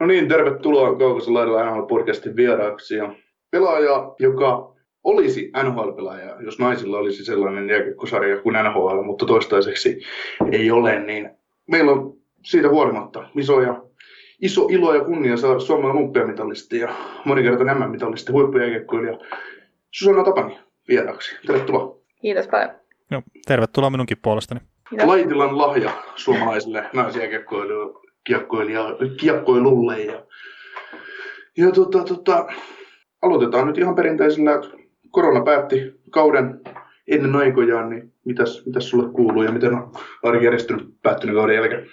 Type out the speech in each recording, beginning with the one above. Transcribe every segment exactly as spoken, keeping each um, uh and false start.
No niin, tervetuloa Kaukosen laidalla N H L-podcastin vieraaksi. Ja pelaaja, joka olisi N H L-pelaaja, jos naisilla olisi sellainen jääkiekkosarja kuin N H L, mutta toistaiseksi ei ole, niin meillä on siitä huolimatta iso, ja, iso ilo ja kunnia saada Suomen olympiamitalisti ja monikertainen M M-mitalisti huippujääkiekkoilija Susanna Tapani vieraaksi. Tervetuloa. Kiitos paljon. No, tervetuloa minunkin puolestani. Kiitos. Laitilan lahja suomalaisille naisjääkiekkoilulle. Ja, ja tota, tota, aloitetaan nyt ihan perinteisellä, että korona päätti kauden ennen aikojaan, niin mitäs, mitäs sulle kuuluu ja miten on arki järjestynyt päättyneen kauden jälkeen?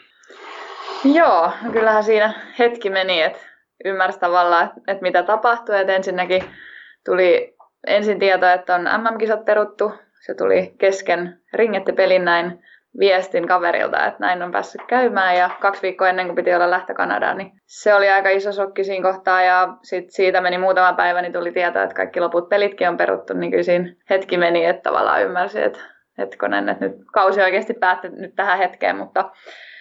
Joo, no kyllähän siinä hetki meni, että ymmärsi tavallaan, että, että mitä tapahtui. Että ensinnäkin tuli ensin tieto, että on M M-kisat peruttu. Se tuli kesken ringettipelin näin viestin kaverilta, että näin on päässyt käymään. Ja kaksi viikkoa ennen kuin piti olla lähtö Kanadaan, niin se oli aika iso shokki siinä kohtaa. Ja sitten siitä meni muutama päivä, niin tuli tieto, että kaikki loput pelitkin on peruttu. Niin kyllä siinä hetki meni, että tavallaan ymmärsi, että hetkonen, että nyt kausi oikeasti päättyi nyt tähän hetkeen. Mutta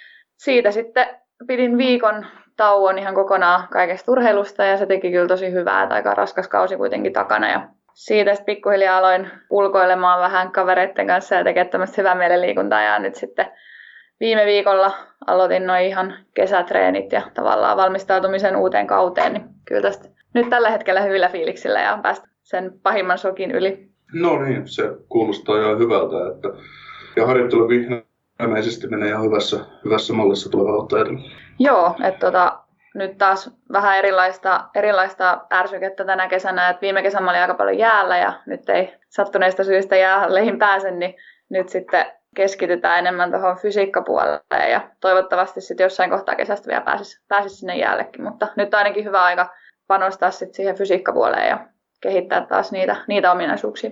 siitä sitten pidin viikon tauon ihan kokonaan kaikesta urheilusta ja se teki kyllä tosi hyvää, että aika raskas kausi kuitenkin takana. Ja siitä sitten pikkuhiljaa aloin ulkoilemaan vähän kavereiden kanssa ja tekemään tämmöistä hyvää mielenliikuntaa. Ja nyt sitten viime viikolla aloitin noin ihan kesätreenit ja tavallaan valmistautumisen uuteen kauteen. Niin kyllä tästä nyt tällä hetkellä hyvillä fiiliksillä ja on päästy sen pahimman shokin yli. No niin, se kuulostaa ihan hyvältä. Että ja harjoittelukin ilmeisesti menee ihan hyvässä, hyvässä mallissa tulevaa ottajatella. Joo, että tota, nyt taas vähän erilaista, erilaista ärsykettä tänä kesänä. Et viime kesänä oli aika paljon jäällä ja nyt ei sattuneista syistä jääleihin pääse, niin nyt sitten keskitytään enemmän tuohon fysiikkapuolelle ja toivottavasti sitten jossain kohtaa kesästä vielä pääsisi, pääsisi sinne jäällekin. Mutta nyt on ainakin hyvä aika panostaa sitten siihen fysiikkapuoleen ja kehittää taas niitä, niitä ominaisuuksia.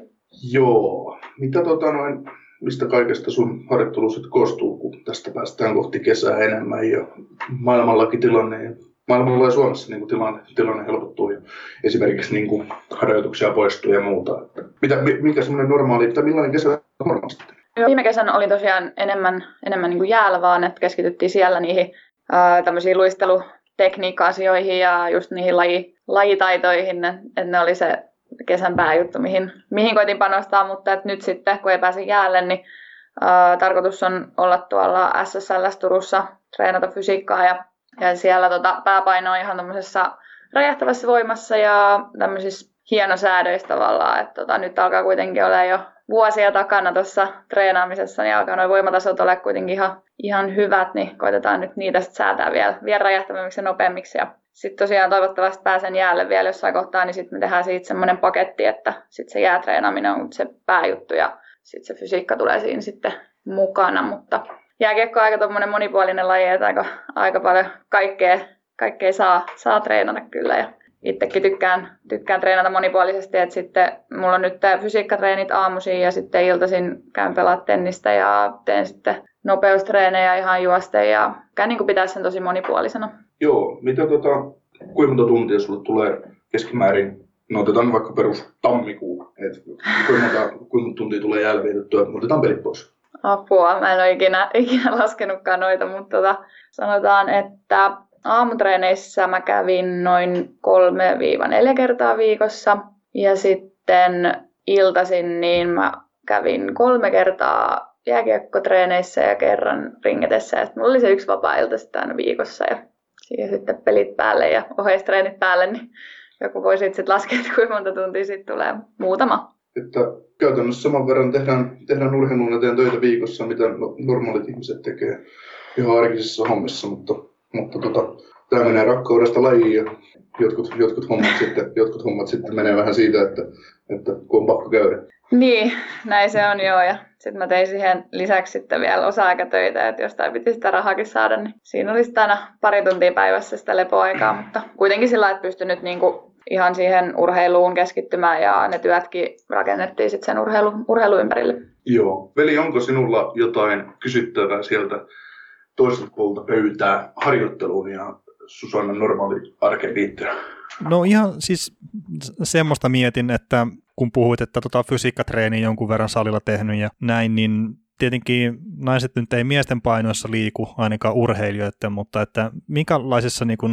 Joo, mitä tota noin... Mistä kaikesta sun harjoittelu sitten koostuu, kun tästä päästään kohti kesää enemmän ja maailmallakin tilanne, ja maailmalla ja Suomessa niin tilanne, tilanne helpottuu ja esimerkiksi niin kuin harjoituksia poistuu ja muuta. Mitä, mikä semmoinen normaali, tai millainen kesä on normaalisti? Viime kesänä oli tosiaan enemmän, enemmän niin kuin jäällä vaan, että keskityttiin siellä niihin ää, tämmöisiin luistelutekniikka-asioihin ja just niihin laji, lajitaitoihin, että ne oli se kesän pääjuttu, mihin, mihin koitin panostaa, mutta et nyt sitten, kun ei pääse jäälle, niin ää, tarkoitus on olla tuolla S S L Turussa, treenata fysiikkaa ja, ja siellä tota, pääpaino on ihan tämmöisessä räjähtävässä voimassa ja tämmöisissä hienosäädöissä tavallaan, että tota, nyt alkaa kuitenkin olla jo vuosia takana tuossa treenaamisessa, niin alkaa nuo voimatasot olla kuitenkin ihan, ihan hyvät, niin koitetaan nyt niitä sitten säätää vielä, vielä räjähtävämmiksi ja nopeammiksi. Ja sitten tosiaan toivottavasti pääsen jäälle vielä jossain kohtaa, niin sitten me tehdään siitä semmoinen paketti, että sitten se jäätreenaaminen on se pääjuttu ja sitten se fysiikka tulee siinä sitten mukana. Mutta jääkiekko on aika tommoinen monipuolinen laji, että aika, aika paljon kaikkea, kaikkea saa, saa treenata kyllä. Ja itsekin tykkään, tykkään treenata monipuolisesti, että sitten mulla on nyt fysiikkatreenit aamuisin ja sitten iltaisin käyn pelaa tennistä ja teen sitten nopeustreenejä ihan juosten ja käyn niin kuin pitää sen tosi monipuolisena. Joo, mitä tota, kuinka monta tuntia sulle tulee keskimäärin, no otetaan vaikka perus tammikuu, että kuinka monta, kuinka monta tuntia tulee jäällä vietettyä, otetaan pelit pois. Apua, mä en ole ikinä, ikinä laskenutkaan noita, mutta tota, sanotaan, että aamutreeneissä mä kävin noin kolme neljä kertaa viikossa ja sitten iltaisin niin mä kävin kolme kertaa jääkiekkotreeneissä ja kerran ringetessä ja sitten mulla oli se yksi vapaa-ilta sitten aina viikossa ja siihen sitten pelit päälle ja oheistreenit päälle, niin joku voi sitten laskea, että kuinka monta tuntia siitä tulee. Muutama. Että käytännössä saman verran tehdään, tehdään urheilun eteen töitä viikossa, mitä normaalit ihmiset tekee ihan arkisissa hommissa, mutta, mutta tota, tämä menee rakkaudesta lajiin ja jotkut, jotkut, hommat sitten, jotkut hommat sitten menee vähän siitä, että, että kun on pakko käydä. Niin, näin se on joo. Ja sitten mä tein siihen lisäksi sitten vielä osa-aikatöitä, että jostain piti sitä rahaakin saada, niin siinä oli sitten aina pari tuntia päivässä sitä lepoaikaa, mutta kuitenkin sillä että pystyn nyt niinku ihan siihen urheiluun keskittymään ja ne työtkin rakennettiin sitten sen urheilu, urheilu ympärille. Joo. Veli, onko sinulla jotain kysyttävää sieltä toiselta puolelta pöytää harjoitteluun ja Susannan normaali arkeen liittyen? No ihan siis semmoista mietin, että kun puhuit, että tota fysiikkatreeniä jonkun verran salilla tehnyt ja näin, niin tietenkin naiset nyt ei miesten painoissa liiku, ainakaan urheilijoiden, mutta että minkälaisessa niin kun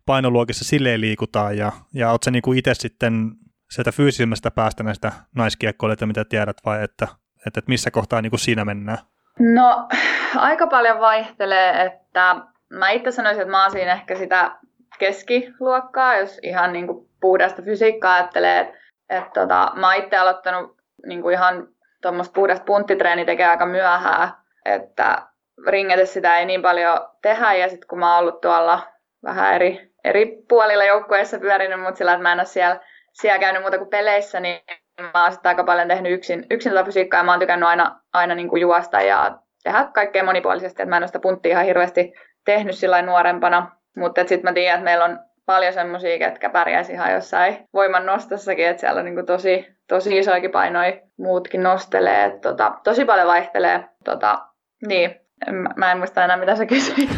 painoluokissa silleen liikutaan, ja, ja ootko sä niinku itse sitten sieltä fyysisemmästä päästä näistä naiskiekkoilijoita, mitä tiedät, vai että, että, että missä kohtaa niinku siinä mennään? No, aika paljon vaihtelee, että mä itse sanoisin, että mä oon siinä ehkä sitä keskiluokkaa, jos ihan niinku puhdasta fysiikkaa ajattelee, että, että tota, mä oon itse aloittanut niinku ihan tuommoista puhdasta punttitreeni tekee aika myöhään, että ringetessä sitä ei niin paljon tehdä, ja sitten kun mä oon ollut tuolla vähän eri, eri puolilla joukkueissa pyörinyt, mutta sillä, että mä en ole siellä, siellä käynyt muuta kuin peleissä, niin mä oon sitten aika paljon tehnyt yksin, yksin tätä fysiikkaa, ja mä oon tykännyt aina, aina niin kuin juosta ja tehdä kaikkea monipuolisesti, että mä en ole sitä punttia ihan hirveästi tehnyt sillä nuorempana, mutta sitten mä tiedän, että meillä on paljon semmosia, ketkä pärjäisi ihan jossain voiman nostossakin, että siellä on niin kuin tosi, tosi isoikin painoja muutkin nostelee, että tota, tosi paljon vaihtelee, tota, niin, mä, mä en muista enää mitä sä kysyit.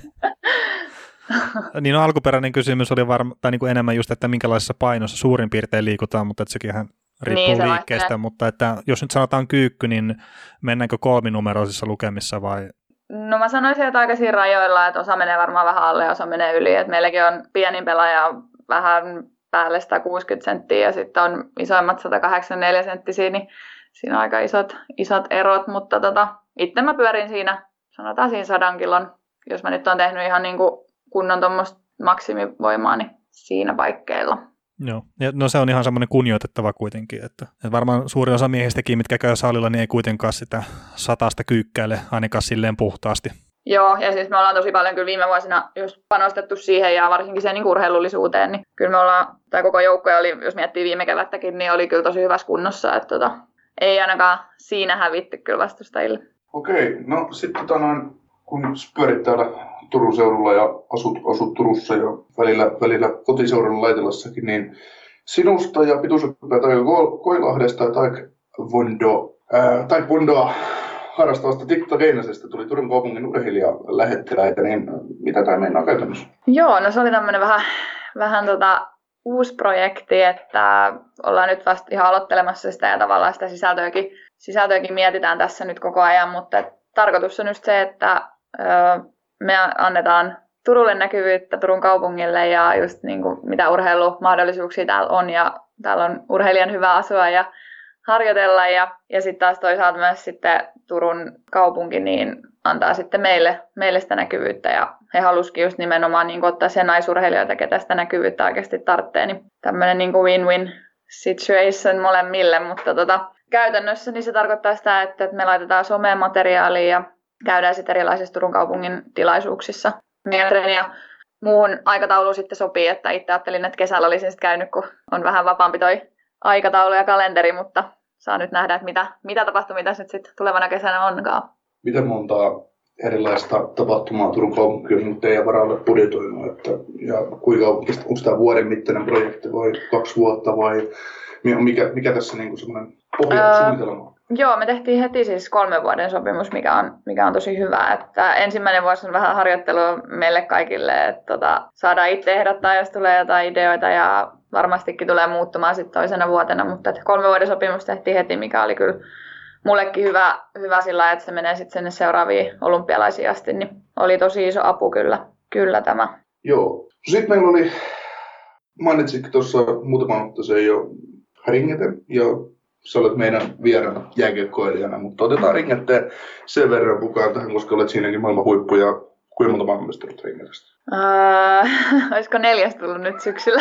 Niin no, alkuperäinen kysymys oli varma, tai niin kuin enemmän just, että minkälaisessa painossa suurin piirtein liikutaan, mutta että sekin ihan riippuu niin, se liikkeestä, vaihtelee. Mutta että jos nyt sanotaan kyykky, niin mennäänkö kolminumeroisissa lukemissa vai? No mä sanoisin, että aika siinä rajoilla, että osa menee varmaan vähän alle ja osa menee yli, että meilläkin on pienin pelaaja vähän päälle sata kuusikymmentä senttiä ja sitten on isoimmat sata kahdeksankymmentäneljä senttisiä, niin siinä on aika isot, isot erot, mutta tota, itse mä pyörin siinä, sanotaan siinä sadan kilon, jos mä nyt oon tehnyt ihan niin kuin kunnon tuommoista maksimivoimaa, niin siinä paikkeilla. Joo, ja no se on ihan semmoinen kunnioitettava kuitenkin, että, että varmaan suurin osa miehistäkin, mitkä käy salilla, niin ei kuitenkaan sitä satasta kyykkäile ainakaan silleen puhtaasti. Joo, ja siis me ollaan tosi paljon kyllä viime vuosina just panostettu siihen ja varsinkin sen niin urheilullisuuteen, niin kyllä me ollaan, tai koko joukkoja oli, jos miettii viime kevättäkin, niin oli kyllä tosi hyvässä kunnossa, että tota, ei ainakaan siinä hävitty kyllä vastustajille. Okei, no sitten tota noin, kun pyörit täällä Turun seudulla ja asut, asut Turussa ja välillä, välillä kotiseudulla Laitelassakin, niin sinusta ja pituusoppipäät Taika Koilahdesta ja Taekwondo, ää, Taekwondoa harrastavasta Tikka Keinäsestä tuli Turun kaupungin urheilijalähettiläitä, niin mitä tämä meinaa käytännössä? Joo, no se oli tämmöinen vähän, vähän tota uusi projekti, että ollaan nyt vasta ihan aloittelemassa sitä ja tavallaan sitä sisältöäkin, sisältöäkin mietitään tässä nyt koko ajan, mutta tarkoitus on just se, että öö, me annetaan Turulle näkyvyyttä Turun kaupungille ja just niin kuin mitä urheilumahdollisuuksia täällä on ja täällä on urheilijan hyvä asua ja harjoitella ja, ja sitten taas toisaalta myös sitten Turun kaupunki niin antaa sitten meille, meille sitä näkyvyyttä ja he halusikin just nimenomaan niin kuin ottaa sen naisurheilijoita, ketä sitä näkyvyyttä oikeasti tarvitsee, niin tämmöinen niin kuin win-win situation molemmille, mutta tota, käytännössä niin se tarkoittaa sitä, että me laitetaan someen materiaalia ja käydään sitten erilaisissa Turun kaupungin tilaisuuksissa. Meidän treeni ja muuhun aikatauluun sitten sopii, että itse ajattelin, että kesällä olisin sitten käynyt, kun on vähän vapaampi toi aikataulu ja kalenteri, mutta saa nyt nähdä, että mitä, mitä tapahtumia tässä nyt sitten tulevana kesänä onkaan. Miten monta erilaista tapahtumaa Turun kaupunki on nyt teidän varalle budjetoinut? Että, ja kuinka, onko tämä vuoden mittainen projekti vai kaksi vuotta vai mikä, mikä tässä niin semmoinen pohjasuunnitelma on? Joo, me tehtiin heti siis kolmen vuoden sopimus, mikä on, mikä on tosi hyvä. Että ensimmäinen vuosi on vähän harjoittelua meille kaikille, että tota, saadaan itse ehdottaa, jos tulee jotain ideoita ja varmastikin tulee muuttumaan sitten toisena vuotena, mutta kolmen vuoden sopimus tehtiin heti, mikä oli kyllä mullekin hyvä, hyvä sillä, että se menee sitten sinne seuraaviin olympialaisiin asti, niin oli tosi iso apu kyllä, kyllä tämä. Joo. Sitten meillä oli, mainitsitkin tuossa muutaman otteeseen jo Ringete, ja sä olet meidän vieraana jääkiekkoilijana, mutta otetaan Ringete sen verran mukaan tähän, koska olet siinäkin maailman huippu, ja kuinka monta maailmanmestaruutta Ringetestä? Uh, olisiko neljäs tullut nyt syksyllä?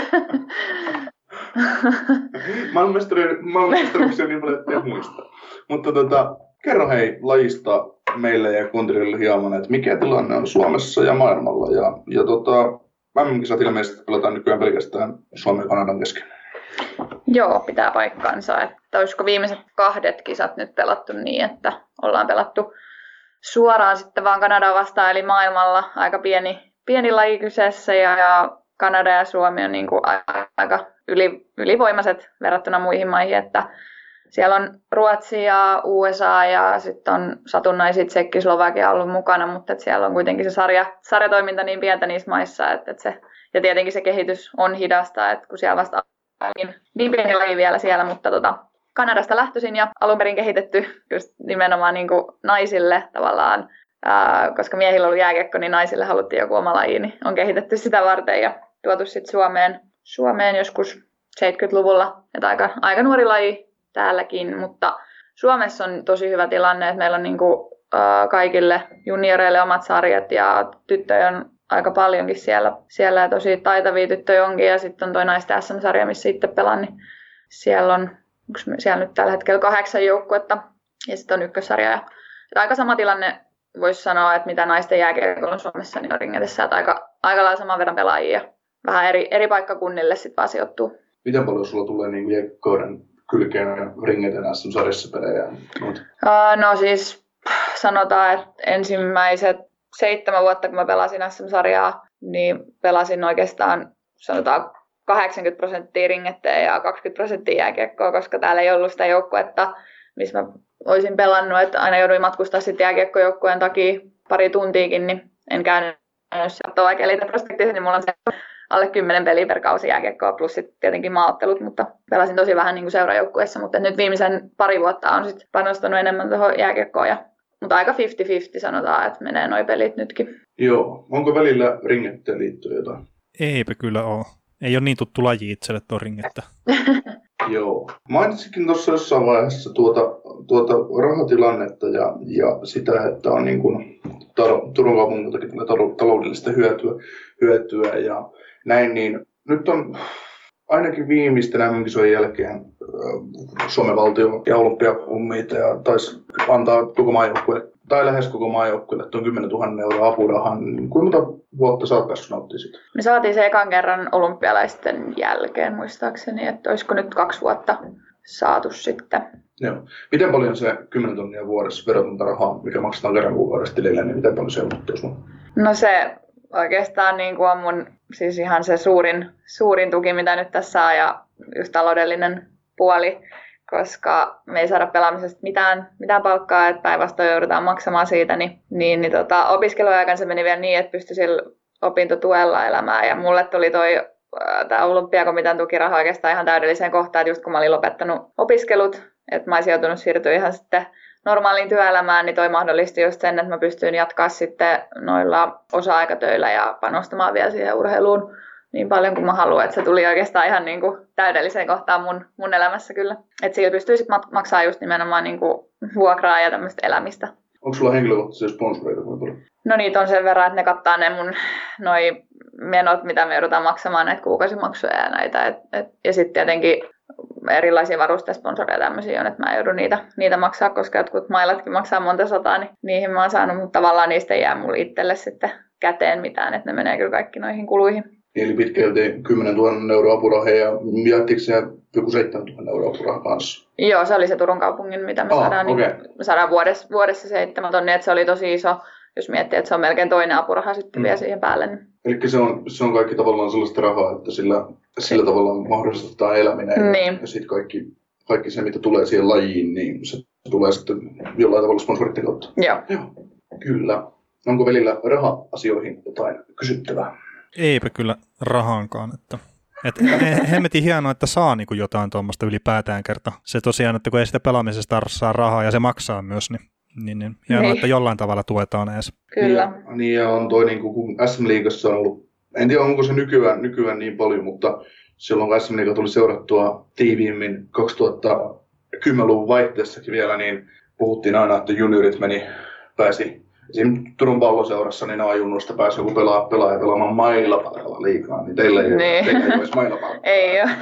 Maailmanmestaruuksia niin paljon ettei muista. Mutta tota, kerro hei lajista meille ja kuuntelijoille hieman, että mikä tilanne on Suomessa ja maailmalla. Ja, ja tota, M M-kisat ilmeisesti pelataan nykyään pelkästään Suomen ja Kanadan kesken. Joo, pitää paikkaansa. Että olisiko viimeiset kahdet kisat nyt pelattu niin, että ollaan pelattu suoraan sitten vaan Kanadaa vastaan, eli maailmalla aika pieni, pieni laji kyseessä ja, ja Kanada ja Suomi on niin kuin aika yli, ylivoimaiset verrattuna muihin maihin, että siellä on Ruotsi ja U S A ja sitten on satunnaisia Tsekki, Slovakia ollut mukana, mutta että siellä on kuitenkin se sarja, sarjatoiminta niin pientä niissä maissa, että, että se, ja tietenkin se kehitys on hidasta, että kun siellä vasta niin, niin pieni laji vielä siellä, mutta tota, Kanadasta lähtöisin ja alun perin kehitetty just nimenomaan niin kuin naisille tavallaan, ää, koska miehillä on ollut jääkiekko, niin naisille haluttiin joku oma laji, niin on kehitetty sitä varten ja tuotu sit Suomeen, Suomeen joskus seitsemänkymmentäluvulla. Että aika, aika nuori laji täälläkin, mutta Suomessa on tosi hyvä tilanne, että meillä on niinku, äh, kaikille junioreille omat sarjat ja tyttöjä on aika paljonkin siellä, siellä ja tosi taitavia tyttöjä onkin. Ja sitten on toi naisten S M-sarja, missä itse pelaan, niin siellä on siellä nyt tällä hetkellä kahdeksan joukkuetta ja sitten on ykkössarja. Ja, aika sama tilanne voisi sanoa, että mitä naisten jääkiekolla on Suomessa, niin on ringetessä, että aika, aika lailla saman verran pelaajia. Vähän eri, eri paikkakunnille sitten vaan sijoittuu. Miten paljon sulla tulee niin jääkiekkoiden kylkeen ja ringeten S M-sarjassa pelejä? Uh, no siis sanotaan, että ensimmäiset seitsemän vuotta, kun mä pelasin S M-sarjaa, niin pelasin oikeastaan sanotaan kahdeksankymmentä prosenttia ringetteen ja kaksikymmentä prosenttia jääkiekkoa, koska täällä ei ollut sitä joukkuetta, missä mä olisin pelannut, että aina jouduin matkustaa sitten jääkiekkojoukkueen takia pari tuntiikin, niin en käynyt sieltä vaikka eliteprospektissa, niin mulla on se alle kymmenen peliä per kausi jääkiekkoa, plus sitten tietenkin maaottelut, mutta pelasin tosi vähän niin kuin seurajoukkueessa, mutta nyt viimeisen pari vuotta on sitten panostanut enemmän tuohon jääkiekkoon, ja, mutta aika viisikymmentä viisikymmentä sanotaan, että menee noi pelit nytkin. Joo, onko välillä ringetteen liittyen jotain? Eipä kyllä ole. Ei ole niin tuttu laji itselle tuo ringettä. Joo. Mainitsikin tuossa jossain vaiheessa tuota, tuota rahatilannetta ja, ja sitä, että on niin kuin Turun kaupungiltakin tulee taloudellista hyötyä, hyötyä ja näin, niin nyt on ainakin viimeisten M M-kisojen jälkeen Suomen valtio ja Olympiakomitea taisi antaa koko maajoukkueelle tai lähes koko maajoukkueelle tuon kymmenen tuhatta euroa apurahan. Kuinka monta vuotta sä oot päässyt nauttimaan siitä? Me saatiin se ekan kerran olympialaisten jälkeen muistaakseni, että olisiko nyt kaksi vuotta saatu sitten. Joo. Miten paljon se kymmenen tonnia vuodessa verotonta rahaa, mikä maksetaan kerran kuukaudessa tilille, niin miten paljon se on sun? No se oikeastaan niin kuin on mun siis ihan se suurin, suurin tuki, mitä nyt tässä saa ja just taloudellinen puoli, koska me ei saada pelaamisesta mitään, mitään palkkaa, että päinvastoin joudutaan maksamaan siitä, niin, niin, niin tota, opiskeluaikana se meni vielä niin, että pystyi sillä opintotuella elämään ja mulle tuli toi tämä Olympiakomitean tukiraha oikeastaan ihan täydelliseen kohtaan, että just kun mä olin lopettanut opiskelut, että mä olisin joutunut siirtyä ihan sitten normaaliin työelämään, niin toi mahdollisti just sen, että mä pystyin jatkaa sitten noilla osa-aikatöillä ja panostamaan vielä siihen urheiluun niin paljon kuin mä haluan, että se tuli oikeastaan ihan niin kuin täydelliseen kohtaan mun, mun elämässä kyllä. Että sillä pystyy sitten maksaa just nimenomaan niin kuin vuokraa ja tämmöistä elämistä. Onko sulla henkilökohtaisia sponsoreita? No niitä on sen verran, että ne kattaa ne mun noi menot, mitä me joudutaan maksamaan, näitä kuukausimaksuja ja näitä. Et, et, ja sitten tietenkin erilaisia varustesponsoreja tämmöisiä on, että mä joudun niitä, niitä maksaa, koska jotkut mailatkin maksaa monta sataa, niin niihin mä oon saanut, mutta tavallaan niistä ei jää mulle itselle sitten käteen mitään, että ne menee kyllä kaikki noihin kuluihin. Eli pitkälti kymmenen tuhatta euroa apurahaa ja jaettiinko se joku seitsemän tuhatta euroa apurahaa kanssa? Joo, se oli se Turun kaupungin, mitä me oh, saadaan, okay. niin, me saadaan vuodessa, vuodessa seitsemän tonnia, että se oli tosi iso, jos miettii, että se on melkein toinen apuraha sitten mm. vielä siihen päälle. Niin. Eli se on, se on kaikki tavallaan sellaista rahaa, että sillä, sillä tavalla mahdollistetaan eläminen niin. Ja sitten kaikki, kaikki se, mitä tulee siihen lajiin, niin se tulee sitten jollain tavalla sponsoritten kautta. Joo. Joo. Kyllä. Onko välillä raha-asioihin jotain kysyttävää? Eipä kyllä rahankaan. Että, et hemmetin hienoa, että saa niinku jotain tuommoista ylipäätään kerta. Se tosiaan, että kun ei sitä pelaamisesta saa rahaa ja se maksaa myös, niin, niin, niin hienoa, niin. Että jollain tavalla tuetaan edes. Kyllä. Ja, niin ja on toi, niin kuin S M-liigassa on ollut, en tiedä onko se nykyään, nykyään niin paljon, mutta silloin kun S M-liiga tuli seurattua tiiviimmin kaksituhattakymmenluvun vaihteessakin vielä, niin puhuttiin aina, että juniorit meni, pääsi esimerkiksi Turun Palloseurassa, niin A-junnuista pääsi joku pelaa, pelaaja pelaamaan mailapalkalla liikaa, niin teillä ei, niin. Teillä ei olisi mailapalkalla. Ei ole.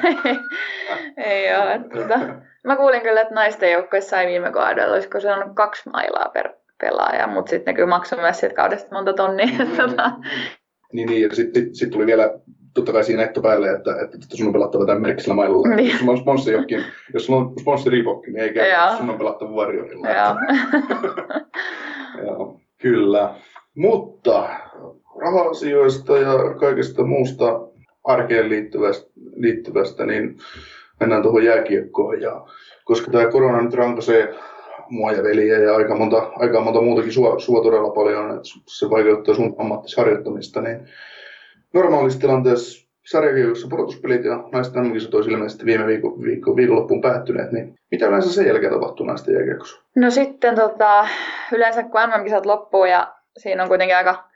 ei ole. Tuota, mä kuulin kyllä, että naisten joukkueessa sai viime kaudella, olisiko se on kaksi mailaa per pelaaja, mutta sitten ne kyllä maksoi myös siitä kaudesta monta tonnia. niin, niin, ja sitten sit, sit tuli vielä totta kai siinä ehto päälle, että, että sun on pelattava tämän merkkisellä mailalla. Niin. Jos sulla on sponssi jos sulla on sponssi-riipokki, niin ei käy, sun on pelattava Warriorilla. Joo. Joo. Kyllä, mutta raha-asioista ja kaikesta muusta arkeen liittyvästä, liittyvästä niin mennään tuohon jääkiekkoon. Ja koska tämä korona nyt rankaisee mua ja veliä ja aika monta, aika monta muutakin sua, sua todella paljon, että se vaikeuttaa sun ammattisharjoittamista, niin normaalissa tilanteessa sarjakiekossa pudotuspelit ja naisten M M-kisat olisi ilmeisesti viime viikon, viikon, viikonloppuun päättyneet, niin mitä yleensä sen jälkeen tapahtuu naisten jääkiekossa? No sitten tota, yleensä kun M M-kisat loppuu ja siinä on kuitenkin aika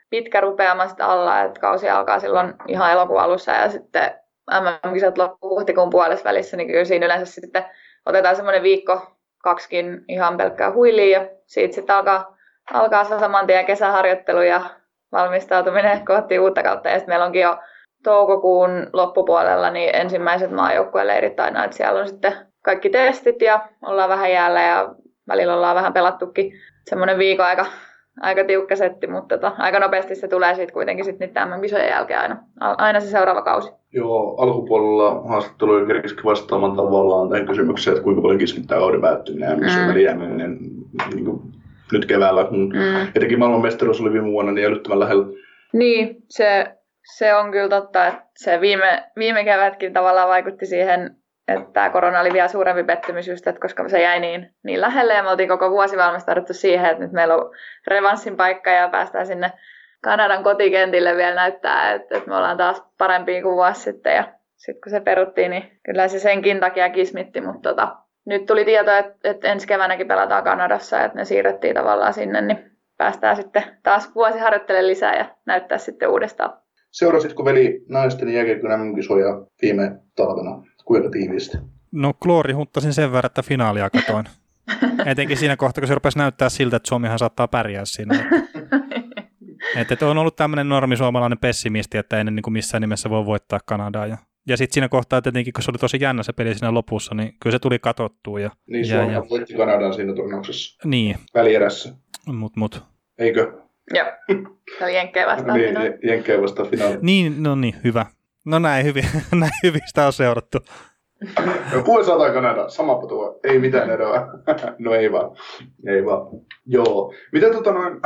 pitkä rupeama sitten alla, että kausi alkaa silloin ihan elokuun alussa ja sitten M M-kisat loppuu huhtikuun puolessa välissä, niin kyllä siinä yleensä sitten otetaan semmoinen viikko, kaksikin ihan pelkkää huiliin ja siitä sitten alkaa, alkaa saman tien kesäharjoittelu ja valmistautuminen kohti uutta kautta. Ja sitten meillä onkin jo toukokuun loppupuolella niin ensimmäiset maajoukkueleirit aina, että siellä on sitten kaikki testit ja ollaan vähän jäällä ja välillä ollaan vähän pelattukin semmoinen viikon aika, aika tiukka setti, mutta tota, aika nopeasti se tulee sitten kuitenkin sit niiden M M-kisojen jälkeen aina, aina se seuraava kausi. Joo, alkupuolella haastattelujen kerkisikin vastaamaan tavallaan tämän kysymykseen, että kuinka paljon kismittää kauden päättyminen ja missä mm. välijääminen niin kuin nyt keväällä, kun mm. etenkin maailmanmestaruus oli viime vuonna niin älyttömän lähellä. Niin, se, se on kyllä totta, että se viime, viime kevätkin tavallaan vaikutti siihen, että tämä korona oli vielä suurempi pettymys just, että koska se jäi niin, niin lähelle ja me oltiin koko vuosi valmistauduttu siihen, että nyt meillä on revanssin paikka ja päästään sinne Kanadan kotikentille vielä näyttää, että, että me ollaan taas parempia kuin vuosi sitten ja sitten kun se peruttiin, niin kyllä se senkin takia kismitti, mutta tota, nyt tuli tieto, että, että ensi keväänäkin pelataan Kanadassa, että ne siirrettiin tavallaan sinne, niin päästään sitten taas vuosi harjoittelemaan lisää ja näyttää sitten uudestaan. Seurasitko veli naisten jääkiekon M M-kisoja viime talvena? Kuinka tiiviisti? No kloori hunttasin sen verran, että finaalia katoin. Etenkin siinä kohtaa, kun se rupesi näyttää siltä, että Suomihan saattaa pärjää siinä. Että, että on ollut tämmöinen normisuomalainen pessimisti, että ei niin kuin missään nimessä voi voittaa Kanadaa. Ja, ja sitten siinä kohtaa tietenkin, kun se oli tosi jännä se peli siinä lopussa, niin kyllä se tuli katsottua. Ja, niin ja, Suomi ja, voitti Kanadan siinä turnauksessa. Niin. Välierässä. Mut, mut. Eikö? Joo. Se oli Jenkkejä vastaan niin, finaali. Jenkkejä vastaan finaali. Niin, no niin, hyvä. No näin hyvin, näin hyvin sitä on seurattu. U S A tai Kanada, sama patua, ei mitään eroa. No ei vaan, ei vaan. Joo. Miten tota noin,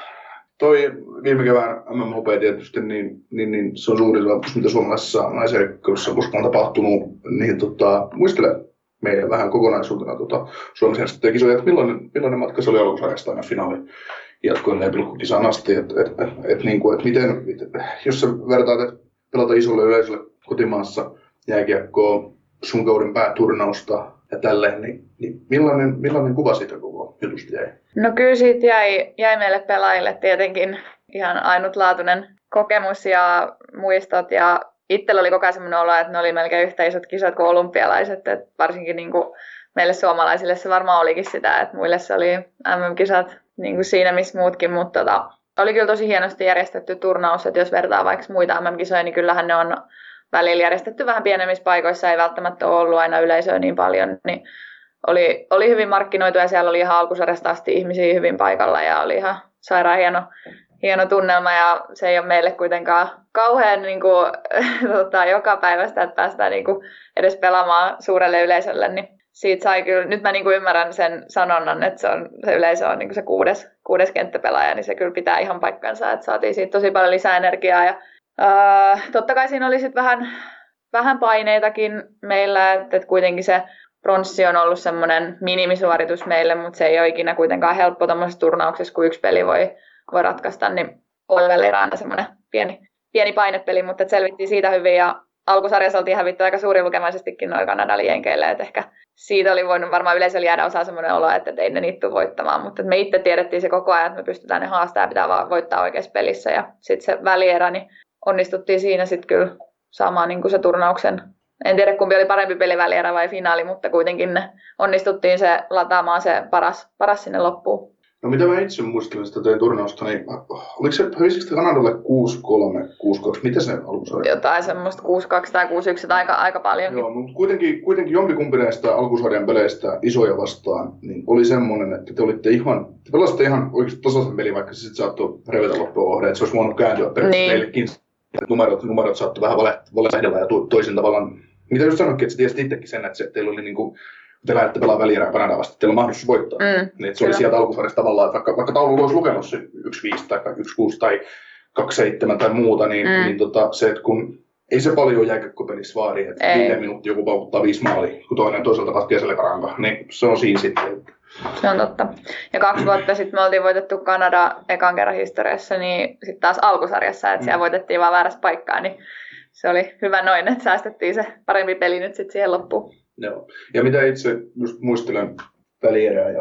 toi viime kevään M M H P tietysti, niin, niin, niin se on suuri saavutus, mitä suomalaisessa naisjärjestössä koskaan tapahtunut. Niin tota, muistele meille vähän kokonaisuutena tota, Suomessa järjestettyjä kisoja, että millainen, millainen matka se oli alkusarjasta aina finaali jatkoin neljä asti, että et, et, et, niin et miten, et, jos sä vertaat, että pelata isolle yleisölle kotimaassa jääkiekkoa, sun kauden pääturnausta ja tälleen, niin, niin millainen, millainen kuva siitä koko jutusta jäi? No kyllä siitä jäi, jäi meille pelaajille tietenkin ihan ainutlaatuinen kokemus ja muistot ja itsellä oli koko ajan sellainen olo, että ne oli melkein yhtä isot kisat kuin olympialaiset, että varsinkin niin kuin meille suomalaisille se varmaan olikin sitä, että muille se oli M M-kisat niin kuin siinä missä muutkin, mutta tota, oli kyllä tosi hienosti järjestetty turnaus, että jos vertaa vaikka muita M M-kisoja, niin kyllähän ne on välillä järjestetty vähän pienemmissä paikoissa, ei välttämättä ole ollut aina yleisöä niin paljon, niin oli, oli hyvin markkinoitu ja siellä oli ihan alkusarjasta asti ihmisiä hyvin paikalla ja oli ihan sairaan hieno, hieno tunnelma ja se ei ole meille kuitenkaan kauhean niin kuin, tota, joka päivästä, että päästään niin kuin, edes pelaamaan suurelle yleisölle, niin siitä sai kyllä, nyt mä niin kuin ymmärrän sen sanonnan, että se, on, se yleisö on niin kuin se kuudes, kuudes kenttäpelaaja, niin se kyllä pitää ihan paikkansa, että saatiin siitä tosi paljon lisää energiaa ja Uh, totta kai siinä oli sitten vähän, vähän paineitakin meillä, että et kuitenkin se pronssi on ollut semmoinen minimisuoritus meille, mutta se ei ole ikinä kuitenkaan helppo tämmöisessä turnauksessa, kun yksi peli voi, voi ratkaista, niin oli välillä aina semmoinen pieni, pieni painepeli, mutta et selvittiin siitä hyvin ja alkusarjassa oltiin hävitty aika suurilukemaisestikin noin Kanadan jenkeille, että ehkä siitä oli voinut varmaan yleisöllä jäädä osa semmoinen olo, että ei ne niitä tule voittamaan, mutta me itse tiedettiin se koko ajan, että me pystytään ne haastamaan ja pitää vaan voittaa oikeassa pelissä ja sitten se välierä, niin onnistuttiin siinä sitten kyllä saamaan niin kuin se turnauksen. En tiedä kumpi oli parempi peli, välierä vai finaali, mutta kuitenkin ne onnistuttiin se lataamaan se paras, paras sinne loppuun. No mitä mä itse muistelen sitä teidän turnausta, niin oliko se, hävisikö Kanadalle kuusi kolme, kuusi kaksi? Mitä se alkusarja? Jotain semmoista kuusi kaksi tai kuusi yksi, aika, aika paljon. Joo, mutta kuitenkin, kuitenkin jompikumpi näistä alkusarjan peleistä isoja vastaan, niin oli semmoinen, että te olitte ihan, te pelasitte ihan oikeasti tasaisen peli, vaikka se sitten saattoi revetä loppuun ohde, että se olisi voinut kääntyä periaatteessa niin meillekin. Numerot, numerot saattoi vähän valehdella ja toisin tavallaan. Mitä just sanoikin, että sä tiesit itsekin sen, että se, teillä oli niinku, te lähdette pelaamaan välierää Kanadaa vasta, teillä on mahdollisuus voittaa. Mm, niin, se oli sieltä alkusarjasta tavallaan, että vaikka, vaikka taululla olisi lukenut se yksi viisi tai yksi kuusi tai kaksi seitsemän tai muuta, niin, mm. niin tota, se, että kun ei se paljon jääkiekkopelissä vaadi, että viiden minuuttia joku paukuttaa viisi maalia, kun toinen toiselta katkee selkäranka, niin se on siinä sitten. Se on totta. Ja kaksi vuotta sitten me oltiin voitettu Kanada ekan kerran historiassa, niin sitten taas alkusarjassa, että siellä voitettiin vaan väärässä paikkaa, niin se oli hyvä noin, että säästettiin se parempi peli nyt sitten siihen loppuun. Joo. Ja mitä itse just muistelen välierää ja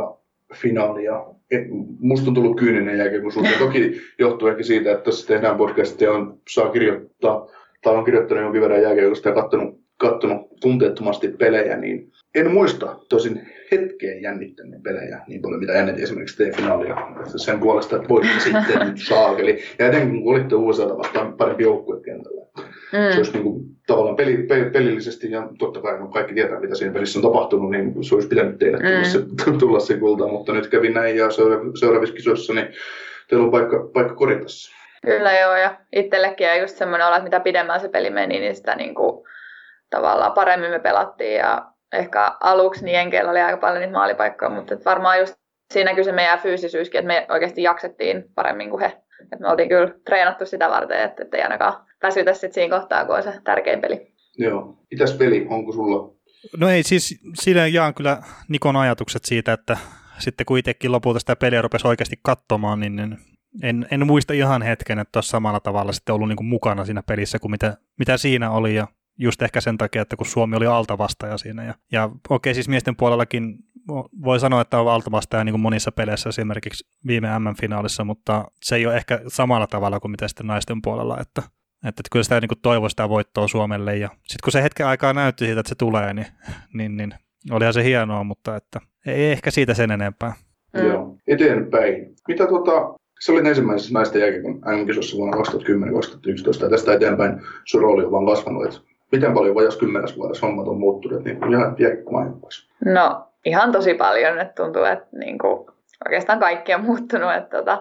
finaalia. Et, musta on tullut kyyninen jääkiekon suhteen. Toki johtuu ehkä siitä, että tässä tehdään podcastia ja on, saa kirjoittaa, tai on kirjoittanut jonkin verran jääkiekosta ja katsonut, katsonut tunteettomasti pelejä, niin en muista tosin hetkeen jännittänyt pelejä niin paljon, mitä jännitin esimerkiksi teidän finaalia. Sen puolesta, että voitte sitten saakeli. Ja etenkin kun olitte U S A:ta vastaan parempi joukkue kentällä. Mm. Se olisi niin kuin, tavallaan peli, peli, pelillisesti, ja totta kai no kaikki tietää, mitä siinä pelissä on tapahtunut, niin se olisi pitänyt teille tulla, mm. se, tulla se kulta. Mutta nyt kävi näin, ja seuraavissa kisoissa, niin teillä on paikka, paikka korjatassa. Kyllä joo, ja itsellekin on just semmoinen olo, että mitä pidemmän se peli meni, niin sitä niin kuin, tavallaan paremmin me pelattiin. Ja ehkä aluksi niin Jenkeillä oli aika paljon niitä maalipaikkoja, mutta varmaan just siinä näkyy se meidän fyysisyyskin, että me oikeasti jaksettiin paremmin kuin he. Et me oltiin kyllä treenattu sitä varten, että ei ainakaan väsytä sit siinä kohtaa, kun on se tärkein peli. Joo. Mitäs peli? Onko sulla? No ei, siis siinä jaan kyllä Nikon ajatukset siitä, että sitten kun itsekin lopulta sitä peliä rupesi oikeasti katsomaan, niin en, en muista ihan hetken, että olisi samalla tavalla sitten ollut niin kuin mukana siinä pelissä kuin mitä, mitä siinä oli. Ja just ehkä sen takia, että kun Suomi oli altavastaaja siinä. Ja, ja okei, siis miesten puolellakin voi sanoa, että on altavastaaja niin kuin monissa peleissä, esimerkiksi viime M M-finaalissa, mutta se ei ole ehkä samalla tavalla kuin mitä sitten naisten puolella, että, että kyllä sitä niin kuin toivoi sitä voittoa Suomelle. Ja sitten kun se hetken aikaa näytti siitä, että se tulee, niin, niin, niin olihan se hienoa, mutta että ei ehkä siitä sen enempää. Mm. Joo, eteenpäin. Mitä tuota, sä olit ensimmäisessä naisten jääkiekon M M-kisossa vuonna kaksituhattakymmenen kaksituhattayksitoista ja tästä eteenpäin sun rooli on vaan kasvanut, että miten paljon vajas kymmenessä vuodessa hommat on muuttunut niin kuin ihan jääkiekkomaailmassa? No ihan tosi paljon, että tuntuu, että niin kuin, oikeastaan kaikki on muuttunut. Että, tota,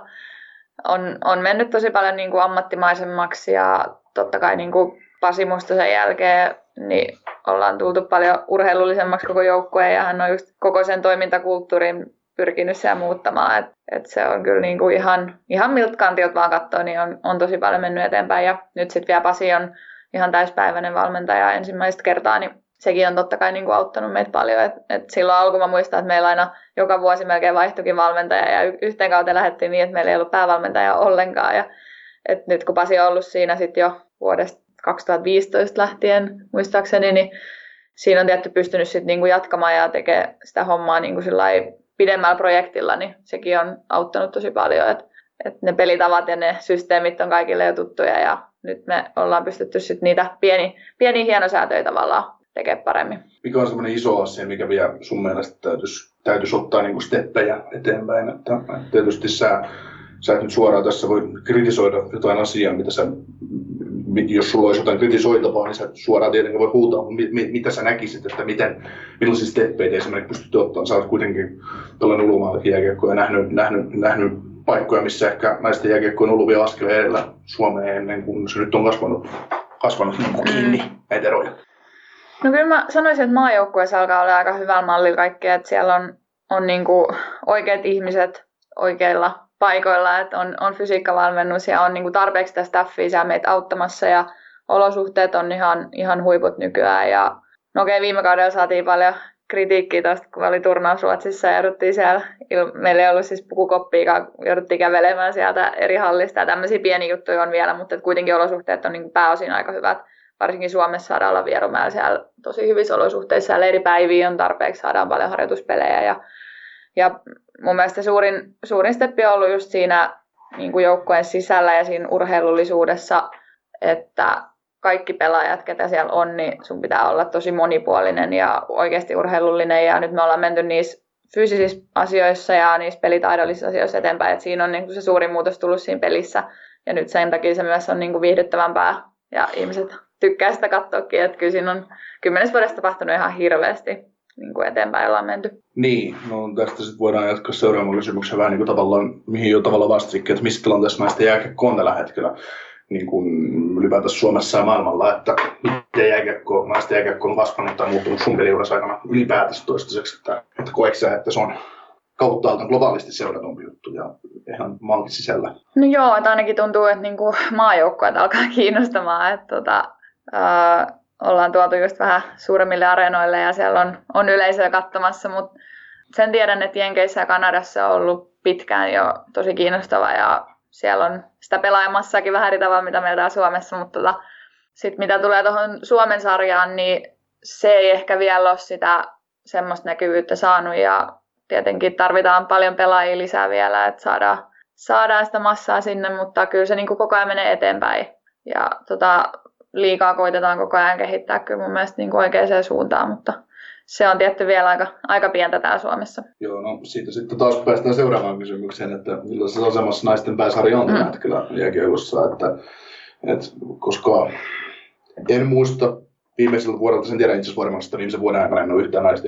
on, on mennyt tosi paljon niin kuin ammattimaisemmaksi ja totta kai niin kuin Pasi Mustosen jälkeen niin ollaan tultu paljon urheilullisemmaksi koko joukkueen ja hän on just koko sen toimintakulttuurin pyrkinyt siellä muuttamaan. Et, et se on kyllä niin kuin ihan, ihan miltä kantiot vaan katsoo, niin on, on tosi paljon mennyt eteenpäin ja nyt sitten vielä Pasi on ihan täyspäiväinen valmentaja ensimmäistä kertaa, niin sekin on totta kai niin kuin auttanut meitä paljon. Et, et silloin alkuun mä muistan, että meillä aina joka vuosi melkein vaihtuikin valmentaja ja y- yhteen kautta lähdettiin niin, että meillä ei ollut päävalmentaja ollenkaan. Ja, et nyt kun Pasi on ollut siinä sitten jo vuodesta kaksituhattaviisitoista lähtien muistaakseni, niin siinä on tietty pystynyt sitten niin kuin jatkamaan ja tekemään sitä hommaa niin kuin pidemmällä projektilla, niin sekin on auttanut tosi paljon. Et, et ne pelitavat ja ne systeemit on kaikille jo tuttuja ja nyt me ollaan pystytty sit niitä pieni, pieniä hienosäätöjä tavallaan tekemään paremmin. Mikä on semmoinen iso asia, mikä vielä sun mielestä täytyisi, täytyisi ottaa niinku steppejä eteenpäin? Että, että tietysti sä, sä et nyt suoraan tässä voi kritisoida jotain asiaa, mitä sä, jos sulla olisi jotain kritisoitavaa, niin sä et suoraan tietenkin voi huutaa, mutta mit, mit, mitä sä näkisit, että miten, millaisia steppeitä esimerkiksi pystyt ottamaan? Sä oot kuitenkin tuollainen ulkomaaltakin jääkiekkoja ja nähnyt, nähnyt, nähnyt paikkoja, missä ehkä naisten jääkiekko on ollut vielä askeleen edellä Suomeen ennen kuin se nyt on kasvanut, kasvanut kiinni näitä eroja. No kyllä mä sanoisin, että maajoukkueessa alkaa olla aika hyvällä mallilla kaikkea, että siellä on, on niinku oikeat ihmiset oikeilla paikoilla, että on, on fysiikkavalmennus ja on niinku tarpeeksi sitä staffia siellä meitä auttamassa ja olosuhteet on ihan, ihan huiput nykyään. Ja, no okei, viime kaudella saatiin paljon kritiikkiä tuosta, kun oli turnaus Ruotsissa ja jouduttiin siellä, meillä ei ollut siis pukukoppia, jouduttiin kävelemään sieltä eri hallista ja tämmöisiä pieniä juttuja on vielä, mutta kuitenkin olosuhteet on niin pääosin aika hyvät. Varsinkin Suomessa saadaan olla Vierumäellä siellä tosi hyvissä olosuhteissa ja leiripäiviä on tarpeeksi, saadaan paljon harjoituspelejä ja, ja mun mielestä suurin, suurin steppi on ollut just siinä niin kuin joukkueen sisällä ja siinä urheilullisuudessa, että kaikki pelaajat, ketä siellä on, niin sun pitää olla tosi monipuolinen ja oikeasti urheilullinen. Ja nyt me ollaan menty niissä fyysisissä asioissa ja niissä pelitaidollisissa asioissa eteenpäin. Et siinä on niin kuin se suurin muutos tullut siinä pelissä. Ja nyt sen takia se myös on niin kuin viihdyttävämpää. Ja ihmiset tykkää sitä katsoakin. Että kyllä siinä on kymmenessä vuodessa tapahtunut ihan hirveästi. Niin kuin eteenpäin ollaan menty. Niin, no tästä sitten voidaan jatkaa seuraavan kysymyksen vähän niin kuin tavallaan, mihin jo tavallaan vastasikki, että missä tilanteessa naisten jääkiekko on tällä hetkellä. Niin kuin ylipäätään Suomessa ja maailmalla, että miten jääkiekko, naisten jääkiekko on kasvanut tai muuttunut sun peliurassa aikana ylipäätänsä toistaiseksi, että, että koetko sä, että se on kauttaaltaan globaalisti seuratumpi juttu ja ihan maan sisällä? No joo, että ainakin tuntuu, että niinku maajoukkueet alkaa kiinnostamaan, että tota, äh, ollaan tuotu just vähän suuremmille areenoille ja siellä on, on yleisöä katsomassa, mutta sen tiedän, että Jenkeissä ja Kanadassa on ollut pitkään jo tosi kiinnostava ja siellä on sitä pelaajamassakin vähän eri tavalla, mitä meillä täällä Suomessa, mutta tota, sit mitä tulee tuohon Suomen sarjaan, niin se ei ehkä vielä ole sitä semmoista näkyvyyttä saanut ja tietenkin tarvitaan paljon pelaajia lisää vielä, että saadaan, saadaan sitä massaa sinne, mutta kyllä se niin kuin koko ajan menee eteenpäin. Ja tota, liigaa koitetaan koko ajan kehittää kyllä mun mielestä niin kuin oikeaan suuntaan, mutta se on tietty vielä aika, aika pientä täällä Suomessa. Joo, no siitä sitten taas päästään seuraavaan kysymykseen, että millaisessa asemassa naisten pääsarja on tällä mm. hetkellä jääkiekossa, että, että koska en muista viimeiseltä vuodelta, sen tiedän itse asiassa varmasti, että viimeisen vuoden aikana en ole yhtään naisten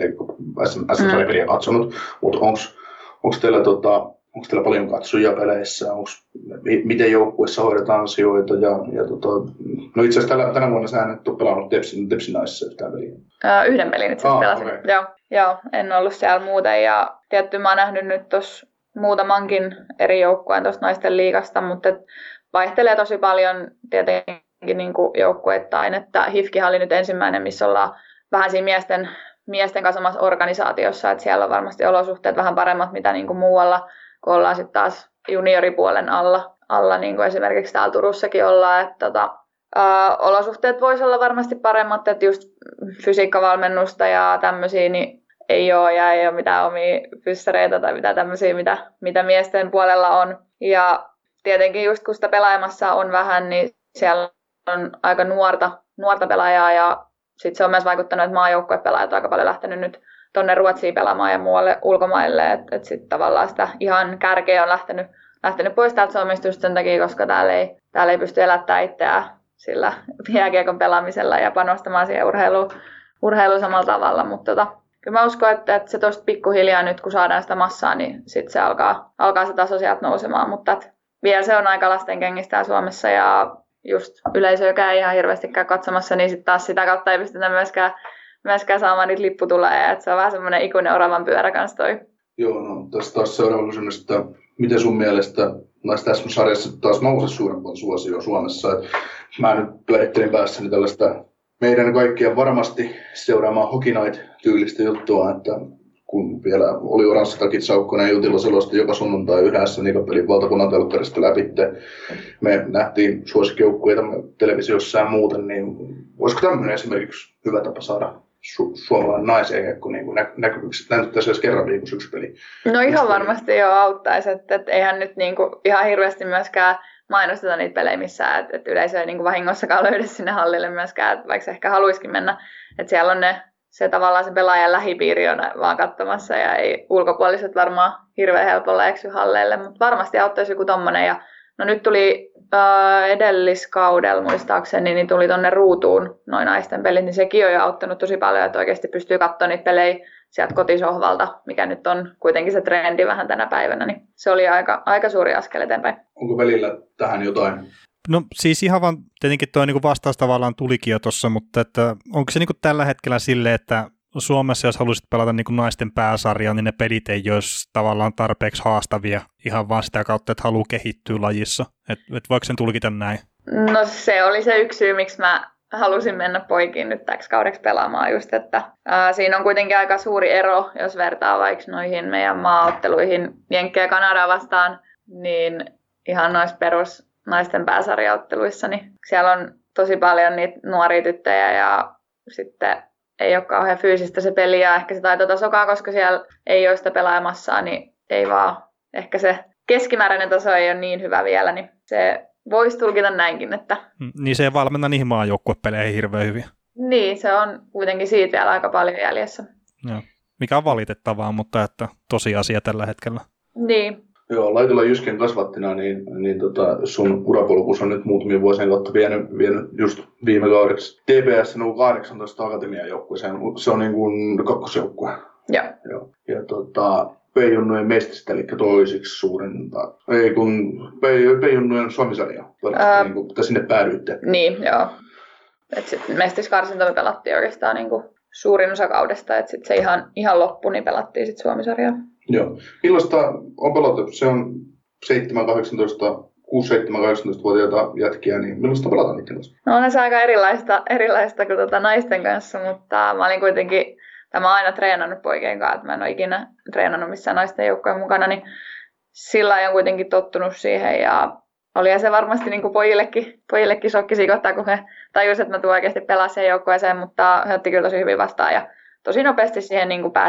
S M-sarjapeliä mm. katsonut, mutta onko teillä, tota, teillä paljon katsojia peleissä, onks, miten joukkueessa hoidetaan asioita, ja, ja tota, no itse asiassa tänä, tänä vuonna sä et ole pelannut Tepsin, Tepsin naisissa yhtään peliä. Öö, yhden pelin itse asiassa ah, pelasin, okay. joo, joo, en ollut siellä muuten, ja tietty mä oon nähnyt nyt tuossa muutamankin eri joukkueen tuosta naisten liigasta, mutta vaihtelee tosi paljon tietenkin niin kuin joukkueittain, että H I F K oli nyt ensimmäinen, missä ollaan vähän siinä miesten, miesten kanssa samassa organisaatiossa, että siellä on varmasti olosuhteet vähän paremmat mitä niin kuin muualla, kun ollaan sitten taas junioripuolen alla, alla niin kuin esimerkiksi täällä Turussakin ollaan, että tota, ää, olosuhteet voisi olla varmasti paremmat, että just fysiikkavalmennusta ja tämmöisiä niin ei ole ja ei ole mitään omia fyssareita tai mitään tämmöisiä, mitä, mitä miesten puolella on. Ja tietenkin just kun sitä pelaamassa on vähän, niin siellä on aika nuorta, nuorta pelaajaa ja sitten se on myös vaikuttanut, että maajoukkuepelaajat on aika paljon lähtenyt nyt tuonne Ruotsiin pelaamaan ja muualle ulkomaille, että et sitten tavallaan sitä ihan kärkeä on lähtenyt, lähtenyt pois täältä Suomesta just sen takia, koska täällä ei, täällä ei pysty elättämään itseään sillä jääkiekon pelaamisella ja panostamaan siihen urheiluun, urheiluun samalla tavalla, mutta tota, kyllä mä uskon, että, että se tuosta pikkuhiljaa nyt kun saadaan sitä massaa, niin sitten se alkaa, alkaa se taso sieltä nousemaan, mutta et vielä se on aika lasten kengistä Suomessa ja just yleisö, joka ei ihan hirveästi käy katsomassa, niin sitten taas sitä kautta ei pystytä myöskään, myöskään saamaan niitä lipputuleja, että se on vähän semmoinen ikuinen oravan pyörä kanssa toi. Joo, no tässä taas seuraava kysymys, että miten sun mielestä näistä S M-sarjassa taas nousee suurempaan suosioon Suomessa? Et mä nyt pyörittelin päässäni tällaista meidän kaikkien varmasti seuraamaan Hockey Night-tyylistä juttua, että kun vielä oli Oranssitakit, Saukkonen ja Jutila selosti joka sunnuntai yhdessä Nikapelin valtakunnan telkkarista läpi. Me nähtiin suosikkijoukkueita televisiossa ja muuten, niin voisiko tämmöinen esimerkiksi hyvä tapa saada su- suomalainen naisjääkiekko niin nä- näkyviksi? Näyttäisi edes kerran viikossa yksi peli. No ihan varmasti jo auttaisi, että et eihän nyt niinku ihan hirveästi myöskään mainosteta niitä pelejä missään, että et yleisö ei niinku vahingossakaan löydä sinne hallille myöskään, vaikka se ehkä haluaisikin mennä. Että siellä on ne se tavallaan se pelaajan lähipiiri on vaan katsomassa ja ei ulkopuoliset varmaan hirveän helpolla eksy halleille, mutta varmasti auttaisi joku tommonen. Ja no nyt tuli äh, edelliskaudella muistaakseni, niin tuli tonne ruutuun noin naisten pelit, niin sekin on jo auttanut tosi paljon, että oikeasti pystyy katsoa niitä pelejä sieltä kotisohvalta, mikä nyt on kuitenkin se trendi vähän tänä päivänä, niin se oli aika, aika suuri askel eteenpäin. Onko välillä tähän jotain? No siis ihan vaan tietenkin tuo niin vastaus tavallaan tulikin jo tuossa, mutta että onko se niin kuin tällä hetkellä silleen, että Suomessa jos haluaisit pelata niin kuin naisten pääsarjaa, niin ne pelit ei olisi tavallaan tarpeeksi haastavia ihan vaan sitä kautta, että haluaa kehittyä lajissa. Että et voiko sen tulkita näin? No se oli se yksi syy, miksi mä halusin mennä poikiin nyt täksi kaudeksi pelaamaan just, että ää, siinä on kuitenkin aika suuri ero, jos vertaa vaikka noihin meidän maaotteluihin Jenkkejä ja Kanadaa vastaan, niin ihan noissa perus naisten pääsarjaotteluissa, niin siellä on tosi paljon niitä nuoria tyttöjä ja sitten ei ole kauhean fyysistä se peli ja ehkä se taitotasokaa, koska siellä ei ole sitä pelaamassaa, niin ei vaan, ehkä se keskimääräinen taso ei ole niin hyvä vielä, niin se voisi tulkita näinkin, että... Niin se ei valmenna niihin maajoukkuepeleihin hirveän hyvin. Niin, se on kuitenkin siitä vielä aika paljon jäljessä. Joo. Mikä on valitettavaa, mutta että tosiasia tällä hetkellä. Niin. Joo, Laitila Jysken kasvattina, niin, niin tota, sun urapolkus on nyt muutamia vuosien kautta vienyt, vienyt just viime kaudeksi T P S kahdeksantoista akatemian joukkueeseen. Se on niin kuin kakkosjoukkue. Joo. Joo. Ja tota, P-junnujen mestistä, eli toisiksi suurinta. Ei kun P-junnujen Suomi-sarja, Ää... niin kuin, sinne päädyitte. Niin, joo. Mestiskarsinta me pelattiin oikeastaan niin kuin suurin osa kaudesta, että sitten se ihan, ihan loppu, niin pelattiin sitten Suomi-sarjaa. Joo. Millaista on pelattu? Se on seitsemän kahdeksantoista, kuusi seitsemän kahdeksantoista-vuotiaita jätkiä, niin millaista pelataan niiden kanssa? No on se aika erilaista, erilaista kuin tuota naisten kanssa, mutta mä olin kuitenkin, tai mä oon aina treenannut poikien kanssa, että mä en ole ikinä treenannut missään naisten joukkojen mukana, niin sillä on kuitenkin tottunut siihen ja oli se varmasti niin kuin pojillekin, pojillekin shokki siinä kohtaa, kun he tajusivat, että mä tuun oikeasti pelaa siihen joukkueeseen, mutta he otti kyllä tosi hyvin vastaan ja tosi nopeasti siihen niin kuin pääsi,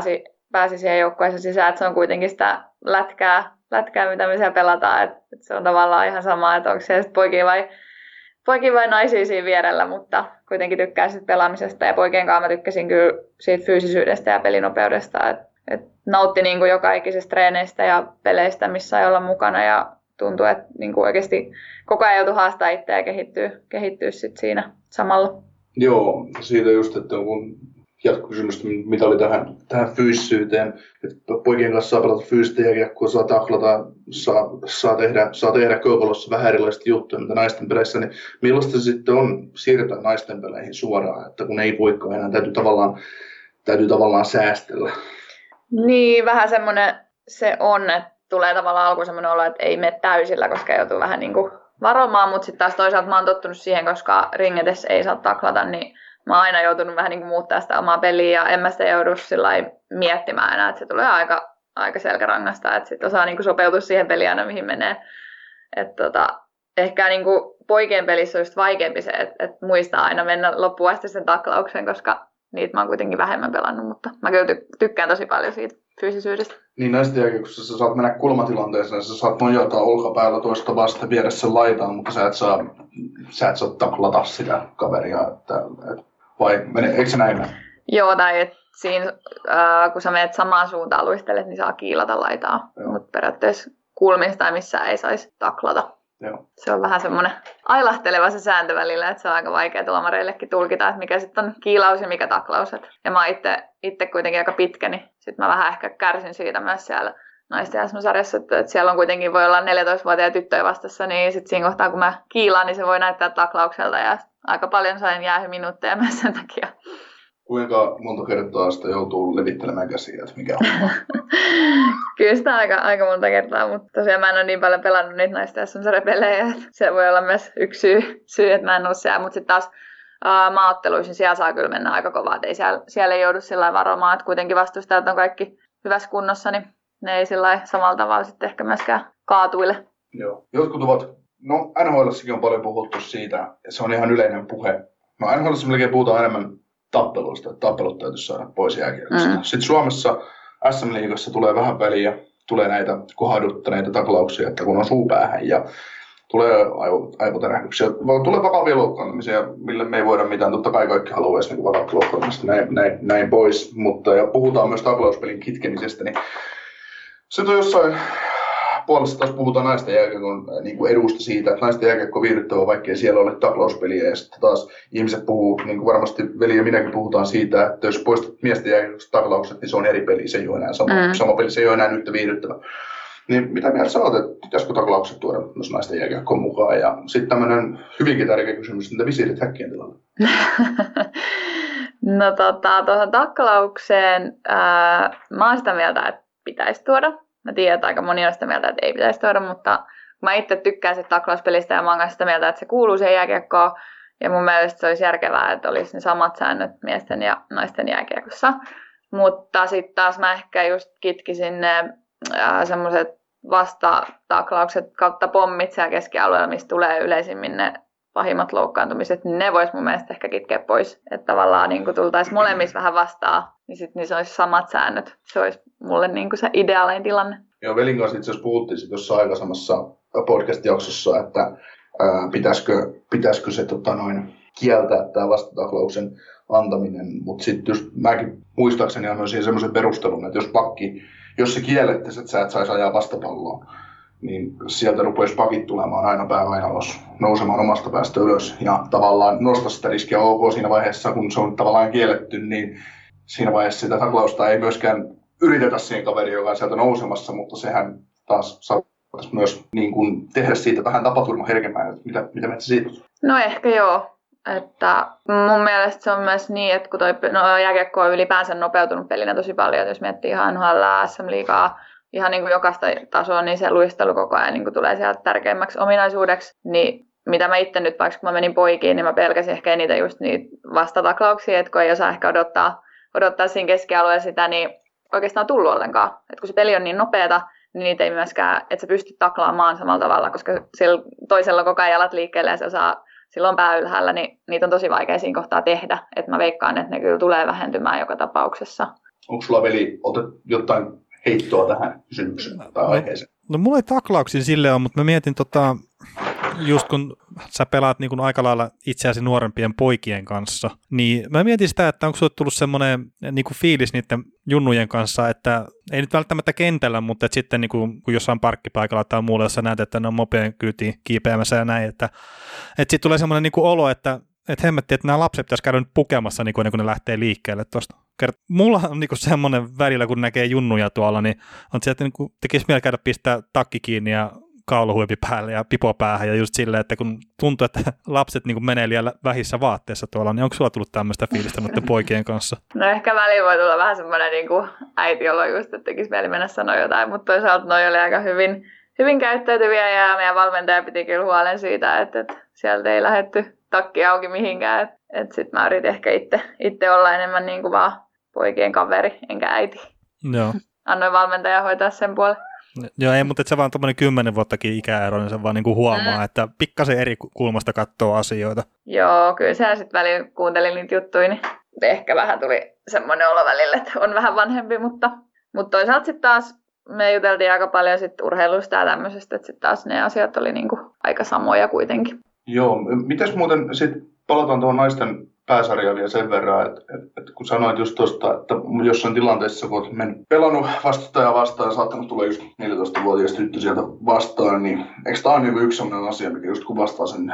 pääsi siihen joukkueeseen sisään, että se on kuitenkin sitä lätkää, lätkää mitä me siellä pelataan, että, että se on tavallaan ihan sama, että onko se poikia vai, poikia vai naisia siinä vierellä, mutta kuitenkin tykkää sitten pelaamisesta ja poikien kanssa mä tykkäsin kyllä siitä fyysisyydestä ja pelinopeudesta, että, että nautti niin kuin joka ikisestä treeneistä ja peleistä, missä ei olla mukana ja tuntuu, että niin kuin oikeasti koko ajan joutuu haastaa itseä ja kehittyä, kehittyä sit siinä samalla. Joo, siitä just, että kun jatkokysymystä, mitä oli tähän, tähän fyysisyyteen, että poikien kanssa saa pelata fyysistä jääkiekkoa, saa taklata, saa, saa tehdä, saa tehdä kaupalossa vähän erilaista juttuja, mitä naisten peleissä, niin millaista se sitten on siirtää naisten peleihin suoraan, että kun ei voikaan enää, täytyy tavallaan, täytyy tavallaan säästellä. Niin, vähän semmoinen se on, että tulee tavallaan alkuun semmoinen olo, että ei mene täysillä, koska joutuu vähän niin kuin varomaan, mutta sitten taas toisaalta mä oon tottunut siihen, koska ringetessä ei saa taklata, niin mä oon aina joutunut vähän niin kuin muuttaa sitä omaa peliä ja en mä sitä joudu sillai miettimään enää, että se tulee aika, aika selkärangasta, että sitten osaa niin kuin sopeutua siihen peliin aina mihin menee. Et tota, ehkä niin kuin poikien pelissä on just vaikeampi se, että et muistaa aina mennä loppuun asti sen taklauksen, koska niitä mä oon kuitenkin vähemmän pelannut, mutta mä kyllä ty- tykkään tosi paljon siitä fyysisyydestä. Niin naisten jälkeen, sä saat mennä kulmatilanteeseen, sä saat nojata olkapäällä toista vasta viedä sen laitaan, mutta sä et saa, sä et saa taklata sitä kaveria, että, et, vai mene, eikö se näin mene? Joo, tai et siinä, äh, kun sä menet samaan suuntaan luistelet, niin saa kiilata laitaa, mutta periaatteessa kulmista tai missään ei saisi taklata. Joo. Se on vähän semmoinen ailahteleva se sääntö välillä, että se on aika vaikea tuomareillekin tulkita, että mikä sitten on kiilaus ja mikä taklaus. Ja mä oon itse, itse kuitenkin aika pitkä, niin sitten mä vähän ehkä kärsin siitä myös siellä naisten sarjassa, että, että siellä on kuitenkin voi olla neljätoistavuotiaita tyttöjä vastassa, niin sitten siinä kohtaa kun mä kiilaan, niin se voi näyttää taklaukselta ja aika paljon sain jäähyminuutteja myös sen takia. Kuinka monta kertaa sitä joutuu levittelemään käsiä, että mikä on? Kyllä sitä aika, aika monta kertaa, mutta tosiaan mä en ole niin paljon pelannut niitä naisten S M-sarjapelejä, että se voi olla myös yksi syy, syy että mä en ole siellä, mutta sitten taas ää, maaotteluisin siellä saa kyllä mennä aika kovaa, että ei siellä, siellä ei joudu sillä lailla varomaan, että kuitenkin vastustajat on kaikki hyvässä kunnossa, niin ne ei sillä samalla tavalla sitten ehkä myöskään kaatuille. Joo. Jotkut ovat, no N H L:ssäkin on paljon puhuttu siitä, ja se on ihan yleinen puhe. No N H L:ssä melkein puhutaan enemmän tappeluista, että tappelut täytyy saada pois jääkiekosta. Mm. Sitten Suomessa S M-liigassa tulee vähän väliä, tulee näitä kohduttaneita taklauksia, että kun on suupäähän ja tulee aivo, aivotärähdyksiä. Tulee vakavia loukkaantumisia, mille me ei voida mitään. Totta kai kaikki haluaisi niin vakavia loukkaantumista näin, näin, näin pois, mutta ja puhutaan myös taklauspelin kitkemisestä, niin se on jossain puolesta taas puhutaan naisten jääkiekon niin kuin edusta siitä, että naisten jääkiekko on viihdyttävä, vaikkei siellä ole taklauspeliä. Ja sitten taas ihmiset puhuu, niin kuin varmasti veli ja minäkin puhutaan siitä, että jos poistat miesten jääkiekosta taklaukset, niin se on eri peli, se ei ole enää sama, mm. sama peli, se ei ole enää yhtä viihdyttävä. Niin mitä mieltä sä oot, että pitäisikö taklaukset tuoda myös naisten jääkiekkoon mukaan? Ja sitten tämmöinen hyvinkin tärkeä kysymys, että visiirit häkkien tilalle. No tota, tuohon taklaukseen, ää, mä oon sitä mieltä, että pitäisi tuoda. Mä tiedän, että aika moni on sitä mieltä, että ei pitäisi tuoda, mutta mä itse tykkään sitä taklauspelistä ja mä oon sitä mieltä, että se kuuluu siihen jääkiekkoon. Ja mun mielestä se olisi järkevää, että olisi ne samat säännöt miesten ja naisten jääkiekossa. Mutta sitten taas mä ehkä just kitkisin ne semmoiset vastataklaukset kautta pommit siellä keskialueella, mistä tulee yleisimmin ne pahimmat loukkaantumiset, niin ne vois mun mielestä ehkä kitkeä pois. Että tavallaan niin kun tultaisiin molemmissa vähän vastaan, niin sitten niissä olisi samat säännöt. Se olisi mulle niin kuin se ideaalinen tilanne. Joo, velin kanssa itse asiassa puhuttiin sit jossain aikaisemmassa podcast-jaksossa, että ää, pitäisikö, pitäisikö se tota, noin, kieltää tämä vastataklauksen antaminen. Mutta sitten just mäkin muistaakseni annoin siihen semmoisen perustelun, että jos pakki, jos se kiellettäisiin, että sä et saisi ajaa vastapalloa, niin sieltä rupeaisi pakit tulemaan aina pää aina alas, nousemaan omasta päästä ylös ja tavallaan nostaa sitä riskiä ok siinä vaiheessa, kun se on tavallaan kielletty, niin siinä vaiheessa sitä taklausta ei myöskään yritetä siihen kaveriin, joka on sieltä nousemassa, mutta sehän taas saattaisi myös niin kuin tehdä siitä vähän tapaturmaherkemään, että mitä, mitä meitä siitä? No ehkä joo. Että mun mielestä se on myös niin, että kun toi no, jääkiekko on ylipäänsä nopeutunut pelinä tosi paljon, että jos miettii ihan N H L, S M-liigaa, ihan niin kuin jokaista tasoa, niin se luistelu koko ajan niin kuin tulee sieltä tärkeimmäksi ominaisuudeksi. Niin mitä mä itse nyt, vaikka kun mä menin poikiin, niin mä pelkäsin ehkä eniten just niitä vastataklauksia, että kun ei osaa ehkä odottaa, odottaa siinä keskialueella sitä, niin oikeastaan tullut ollenkaan. Että kun se peli on niin nopeata, niin niitä ei myöskään, että sä pystyt taklaamaan samalla tavalla, koska sillä toisella koko ajan jalat liikkeelle ja se osaa silloin pää ylhäällä, niin niitä on tosi vaikea siinä kohtaa tehdä. Että mä veikkaan, että ne kyllä tulee vähentymään joka tapauksessa. Onko sulla, veli, otet jotain heittoa tähän kysymykseen tai aiheeseen? No, no mulla ei taklauksia silleen ole, mutta mä mietin tota, just kun sä pelaat niin kun aika lailla itseäsi nuorempien poikien kanssa, niin mä mietin sitä, että onko sulle tullut semmoinen niin kuin fiilis niiden junnujen kanssa, että ei nyt välttämättä kentällä, mutta että sitten niin kuin, kun jossain parkkipaikalla tai muulla, jossa näet, että ne on mopeen kyytiin kiipeämässä ja näin, että, että sitten tulee semmoinen niin kuin olo, että että hemmetti, että nämä lapset pitäisi käydä nyt pukemassa niin kun ne lähtee liikkeelle tuosta. Mulla on niin semmoinen välillä, kun näkee junnuja tuolla, niin on se, että niin tekisi mieli käydä pistää takki kiinni ja kaulahuivi päälle ja pipo päähän ja just silleen, että kun tuntuu, että lapset niin menee liian vähissä vaatteissa tuolla, niin onko sulla tullut tämmöistä fiilistä noiden poikien kanssa? No ehkä väliin voi tulla vähän semmoinen niin kuin äiti, jolla just, että tekisi mieli mennä sanoa jotain, mutta toisaalta noi oli aika hyvin, hyvin käyttäytyviä ja meidän valmentaja piti kyllä huolen siitä, että, että sieltä ei lähdetty takki auki mihinkään, että et sitten mä yritin ehkä itse, itse olla enemmän niin kuin vaan poikien kaveri, enkä äiti. Joo. Annoin valmentajan hoitaa sen puolen. Joo, ei, mutta se vaan tuommoinen kymmenen vuottakin ikäero, niin se vaan niinku huomaa, mm. että pikkasen eri kulmasta katsoo asioita. Joo, kyllä se sitten välillä kuuntelin niitä juttuja, niin ehkä vähän tuli semmoinen olo välillä, että on vähän vanhempi, mutta, mutta toisaalta sitten taas me juteltiin aika paljon sit urheilusta ja tämmöisestä, että sitten taas ne asiat oli niinku aika samoja kuitenkin. Joo, mitäs muuten sitten palataan tuohon naisten pääsarjaan vielä sen verran, että, että, että kun sanoit just tuosta, että jossain tilanteessa, kun olet mennyt pelannut vastustajaa vastaan ja saattanut tulla just neljätoistavuotias tyttö sieltä vastaan, niin eikö tämä ole niin yksi sellainen asia, mikä just kuvastaa sen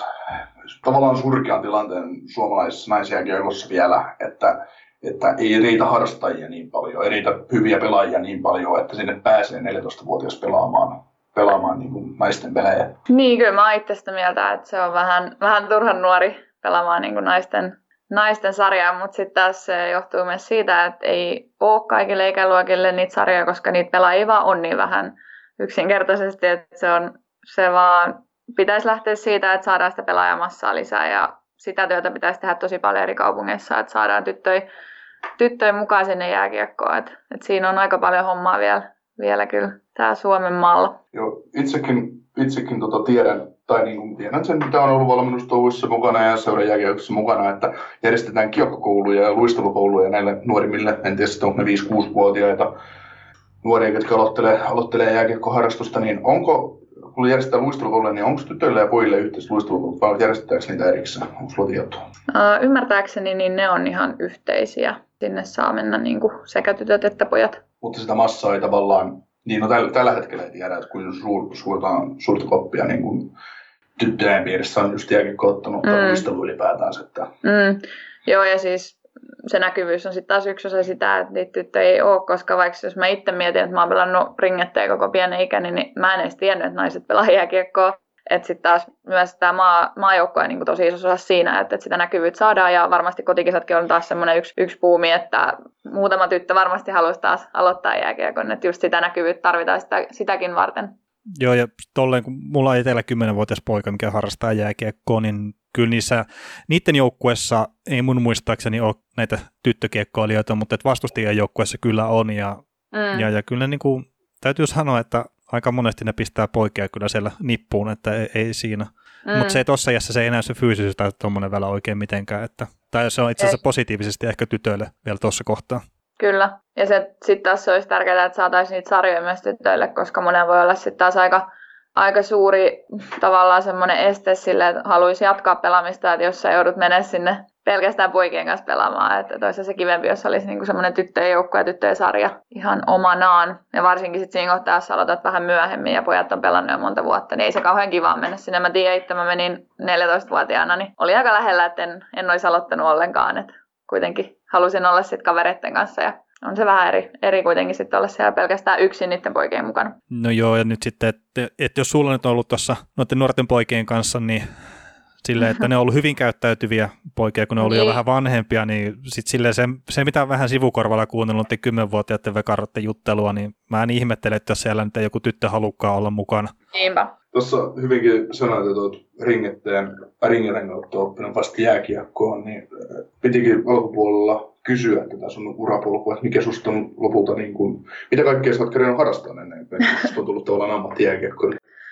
tavallaan surkean tilanteen suomalaisessa naisjääkiekossa vielä, että, että ei riitä harrastajia niin paljon, ei riitä hyviä pelaajia niin paljon, että sinne pääsee neljätoistavuotias pelaamaan. pelaamaan niin kuin naisten pelejä. Niin, kyllä mä oon itse sitä mieltä, että se on vähän, vähän turhan nuori pelaamaan niin kuin naisten, naisten sarjaa, mutta sitten taas se johtuu myös siitä, että ei ole kaikille ikäluokille niitä sarjoja, koska niitä pelaajia vaan on niin vähän yksinkertaisesti, että se, on, se vaan pitäisi lähteä siitä, että saadaan sitä pelaajamassaa lisää ja sitä työtä pitäisi tehdä tosi paljon eri kaupungeissa, että saadaan tyttöjä, tyttöjä mukaan sinne jääkiekkoon, että, että siinä on aika paljon hommaa vielä, vielä kyllä tää Suomen maalla. Joo, itsekin, itsekin tota tiedän, tai niin kuin tiedän sen, mitä on ollut valmennustouhuissa mukana ja seuran jääkiekossa mukana, että järjestetään kiekkokouluja ja luistelukouluja näille nuorimmille, en tiedä, onko ne viisi-kuusi-vuotiaita nuoria, jotka aloittelee, aloittelee jääkiekkoharrastusta, niin onko, kun järjestetään luistelukouluja, niin onko tytöille ja pojille yhteiset luistelukoulut, vai järjestetäänkö niitä erikseen? Onko sulla tietoa? Uh, ymmärtääkseni niin ne on ihan yhteisiä. Sinne saa mennä niin kuin sekä tytöt että pojat. Mutta sitä massaa ei tavallaan, niin no tällä, tällä hetkellä ei tiedä, että kun suur, suurtaan suurta koppia niin kuin tyttöjen piirissä on just jääkiekko ottanut mm. luistelu ylipäätään. Että... Mm. Joo, ja siis se näkyvyys on sitten taas yksi osa sitä, että niitä tyttöjä ei ole, koska vaikka jos mä itse mietin, että mä oon pelannut ringettä koko pienen ikäni, niin mä en edes tiennyt, että naiset pelaa jääkiekkoa. Että sitten taas myös tämä maa, maajoukko on niin kuin tosi iso osa siinä, että, että sitä näkyvyyttä saadaan ja varmasti kotikisatkin on taas semmoinen yksi, yksi buumi, että muutama tyttö varmasti haluaisi taas aloittaa jääkiekon, että just sitä näkyvyyttä tarvitaan sitä, sitäkin varten. Joo, ja tolleen kun mulla on itsellä kymmenvuotias poika, mikä harrastaa jääkiekkoa, niin kyllä niissä, niiden joukkueessa ei mun muistaakseni ole näitä tyttökiekkoilijoita, mutta että vastustajien joukkueessa kyllä on ja, mm. ja, ja kyllä niin kuin, täytyy sanoa, että aika monesti ne pistää poikia kyllä siellä nippuun, että ei, ei siinä. Mm. Mutta se ei tossa iässä se ei enää se fyysisyys tai tuommoinen välä oikein mitenkään. Että, tai se on itse asiassa positiivisesti ehkä tytöille vielä tuossa kohtaa. Kyllä. Ja sitten taas se olisi tärkeää, että saataisiin niitä sarjoja myös tytöille, koska monen voi olla sitten taas aika, aika suuri tavallaan semmoinen este sille, että haluaisi jatkaa pelaamista, että jos sä joudut mennä sinne pelkästään poikien kanssa pelaamaan, että toisaalta se kivempi, jos olisi niinku semmoinen tyttöjen joukko ja tyttöjen sarja ihan omanaan. Ja varsinkin sitten siinä kohtaa, jos aloitat vähän myöhemmin ja pojat on pelannut jo monta vuotta, niin ei se kauhean kivaa mennä sinne. Mä tiedän itse, mä menin neljätoistavuotiaana, niin oli aika lähellä, että en, en olisi aloittanut ollenkaan. Et kuitenkin halusin olla sitten kavereiden kanssa ja on se vähän eri, eri kuitenkin sitten olla siellä pelkästään yksin niiden poikien mukana. No joo, ja nyt sitten, että et jos sulla nyt on ollut tuossa noiden nuorten poikien kanssa, niin silleen, että ne on ollut hyvin käyttäytyviä poikia, kun ne oli niin. jo vähän vanhempia, niin sitten silleen se, se, mitä vähän sivukorvalla kuunnellut noiden kymmenvuotiaiden vekaroiden juttelua, niin mä en ihmettele, että jos siellä nyt ei joku tyttö halukkaan olla mukana. Niinpä. Tuossa hyvinkin sanoit, että olet ringetteen, ringeren kautta oppinut vasta jääkiekkoon, niin pitikin alkupuolella kysyä tätä sun urapolkua, että mikä susta on lopulta, niin kuin, mitä kaikkea sä oot kerran harrastaa ennen kuin susta on tullut tavallaan ammattijääkiekkoon?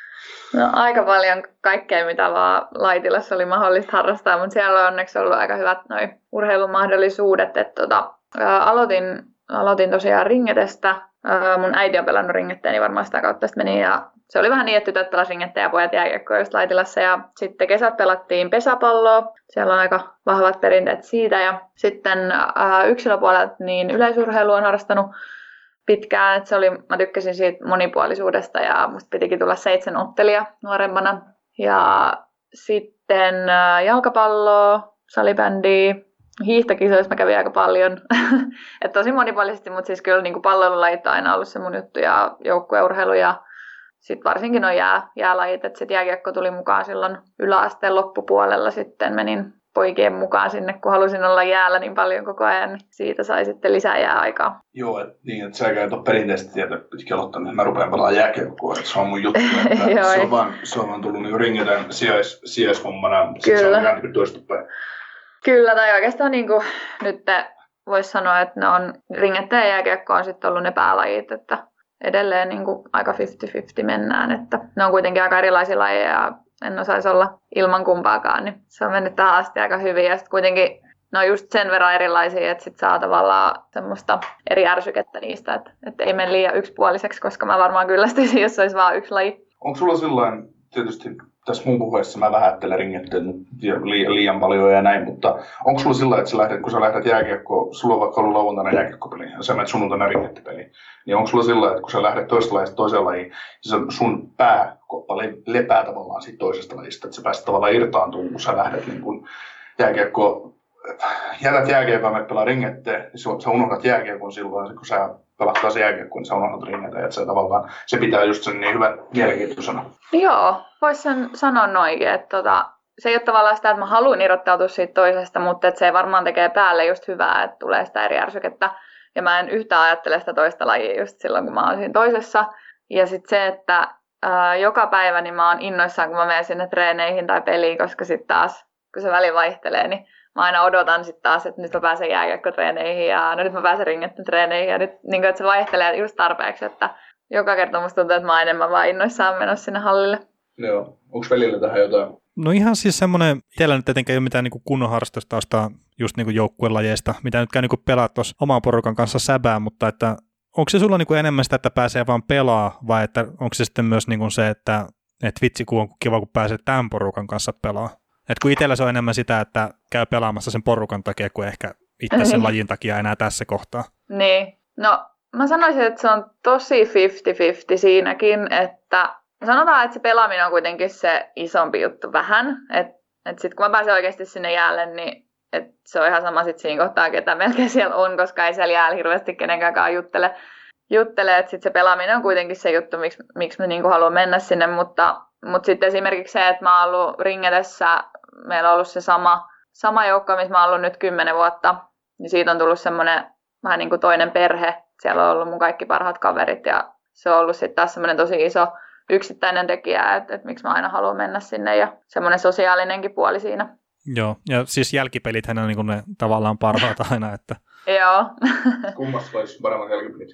No aika paljon kaikkea, mitä vaan Laitilassa oli mahdollista harrastaa, mutta siellä on onneksi ollut aika hyvät noi urheilumahdollisuudet. Et, tota, ää, aloitin aloitin tosiaan ringetestä. Mun äiti on pelannut ringettä, niin varmaan sitä kautta sitten meni. Ja se oli vähän niin, että tytöt pelasivat ringettä ja pojat jääkiekkoa just Laitilassa. Ja sitten kesät pelattiin pesäpalloa. Siellä on aika vahvat perinteet siitä. Ja sitten yksilöpuolelta niin yleisurheilu on harrastanut pitkään. Et se oli, mä tykkäsin siitä monipuolisuudesta ja musta pitikin tulla seitsemän ottelija nuorempana. Ja sitten jalkapalloa, salibändiä. Hiihtokisoissa mä kävin aika paljon, että tosi monipuolisesti, mutta siis kyllä niin palloilulajit on aina ollut se mun juttu ja joukkueurheilu ja sitten varsinkin nuo jää, jäälajit, että sitten jääkiekko tuli mukaan silloin yläasteen loppupuolella, sitten menin poikien mukaan sinne, kun halusin olla jäällä niin paljon koko ajan, niin siitä sai sitten lisää jääaikaa. Joo, et, niin, että sä käyt ole perinteisesti tietää, että pitkin aloittaa, että mä rupean pelaamaan jääkiekkoa, että se on mun juttu, että se, on vaan, se on vaan tullut niin ringetän sijais, sijaishommana, sitten se on ihan niin toistapäin. Kyllä, tai oikeastaan niin kuin nyt voisi sanoa, että ne on ringettä ja jääkiekko on sitten ollut ne päälajit, että edelleen niin kuin aika viisikymmentä viisikymmentä mennään, että ne on kuitenkin aika erilaisia lajeja ja en osaisi olla ilman kumpaakaan, niin se on mennyt tähän asti aika hyvin ja sitten kuitenkin ne on just sen verran erilaisia, että sit saa tavallaan semmoista eri ärsykettä niistä, että, että ei mene liian yksipuoliseksi, koska mä varmaan kyllästyisin, jos olisi vaan yksi laji. Onko sulla sillain tietysti tässä mun puheessa mä vähättelen ringettä liian, liian paljon ja näin, mutta onko sulla sillä, että sä lähdet, kun sä lähdet jääkiekkoon, sulla on vaikka ollut lauantaina jääkiekkopeli ja sä menet sunnuntaina ringettipeliin, niin onko sulla sillä, että kun sä lähdet toisesta lajista toiseen lajiin, niin sun pääkoppa lepää tavallaan siitä toisesta lajista, että sä pääset tavallaan irtaantumaan, kun sä lähdet niin kun jääkiekkoon, jätät jääkiekkoon ja pelaa ringetteen, niin sä unohdat jääkiekon silloin, kun sä pelat taas jääkiekkoon, niin sä unohdat ringettä, että se tavallaan, se pitää just sen niin hyvän mielenkiintoisena. Joo, vois sen sanoa noinkin, että tota, se ei ole tavallaan sitä, että mä haluan irrottautua siitä toisesta, mutta että se varmaan tekee päälle just hyvää, että tulee sitä eri ärsykettä. Ja mä en yhtään ajattele sitä toista lajia just silloin, kun mä oon siinä toisessa. Ja sitten se, että ää, joka päivä niin mä oon innoissaan, kun mä menen sinne treeneihin tai peliin, koska sitten taas, kun se väli vaihtelee, niin mä aina odotan sitten taas, että nyt mä pääsen jääkiekkotreeneihin ja no nyt mä pääsen ringettä-treeneihin. Ja nyt niin kun, että se vaihtelee just tarpeeksi, että joka kerta musta tuntuu, että mä oon enemmän vaan innoissaan menossa sinne hallille. Joo. Onko välillä tähän jotain? No ihan siis semmoinen, itsellä nyt tietenkään ei ole mitään niin kunnon harrastustaustaa just niin joukkuelajeista, mitä nyt käy niin pelaa tuossa oman porukan kanssa säbää, mutta että onko se sulla niin enemmän sitä, että pääsee vaan pelaa, vai että onko se sitten myös niin se, että, että vitsi kun on kiva, kun pääsee tämän porukan kanssa pelaa? Että kun itsellä se on enemmän sitä, että käy pelaamassa sen porukan takia, kuin ehkä itse sen lajin takia enää tässä kohtaa. Niin, no mä sanoisin, että se on tosi viisikymmentä viisikymmentä siinäkin, että sanotaan, että se pelaaminen on kuitenkin se isompi juttu vähän, että et sitten kun mä pääsen oikeasti sinne jäälle, niin et se on ihan sama sitten siinä kohtaa, ketä melkein siellä on, koska ei siellä jäällä hirveästi kenenkään juttele, juttele että sitten se pelaaminen on kuitenkin se juttu, miksi, miksi mä niinku haluan mennä sinne, mutta, mutta sitten esimerkiksi se, että mä oon ollut ringetessä, meillä on ollut se sama, sama joukko, missä mä oon ollut nyt kymmenen vuotta, niin siitä on tullut semmoinen vähän niin kuin toinen perhe, siellä on ollut mun kaikki parhaat kaverit ja se on ollut sitten taas semmoinen tosi iso yksittäinen tekijä, että, että miksi mä aina haluan mennä sinne ja semmoinen sosiaalinenkin puoli siinä. Joo, ja siis jälkipelithän on niin kuin ne tavallaan parhaat aina, että... Joo. Kummasta olisi paremmat jälkipelit?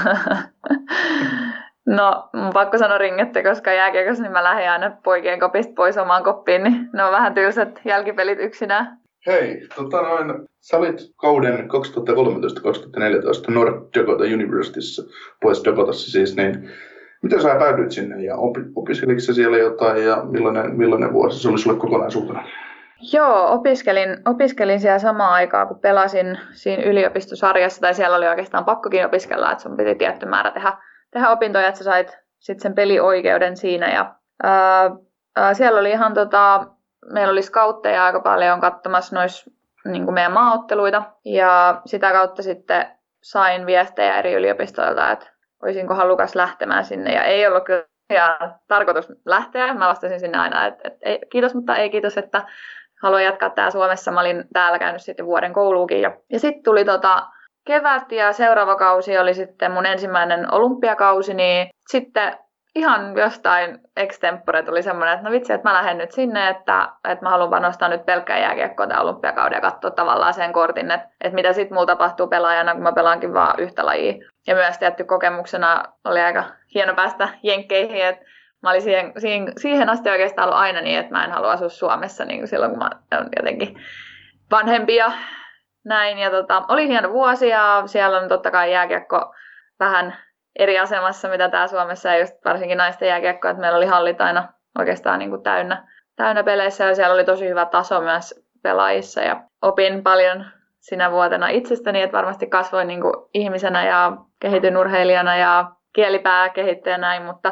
No, mun pakko sanoa ringettä, koska jääkiekossa niin mä lähdin aina poikien kopista pois omaan koppiin, niin ne on vähän tylsät jälkipelit yksinään. Hei, tota noin, sä olit kauden kaksituhattakolmetoista kaksituhattaneljätoista North Dakota Universityssä, Pohjois Dakotassa siis, niin miten sä päädyit sinne ja opiskeliko sä siellä jotain ja millainen, millainen vuosi se oli sulle kokonaisuutena? Joo, opiskelin, opiskelin siellä samaan aikaan, kun pelasin siinä yliopistosarjassa, tai siellä oli oikeastaan pakkokin opiskella, että sun piti tietty määrä tehdä, tehdä opintoja, että sä sait sitten sen pelioikeuden siinä. Ja, ää, ää, siellä oli ihan, tota, meillä oli scoutteja aika paljon katsomassa nois, niin kuin meidän maaotteluita, ja sitä kautta sitten sain viestejä eri yliopistoilta, että olisinko halukas lähtemään sinne, ja ei ollut kyllä tarkoitus lähteä. Mä vastasin sinne aina, että, että ei, kiitos, mutta ei kiitos, että haluan jatkaa täällä Suomessa. Mä olin täällä käynyt sitten vuoden kouluukin. Ja, ja sitten tuli tota kevät ja seuraava kausi oli sitten mun ensimmäinen olympiakausi, niin sitten ihan jostain extempore tuli semmoinen, että no vitsi, että mä lähden nyt sinne, että, että mä haluan panostaa nyt pelkkään jääkiekkoon tämän olympiakauden ja katsoa tavallaan sen kortin, että, että mitä sitten mulla tapahtuu pelaajana, kun mä pelaankin vaan yhtä lajia. Ja myös tietty kokemuksena oli aika hieno päästä jenkkeihin, että mä olin siihen, siihen, siihen asti oikeastaan ollut aina niin, että mä en halua asua Suomessa niin kuin silloin, kun mä olen jotenkin vanhempi ja näin. Ja tota, oli hieno vuosi ja siellä on totta kai jääkiekko vähän eri asemassa, mitä tää Suomessa ja just varsinkin naisten jääkiekko, että meillä oli hallit aina oikeastaan niin kuin täynnä, täynnä peleissä ja siellä oli tosi hyvä taso myös pelaajissa ja opin paljon sinä vuotena itsestäni, että varmasti kasvoin niin kuin ihmisenä ja kehityin urheilijana ja kielipää kehittyi ja näin, mutta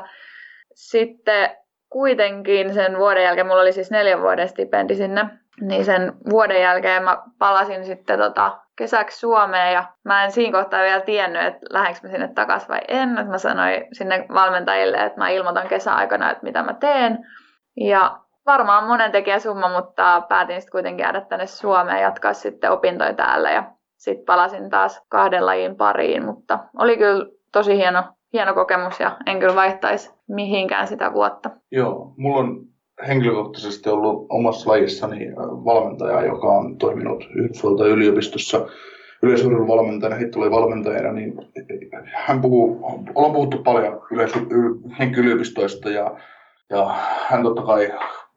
sitten kuitenkin sen vuoden jälkeen, mulla oli siis neljän vuoden stipendi sinne, niin sen vuoden jälkeen mä palasin sitten tota kesäksi Suomeen ja mä en siinä kohtaa vielä tiennyt, että lähdenkö mä sinne takaisin vai en. Että mä sanoin sinne valmentajille, että mä ilmoitan kesäaikana, että mitä mä teen. Ja varmaan monen tekijä summa, mutta päätin sitten kuitenkin jäädä tänne Suomeen ja jatkaa sitten opintoja täällä. Ja sitten palasin taas kahden lajin pariin, mutta oli kyllä tosi hieno, hieno kokemus ja en kyllä vaihtaisi mihinkään sitä vuotta. Joo, mulla on henkilökohtaisesti ollut omassa lajissani valmentaja, joka on toiminut Yhdysvaltain yliopistossa yleisurheiluvalmentajana, hittovalmentajana, niin hän puhuu, ollaan puhuttu paljon yliopistoista ja, ja hän totta kai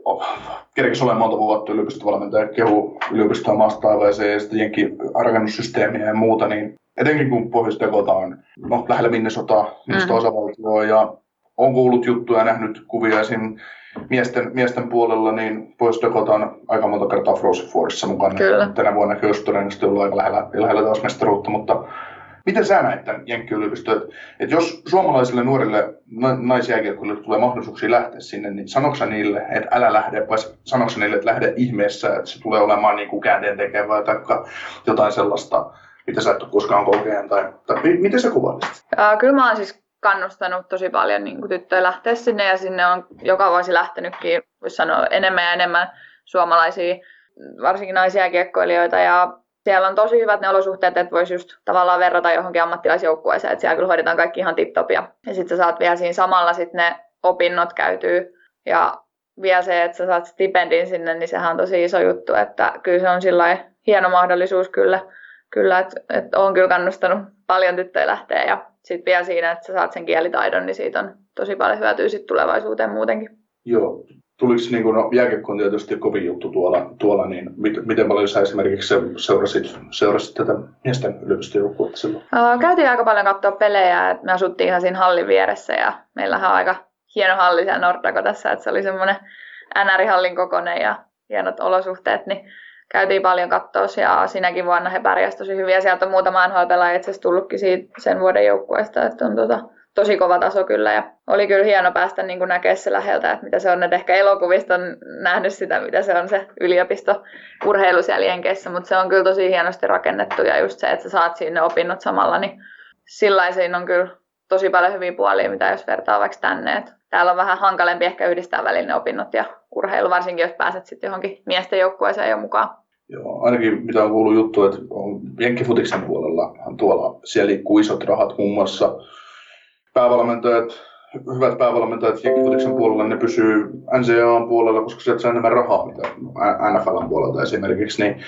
kerkesi olemaan monta vuotta yliopistovalmentaja, kehu yliopistoa maasta taivaaseen ja sitten jenkin rakennussysteemiä ja muuta, niin etenkin kun Pohjois-Dakota on no, lähellä Minnesotaa, Minnesota osavaltioa ja on kuullut juttuja ja nähnyt kuvia esim. Miesten, miesten puolella, niin Pohjois-Dakota on aika monta kertaa Frozen Fourissa mukana. Kyllä. Tänä vuonna olisi todennäköisesti ollut aika lähellä, lähellä taas mestaruutta, mutta miten sä näet tämän Jenkki-yliopiston, että, että jos suomalaisille nuorille naisjääkiekkoille tulee mahdollisuuksia lähteä sinne, niin sanoksä niille, että älä lähde, vai sanoksä niille, että lähde ihmeessä, että se tulee olemaan niin kuin käänteen tekevää tai jotain sellaista, mitä sä et ole koskaan kokeen, tai, tai miten sä kuvailisit? Äh, kyllä mä oon siis kannustanut tosi paljon niin kuin tyttöjä lähteä sinne ja sinne on joka vuosi lähtenytkin, voisi sanoa, enemmän ja enemmän suomalaisia, varsinkin naisjääkiekkoilijoita ja siellä on tosi hyvät ne olosuhteet, että voisi just tavallaan verrata johonkin ammattilaisjoukkueeseen, että siellä kyllä hoidetaan kaikki ihan tip-topia. Ja sitten sä saat vielä siinä samalla sit ne opinnot käytyy ja vielä se, että sä saat stipendin sinne, niin sehän on tosi iso juttu, että kyllä se on sillai hieno mahdollisuus kyllä, kyllä että, että olen kyllä kannustanut paljon tyttöjä lähteä ja sitten vielä siinä, että sä saat sen kielitaidon, niin siitä on tosi paljon hyötyä sit tulevaisuuteen muutenkin. Joo. Tuliko niin kuin, no, jääkiekko on tietysti kovin juttu tuolla, tuolla niin mit, miten paljon sä esimerkiksi seurasit, seurasit tätä miesten yliopistojoukkuetta silloin? Uh, käytiin aika paljon katsoa pelejä, että me asuttiin ihan siinä hallin vieressä ja meillähän on aika hieno halli siellä Nord-Dakotassa, että se oli semmoinen N R-hallin kokoinen ja hienot olosuhteet, niin käytiin paljon katsoa ja sinäkin vuonna he pärjäsivät tosi hyvin ja sieltä on muutama N H L-pelaaja itse asiassa tullutkin siitä sen vuoden joukkueesta, että on tota, tosi kova taso kyllä ja oli kyllä hieno päästä niin kuin näkemään se läheltä, että mitä se on, että ehkä elokuvista on nähnyt sitä, mitä se on se yliopisto-urheilu siellä Jenkeissä, mutta se on kyllä tosi hienosti rakennettu ja just se, että sä saat sinne opinnot samalla, niin sillä siinä on kyllä tosi paljon hyviä puolia, mitä jos vertaa vaikka tänne, että täällä on vähän hankalempi ehkä yhdistää välillä ne opinnot ja urheilu, varsinkin jos pääset sitten johonkin miesten joukkueeseen jo mukaan. Joo, ainakin mitä on kuullut juttu, että Jenkkifutiksen puolella tuolla siellä liikkuu isot rahat, muun muassa päävalmentajat, hyvät päävalmentajat Jenkkifutiksen puolella, ne pysyy N C A A puolella, koska sieltä saa enemmän rahaa, mitä N F L:n puolelta esimerkiksi. Niin,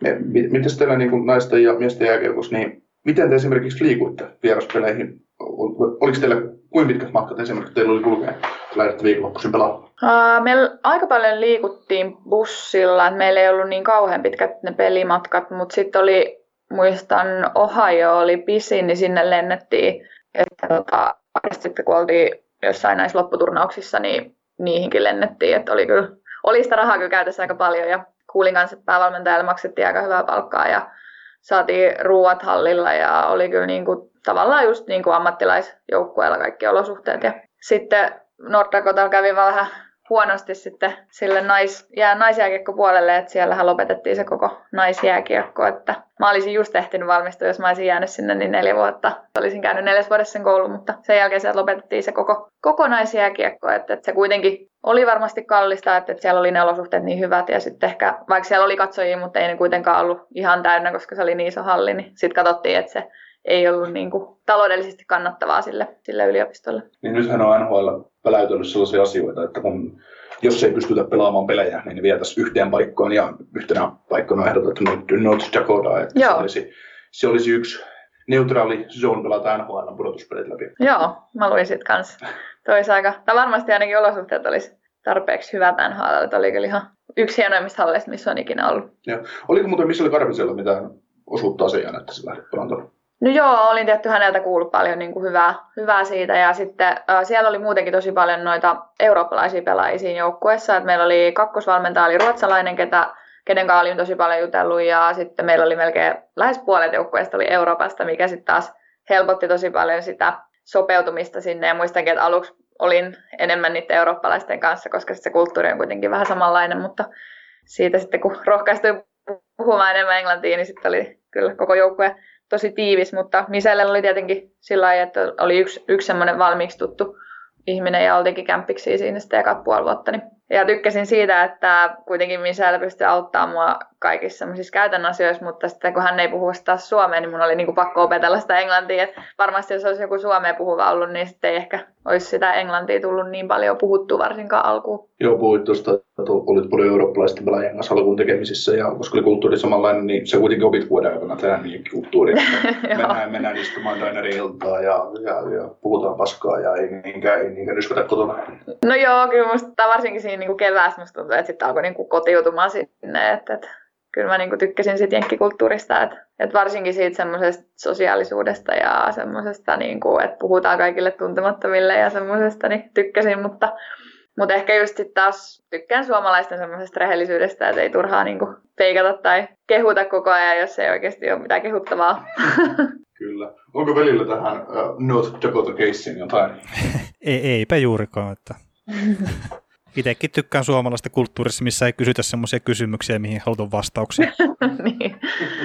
miten teillä niin kuin naisten ja miesten jääkiekossa, niin miten te esimerkiksi liikuitte vieraspeleihin? Oliko teillä kuinka pitkät matkat esimerkiksi teillä oli kulkea, kun lähdette viikonloppuisin pelaamaan? Uh, meillä aika paljon liikuttiin bussilla, että meillä ei ollut niin kauhean pitkät ne pelimatkat, mutta sitten oli, muistan, Ohio oli pisin, niin sinne lennettiin. Että tota, sitten kun oltiin jossain näissä lopputurnauksissa, niin niihinkin lennettiin. Että oli, kyllä, oli sitä rahaa kyllä käytössä aika paljon ja kuulin kanssa, että päävalmentajalle maksettiin aika hyvää palkkaa ja saatiin ruuat hallilla ja oli kyllä niin kuin, tavallaan just niin kuin ammattilaisjoukkueella kaikki olosuhteet. Ja sitten Nord-Dakotalla kävi vähän huonosti sitten sille nais, jää, naisjääkiekkopuolelle, että siellähän lopetettiin se koko naisjääkiekko. Että mä olisin just ehtinyt valmistua, jos mä olisin jäänyt sinne niin neljä vuotta. Olisin käynyt neljäs vuodessa sen koulun, mutta sen jälkeen sieltä lopetettiin se koko, koko naisjääkiekko. Että, että se kuitenkin oli varmasti kallista, että, että siellä oli ne olosuhteet niin hyvät. Ja sitten ehkä, vaikka siellä oli katsojia, mutta ei ne kuitenkaan ollut ihan täynnä, koska se oli niin iso halli, niin sitten katsottiin, että se ei ollut niin kuin taloudellisesti kannattavaa sille, sille yliopistolle. Niin nythän on N H L väläytellyt sellaisia asioita, että kun, jos ei pystytä pelaamaan pelejä, niin ne vietäisiin yhteen paikkaan ja yhtenä paikkana on ehdotettu North Dakota, että se olisi, se olisi yksi neutraali zone pelata N H L pudotuspelit läpi. Joo, mä luin sit kanssa. Tois aika, tai varmasti ainakin olosuhteet olisi tarpeeksi hyvät N H L, että oli kyllä ihan yksi hienoimmista halleista, missä on ikinä ollut. Joo. Oliko muuten Michelle Karvisella mitään osuutta asiaan, että sä lähdit pelaamaan? No joo, olin tietty häneltä kuullut paljon niin kuin hyvää, hyvää siitä ja sitten äh, siellä oli muutenkin tosi paljon noita eurooppalaisia pelaajia siinä joukkueessa. Et meillä oli kakkosvalmentaja, oli ruotsalainen, ketä, kenen kanssa olin tosi paljon jutellut ja sitten meillä oli melkein lähes puolet joukkueesta oli Euroopasta, mikä sitten taas helpotti tosi paljon sitä sopeutumista sinne ja muistankin, että aluksi olin enemmän niiden eurooppalaisten kanssa, koska se kulttuuri on kuitenkin vähän samanlainen, mutta siitä sitten kun rohkaistuin puhumaan enemmän englantia, niin sitten oli kyllä koko joukkue tosi tiivis, mutta Michelle oli tietenkin sillä lailla, että oli yksi, yksi semmoinen valmiiksi tuttu ihminen ja oltiinkin kämppiksi siinä sitten ekat puoli vuotta. Niin. Ja tykkäsin siitä, että kuitenkin Michelle pystyi auttamaan mua kaikissa semmoisissa käytännön asioissa, mutta sitten kun hän ei puhu taas suomea, niin mun oli niinku pakko opetella sitä englantia. Et varmasti jos olisi joku suomea puhuva ollut, niin sitten ei ehkä olisi sitä englantia tullut niin paljon puhuttua varsinkaan alkuun. Joo, puhuit tuosta, että olit paljon eurooppalaisten pelaajien kanssa alkuun tekemisissä ja koska oli kulttuuri samanlainen, niin sä kuitenkin opit vuoden aikana tähän niihinkin kulttuuriin. mennään, mennään istumaan dainerin iltaa ja, ja, ja puhutaan paskaa ja ei niinkään, ei niinkään nyskätä kotona. No joo, kyllä musta varsinkin siinä niin keväässä musta tuntuu, että sitten alkoi niin kotiutumaan sinne, että, että kyllä mä niin tykkäsin siitä jenkkikulttuurista, että, että varsinkin siitä semmoisesta sosiaalisuudesta ja semmoisesta, niin kuin, että puhutaan kaikille tuntemattomille ja semmoisesta, niin tykkäsin, mutta, mutta ehkä just sitten taas tykkään suomalaisten semmoisesta rehellisyydestä, että ei turhaa niin kuin peikata tai kehuta koko ajan, jos ei oikeasti ole mitään kehuttavaa. Kyllä. Onko välillä tähän uh, North Dakota Caseen jotain? ei, eipä juurikaan, että itsekin tykkään suomalaista kulttuurissa, missä ei kysytä semmoisia kysymyksiä, mihin halutaan vastauksia. niin.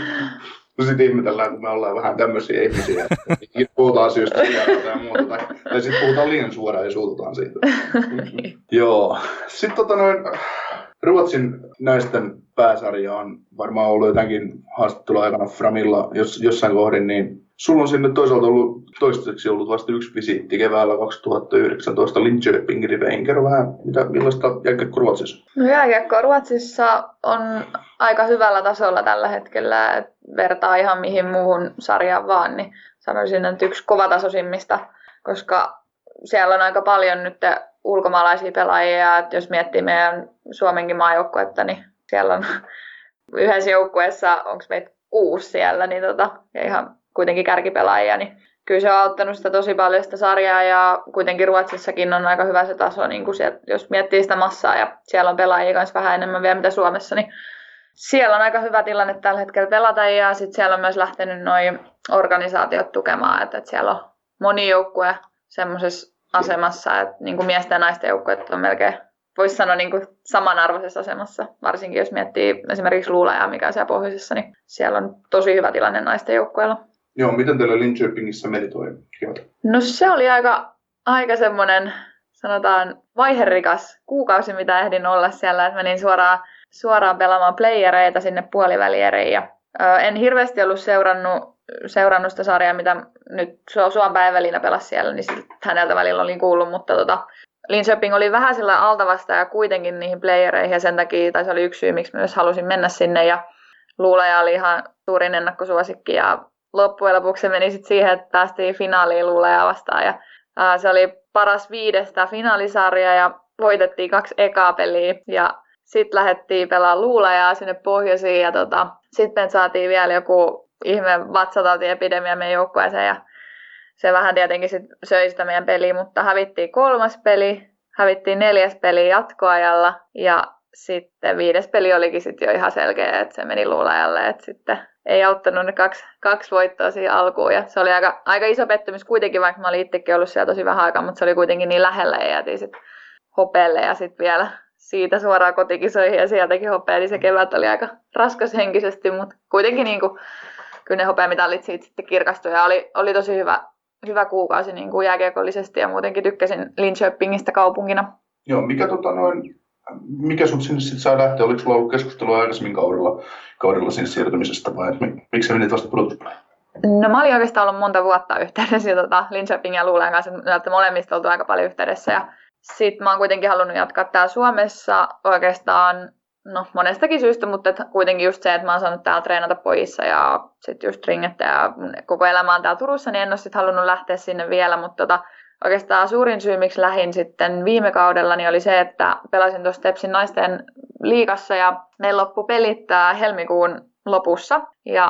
No sitten ihmetellään, kun me ollaan vähän tämmöisiä ihmisiä, että puhutaan asioista ja muuta, tai, tai sitten puhutaan liian suoraan ja suututaan siitä. niin. Joo. Sitten tota noin, Ruotsin naisten pääsarja on varmaan ollut jotenkin haastatteluaikana Framilla jos, jossain kohdin, niin sulla on sinne toisaalta ollut toistaiseksi ollut vasta yksi visiitti keväällä kaksituhattayhdeksäntoista Linköpingin riveihin. Kerro vähän, mitä, millaista jääkiekko Ruotsissa? No jääkiekko Ruotsissa on aika hyvällä tasolla tällä hetkellä, että vertaa ihan mihin muuhun sarjaan vaan, niin sanoisin, että yksi kovatasoisimmista, koska siellä on aika paljon nyt ulkomaalaisia pelaajia, että jos miettii meidän Suomenkin maajoukkuetta, niin siellä on yhdessä joukkueessa, onko meitä kuusi siellä, niin tota, ja ihan kuitenkin kärkipelaajia, niin kyllä se on auttanut sitä tosi paljon sitä sarjaa ja kuitenkin Ruotsissakin on aika hyvä se taso, niin kuin sieltä, jos miettii sitä massaa ja siellä on pelaajia kanssa vähän enemmän vielä mitä Suomessa, niin siellä on aika hyvä tilanne tällä hetkellä pelata ja sitten siellä on myös lähtenyt nuo organisaatiot tukemaan, että, että siellä on moni joukkue semmoisessa asemassa, että niin kuin miesten ja naisten joukkueet on melkein, voisi sanoa niin kuin samanarvoisessa asemassa, varsinkin jos miettii esimerkiksi Luulajaa, mikä on siellä pohjoisessa, niin siellä on tosi hyvä tilanne naisten joukkueella. Joo, miten teillä Linköpingissä meni toi kevät? No se oli aika, aika semmoinen, sanotaan, vaiherikas kuukausi, mitä ehdin olla siellä, että menin suoraan, suoraan pelaamaan playereita sinne puolivälieriin. Ja, ö, en hirveästi ollut seurannut, seurannut sitä sarjaa, mitä nyt Suon Päiväliina pelasi siellä, niin häneltä välillä olin kuullut, mutta tota, Linköping oli vähän sillä altavasta ja kuitenkin niihin playereihin ja sen takia, tai se oli yksi syy, miksi myös halusin mennä sinne ja Luulaja oli ihan suurin ennakkosuosikki ja loppujen lopuksi se meni sitten siihen, että päästiin finaaliin Luulajaa vastaan ja ää, se oli paras viidestä finaalisarja ja voitettiin kaksi ekaa peliä ja sitten lähdettiin pelaamaan Luulajaa sinne pohjoisiin ja tota, sitten saatiin vielä joku ihme vatsatautiepidemia meidän joukkueeseen ja se vähän tietenkin sit söi sitä meidän peliä, mutta hävittiin kolmas peli, hävittiin neljäs peli jatkoajalla ja sitten viides peli olikin sitten jo ihan selkeä, että se meni Luulajalle, että sitten ei auttanut ne kaksi, kaksi voittoa siihen alkuun ja se oli aika, aika iso pettymys kuitenkin, vaikka mä olin itsekin ollut siellä tosi vähän aikaa, mutta se oli kuitenkin niin lähellä ja jäätiin sitten hopeelle ja sitten vielä siitä suoraan kotikisoihin ja sieltäkin hopea, eli se kevät oli aika raskas henkisesti, mutta kuitenkin niin kuin, kyllä ne hopeamitalit siitä sitten kirkastui ja oli, oli tosi hyvä, hyvä kuukausi niin kuin jääkiekollisesti ja muutenkin tykkäsin Linköpingistä kaupunkina. Joo, mikä, tota noin, mikä sut sinne sitten saa lähteä? Oliko sulla ollut keskustelua aikaisemmin kaudella, kaudella sinne siirtymisestä vai miksi sä menit vasta pudotuspeleihin? No mä olin oikeastaan ollut monta vuotta yhteydessä tota, Linköpingin ja Luulajan kanssa, että molemmista oltu aika paljon yhteydessä ja sitten mä oon kuitenkin halunnut jatkaa täällä Suomessa oikeastaan no, monestakin syystä, mutta et kuitenkin just se, että mä oon saanut täällä treenata pojissa ja sitten just ringettä ja koko elämä on täällä Turussa, niin en ole sitten halunnut lähteä sinne vielä, mutta tota, oikeastaan suurin syy, miksi lähdin sitten viime kaudella, niin oli se, että pelasin tuossa Tepsin naisten liigassa ja meillä loppui pelit helmikuun lopussa ja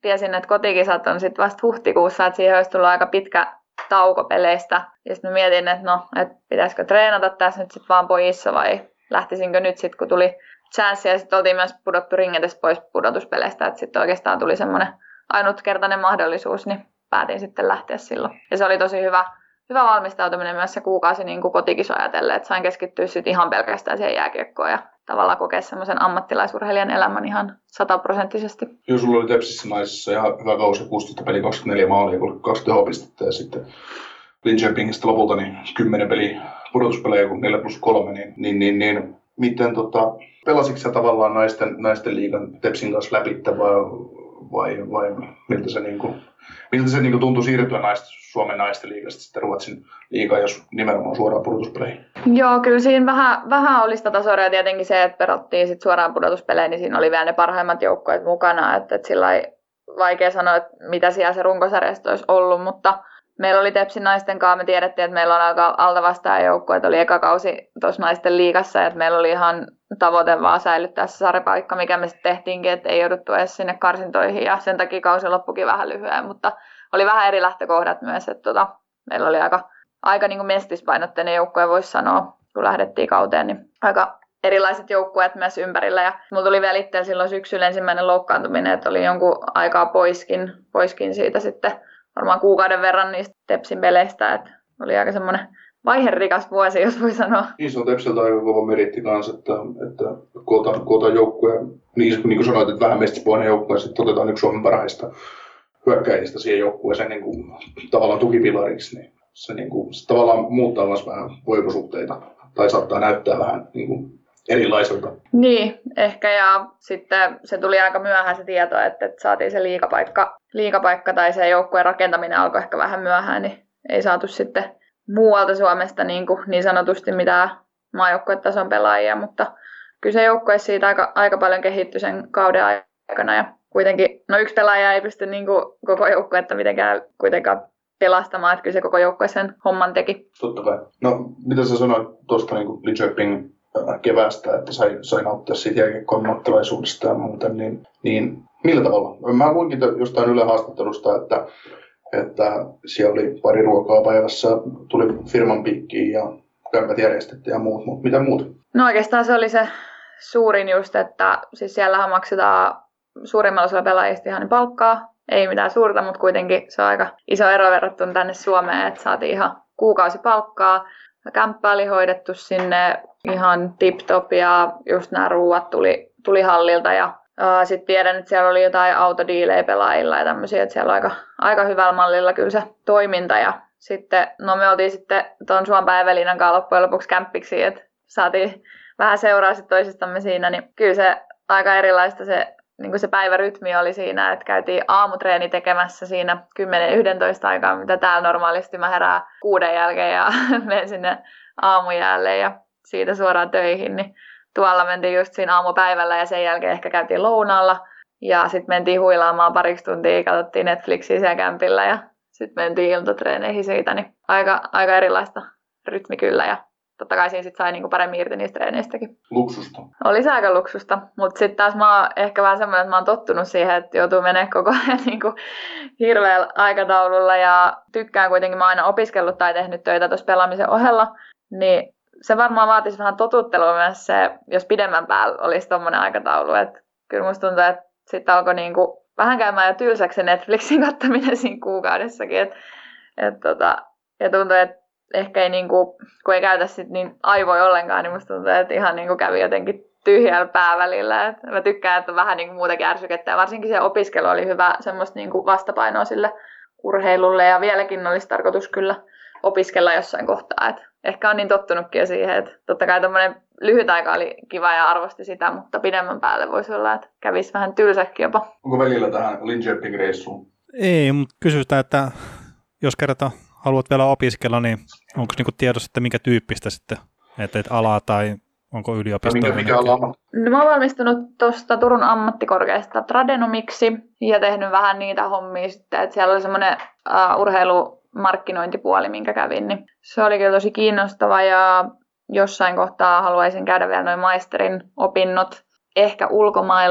tiesin, että kotikisat on sitten vasta huhtikuussa, että siihen olisi tullut aika pitkä tauko peleistä. Ja sitten mietin, että no, että pitäisikö treenata tässä nyt sitten vaan pojissa vai lähtisinkö nyt sitten, kun tuli chanssi. Ja sitten oltiin myös pudottu ringetessä pois pudotuspeleistä, että sitten oikeastaan tuli semmoinen ainutkertainen mahdollisuus, niin päätin sitten lähteä silloin. Ja se oli tosi hyvä, hyvä valmistautuminen myös se kuukausi niin kuin kotikiso ajatellen, että sain keskittyä sitten ihan pelkästään siihen jääkiekkoon ja tavallaan kokea semmoisen ammattilaisurheilijan elämän ihan sataprosenttisesti. Joo, sulla oli Tepsissä naisissa ihan hyvä kausi, kuusitoista peli, kaksikymmentäneljä maalia, kaksikymmentä tehopistettä ja sitten Linköpingistä lopulta niin kymmenen peli pudotuspelejä, kun neljä plus kolme, niin, niin, niin, niin miten tota, pelasitko sä tavallaan naisten, naisten liigan Tepsin kanssa läpi vai, vai, vai miltä se, niin kuin, miltä se niin kuin tuntui siirtyä naisten, Suomen naisten liigasta sitten Ruotsin liigaan, jos nimenomaan suoraan pudotuspeleihin? Joo, kyllä siinä vähän, vähän oli sitä tasoria tietenkin se, että perottiin sit suoraan pudotuspeleihin, niin siinä oli vielä ne parhaimmat joukkueet mukana, että, että sillä ei vaikea sanoa, että mitä siellä se runkosarjasta olisi ollut, mutta meillä oli Tepsin naisten kanssa, me tiedettiin, että meillä on aika alta vastaajajoukko, että oli eka kausi tuossa naisten liigassa, että meillä oli ihan tavoite vaan säilyttää se sarjapaikka, mikä me sitten tehtiinkin, että ei jouduttu edes sinne karsintoihin ja sen takia kausi loppukin vähän lyhyen, mutta oli vähän eri lähtökohdat myös, että tota, meillä oli aika, aika niin kuin mestispainotteinen joukkue, voisi sanoa, kun lähdettiin kauteen, niin aika erilaiset joukkueet myös ympärillä. Ja mulla tuli vielä itsellä silloin syksyllä ensimmäinen loukkaantuminen, että oli jonkun aikaa poiskin, poiskin siitä sitten varmaan kuukauden verran niistä Tepsin peleistä, että oli aika semmoinen vaiherikas vuosi, jos voi sanoa. Niin se on Tepsiltä aika kova meritti kanssa, että, että kootaan, kootaan joukkueen, niin, niin kuin sanoit, että vähän mestispohjainen joukkue, sitten otetaan yksi Suomen parhaista hyökkäjistä siihen joukkueeseen niin kuin, tavallaan tukipilariksi, niin se, niin kuin, se tavallaan muuttaa myös vähän voimasuhteita tai saattaa näyttää vähän niin kuin, erilaiselta. Niin, ehkä ja sitten se tuli aika myöhään se tieto, että, että saatiin se liigapaikka, liigapaikka tai se joukkueen rakentaminen alkoi ehkä vähän myöhään, niin ei saatu sitten muualta Suomesta niin, kuin, niin sanotusti mitään maajoukkuetason pelaajia, mutta kyllä se joukkue siitä aika, aika paljon kehittyi sen kauden aikana ja kuitenkin, no yksi pelaaja ei pysty niin kuin koko joukkuetta mitenkään kuitenkaan pelastamaan, että kyllä se koko joukkue sen homman teki. Totta kai. No, mitä sä sanoit tuosta niin Linköping keväästä, että sai, sai nauttia siitä jälkiekkoon ammattilaisuudesta ja muuten, niin, niin millä tavalla? Mä luinkin jostain Yle haastattelusta, että, että siellä oli pari ruokaa päivässä, tuli firman pikkiin ja kämpät järjestettiin ja muut, mutta mitä muut? No oikeastaan se oli se suurin just, että siis siellähän maksetaan suurimmalla osalla pelaajista ihan palkkaa, ei mitään suurta, mutta kuitenkin se on aika iso ero verrattuna tänne Suomeen, että saatiin ihan kuukausipalkkaa. Kämppä oli hoidettu sinne ihan tip-top ja just nämä ruuat tuli, tuli hallilta ja sitten tiedän, että siellä oli jotain autodiilejä pelaajilla ja tämmöisiä, että siellä on aika, aika hyvällä mallilla kyllä se toiminta ja sitten, no me oltiin sitten tuon Suomen Evelinan kanssa loppujen lopuksi kämppiksi, että saatiin vähän seuraa sitten toisistamme siinä, niin kyllä se aika erilaista se niin kuin se päivärytmi oli siinä, että käytiin aamutreeni tekemässä siinä kymmenen yksitoista aikaa, mitä täällä normaalisti mä herään kuuden jälkeen ja menen sinne aamujäälle ja siitä suoraan töihin. Niin tuolla mentiin just siinä aamupäivällä ja sen jälkeen ehkä käytiin lounaalla ja sitten mentiin huilaamaan pariksi tuntia, katsottiin Netflixiä siellä kämpillä ja sitten mentiin iltatreeneihin siitä. Niin aika, aika erilaista rytmi kyllä ja totta kai siinä sit sai niinku paremmin irti niistä treeneistäkin. Luksusta. Oli se aika luksusta, mutta sitten taas mä oon ehkä vähän semmoinen, että mä oon tottunut siihen, että joutuu menemään koko ajan niinku hirveällä aikataululla ja tykkään kuitenkin, mä oon aina opiskellut tai tehnyt töitä tuossa pelaamisen ohella, niin se varmaan vaatisi vähän totuttelua myös se, jos pidemmän päällä olisi tommonen aikataulu, että kyllä musta tuntuu, että sitten alkoi niinku vähän käymään jo tylsäksi se Netflixin kattaminen siinä kuukaudessakin, et, et tota, ja tuntuu, että ehkä ei niinku, kun ei käytä sit niin aivoja ollenkaan, niin musta tuntuu, että ihan niinku kävi jotenkin tyhjällä päävälillä. Et mä tykkään, että vähän niinku muutenkin ärsykettä ja varsinkin se opiskelu oli hyvä semmoista niinku vastapainoa sille urheilulle ja vieläkin olisi tarkoitus kyllä opiskella jossain kohtaa. Et ehkä on niin tottunutkin jo siihen, että totta kai tommonen lyhyt aika oli kiva ja arvosti sitä, mutta pidemmän päälle voisi olla, että kävisi vähän tylsäkin jopa. Onko välillä tähän Linköping-reissuun? Ei, mutta kysytään, että jos kerran haluat vielä opiskella, niin onko niinku tiedossa, että minkä tyyppistä sitten, että et alaa tai onko yliopisto? Mikä, mikä ala? No, mä oon valmistunut tuosta Turun ammattikorkeasta tradenomiksi ja tehnyt vähän niitä hommia sitten, että siellä oli semmoinen uh, urheilumarkkinointipuoli, minkä kävin, niin se oli kyllä tosi kiinnostava ja jossain kohtaa haluaisin käydä vielä noin maisterin opinnot, ehkä ulkomailla,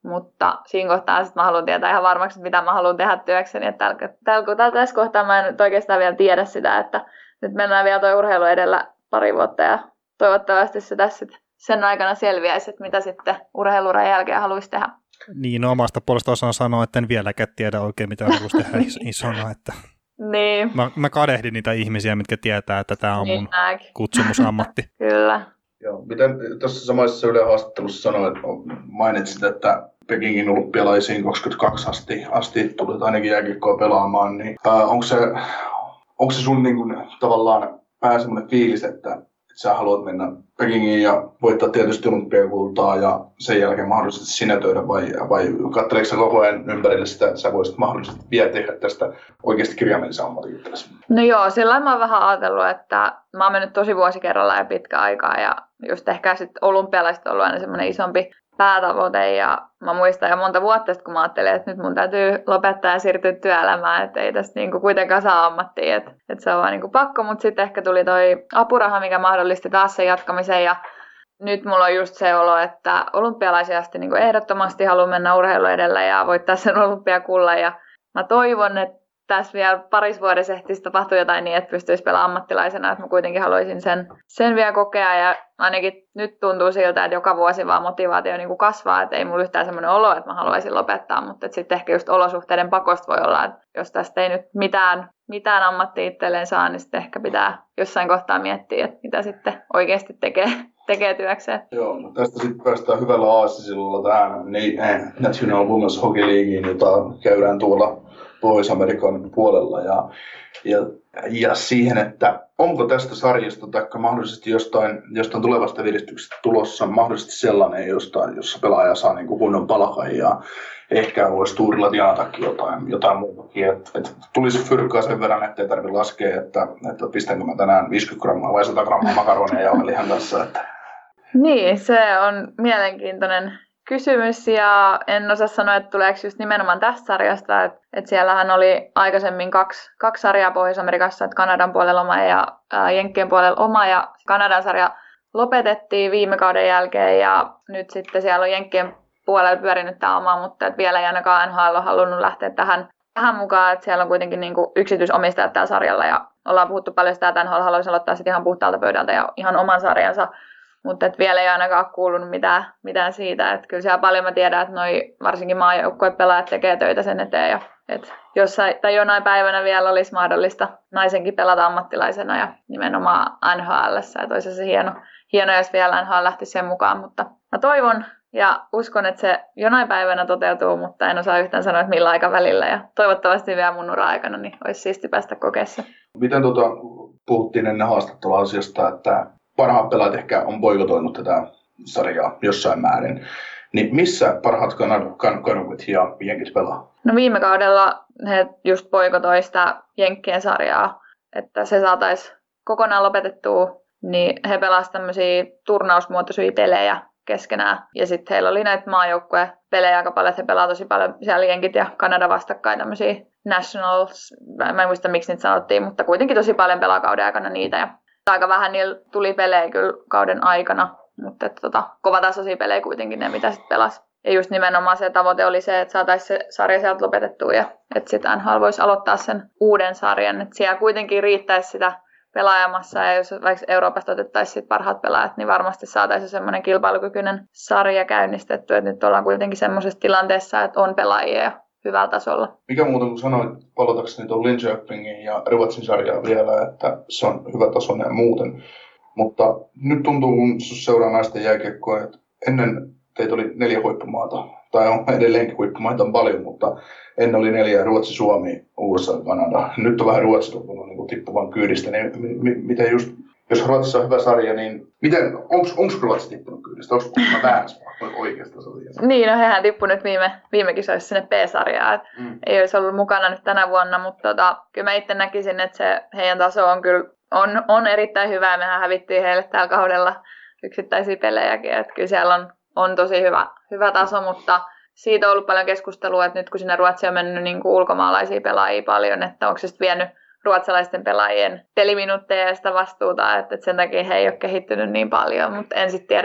Mutta siinä kohtaa sitten mä haluan tietää ihan varmaksi, mitä mä haluan tehdä työkseni. Että tällä, tällä, tässä kohtaa mä en nyt oikeastaan vielä tiedä sitä, että nyt mennään vielä toi urheilu edellä pari vuotta ja toivottavasti se tässä sen aikana selviäisi, että mitä sitten urheiluuran jälkeen haluaisi tehdä. Niin, no omasta puolesta osaan sanoa, että en vieläkään tiedä oikein, mitä haluaisi tehdä isona. Että niin. mä, mä kadehdin niitä ihmisiä, mitkä tietää, että tämä on niin, mun näkin. kutsumusammatti. Kyllä. Joo, miten tuossa samaisessa Yle haastattelussa sanoit, mainitsit, että Pekingin olympialaisiin kaksikymmentäkaksi asti, asti tulit ainakin jääkiekkoa pelaamaan, niin ää, onko se, onko se sun niin kuin, tavallaan vähän semmoinen fiilis, että että sä haluat mennä Pekingiin ja voittaa tietysti olympiakultaa ja sen jälkeen mahdollisesti sinetöidä vai, vai katseleeko sä koko ajan ympärille sitä, että sä voisit mahdollisesti vielä tehdä tästä oikeasti kirjaimellisen ammatin itsellesi? No joo, sillä mä oon vähän ajatellut, että mä oon mennyt tosi vuosi kerrallaan ja pitkä aikaa ja just ehkä sitten olympialaiset on ollut aina semmoinen isompi päätavoite ja mä muistan jo monta vuotta sitten, kun mä ajattelin, että nyt mun täytyy lopettaa ja siirtyä työelämään, että ei tästä niinku kuitenkaan saa ammattia, että, että se on vaan niinku pakko, mutta sitten ehkä tuli toi apuraha, mikä mahdollisti taas sen jatkamisen ja nyt mulla on just se olo, että olympialaisia asti niinku ehdottomasti haluan mennä urheilu edellä ja voittaa sen olympiakullan ja mä toivon, että tässä vielä parissa vuodessa ehtisi tapahtua jotain niin, että pystyisi pelaamaan ammattilaisena, että mä kuitenkin haluaisin sen, sen vielä kokea ja ainakin nyt tuntuu siltä, että joka vuosi vaan motivaatio niin kuin kasvaa, että ei mulla yhtään semmoinen olo, että mä haluaisin lopettaa, mutta sitten ehkä just olosuhteiden pakosta voi olla, että jos tästä ei nyt mitään, mitään ammattia itselleen saa, niin sitten ehkä pitää jossain kohtaa miettiä, että mitä sitten oikeasti tekee, tekee työkseen. Joo, no tästä sitten päästään hyvällä aasisilla tähän niin, eh, National Women's Hockey Leagueen, jota käydään tuolla Pohjois-Amerikan puolella ja, ja, ja siihen, että onko tästä sarjasta tai mahdollisesti jostain, jostain tulevasta viristyksestä tulossa mahdollisesti sellainen, jostain, jossa pelaaja saa niin kuin kunnon palkan ja ehkä voisi tuurilla tienatakin jotain, jotain muutakin. Et, et tulisi fyrkkaa sen verran, ettei tarvitse laskea, että, että pistänkö mä tänään viisikymmentä grammaa vai sata grammaa makaronia ja jauhelihan tässä. Että. Niin, se on mielenkiintoinen kysymys ja en osaa sanoa, että tuleeko just nimenomaan tästä sarjasta, että, että siellähän oli aikaisemmin kaksi, kaksi sarjaa Pohjois-Amerikassa, että Kanadan puolella oma ja ää, Jenkkien puolella oma ja Kanadan sarja lopetettiin viime kauden jälkeen ja nyt sitten siellä on Jenkkien puolella pyörinyt tämä oma, mutta että vielä ei ainakaan N H L ole halunnut lähteä tähän, tähän mukaan, että siellä on kuitenkin niin kuin yksityisomistajat tällä sarjalla ja ollaan puhuttu paljon sitä, että N H L haluaisi aloittaa sitten ihan puhtaalta pöydältä ja ihan oman sarjansa. Mutta vielä ei ainakaan kuulunut mitään, mitään siitä. Et kyllä siellä paljon mä tiedän, että noi varsinkin maajoukkuepelaajat tekee töitä sen eteen. Ja, et jossain, tai jonain päivänä vielä olisi mahdollista naisenkin pelata ammattilaisena ja nimenomaan N H L:ssä. Et olisi se hieno, hieno, jos vielä N H L lähtisi sen mukaan. Mutta mä toivon ja uskon, että se jonain päivänä toteutuu, mutta en osaa yhtään sanoa, että millä aikavälillä. Ja toivottavasti vielä mun ura-aikana niin olisi siisti päästä kokeessa. Miten tuota, puhuttiin ennen haastattelua asiasta, että parhaat pelaajat ehkä on boikotoinut tätä sarjaa jossain määrin. Niin missä parhaat Canucks ja Jenkit pelaa? No viime kaudella he just boikotoi sitä Jenkkien sarjaa, että se saataisiin kokonaan lopetettua. Niin he pelasivat tämmöisiä turnausmuotoisia pelejä keskenään. Ja sitten heillä oli näitä maajoukkuepelejä aika paljon, että he pelaa tosi paljon siellä Jenkit ja Kanada vastakkain tämmöisiä nationals. Mä en muista miksi niitä sanottiin, mutta kuitenkin tosi paljon pelaa kauden aikana niitä. Ja aika vähän niillä tuli pelejä kyllä kauden aikana, mutta että, tota, kovatasoisia pelejä kuitenkin ne, mitä sitten pelasi. Ja just nimenomaan se tavoite oli se, että saataisiin se sarja sieltä lopetettua ja että sitten N H L voisi aloittaa sen uuden sarjan. Että siellä kuitenkin riittäisi sitä pelaajamassa ja jos vaikka Euroopasta otettaisiin parhaat pelaajat, niin varmasti saataisiin semmoinen kilpailukykyinen sarja käynnistetty. Että nyt ollaan kuitenkin semmoisessa tilanteessa, että on pelaajia hyvällä tasolla. Mikä muuta kuin sanoit, palatakseni tuon Linköpingin ja Ruotsin sarjaa vielä, että se on hyvä tasoinen ja muuten. Mutta nyt tuntuu, kun seuraa naisten jääkiekkoa, että ennen teitä oli neljä huippumaata, tai on edelleenkin huippumaita on paljon, mutta ennen oli neljä, Ruotsi, Suomi, U S A, Kanada. Nyt on vähän Ruotsi tuntunut niin tippuvan kyydistä, niin m- m- miten just, jos Ruotsissa on hyvä sarja, niin miten, onko Ruotsi tippunut kyydistä? Onko mä väärässä oikeastaan? Niin, no hehän tippu nyt viime, viime kisoissa sinne P-sarjaan, mm. ei olisi ollut mukana nyt tänä vuonna, mutta tota, kyllä mä itse näkisin, että se heidän taso on kyllä on, on erittäin hyvä, mehän hävittiin heille tällä kaudella yksittäisiä pelejäkin, että kyllä siellä on, on tosi hyvä, hyvä taso, mutta siitä on ollut paljon keskustelua, että nyt kun sinne Ruotsiin on mennyt niin kuin ulkomaalaisia pelaajia paljon, että onko se sitten vienyt ruotsalaisten pelaajien peliminuutteja ja sitä vastuuta, että sen takia he ei ole kehittynyt niin paljon, mutta en sitten tiedä,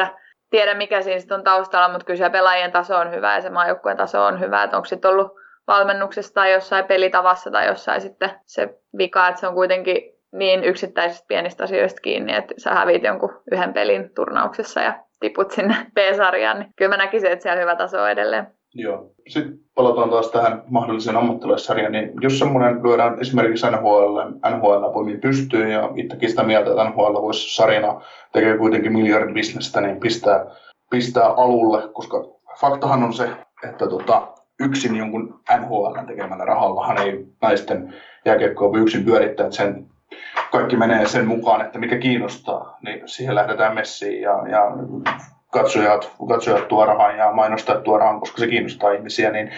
tiedä, mikä siinä sitten on taustalla, mutta kyllä se pelaajien taso on hyvä ja se maajoukkueen taso on hyvä. Että onko sitten ollut valmennuksessa tai jossain pelitavassa tai jossain sitten se vika, että se on kuitenkin niin yksittäisistä pienistä asioista kiinni, että sä hävit jonkun yhden pelin turnauksessa ja tiput sinne P-sarjaan, niin kyllä mä näkisin, että siellä hyvä taso on edelleen. Joo. Sitten palataan taas tähän mahdolliseen ammattilaissarjaan, niin jos semmoinen lyödään esimerkiksi N H L, N H L poimii pystyyn ja itsekin sitä mieltä, että N H L voisi sarjana tekee kuitenkin miljardibisnestä, niin pistää, pistää alulle, koska faktahan on se, että tota, yksin jonkun N H L tekemällä rahallahan ei naisten jääkiekkoa voi yksin pyörittää, että sen kaikki menee sen mukaan, että mikä kiinnostaa, niin siihen lähdetään messiin ja, ja katsojat, katsojat tuo rahan ja mainostajat tuo rahan, koska se kiinnostaa ihmisiä. Niin,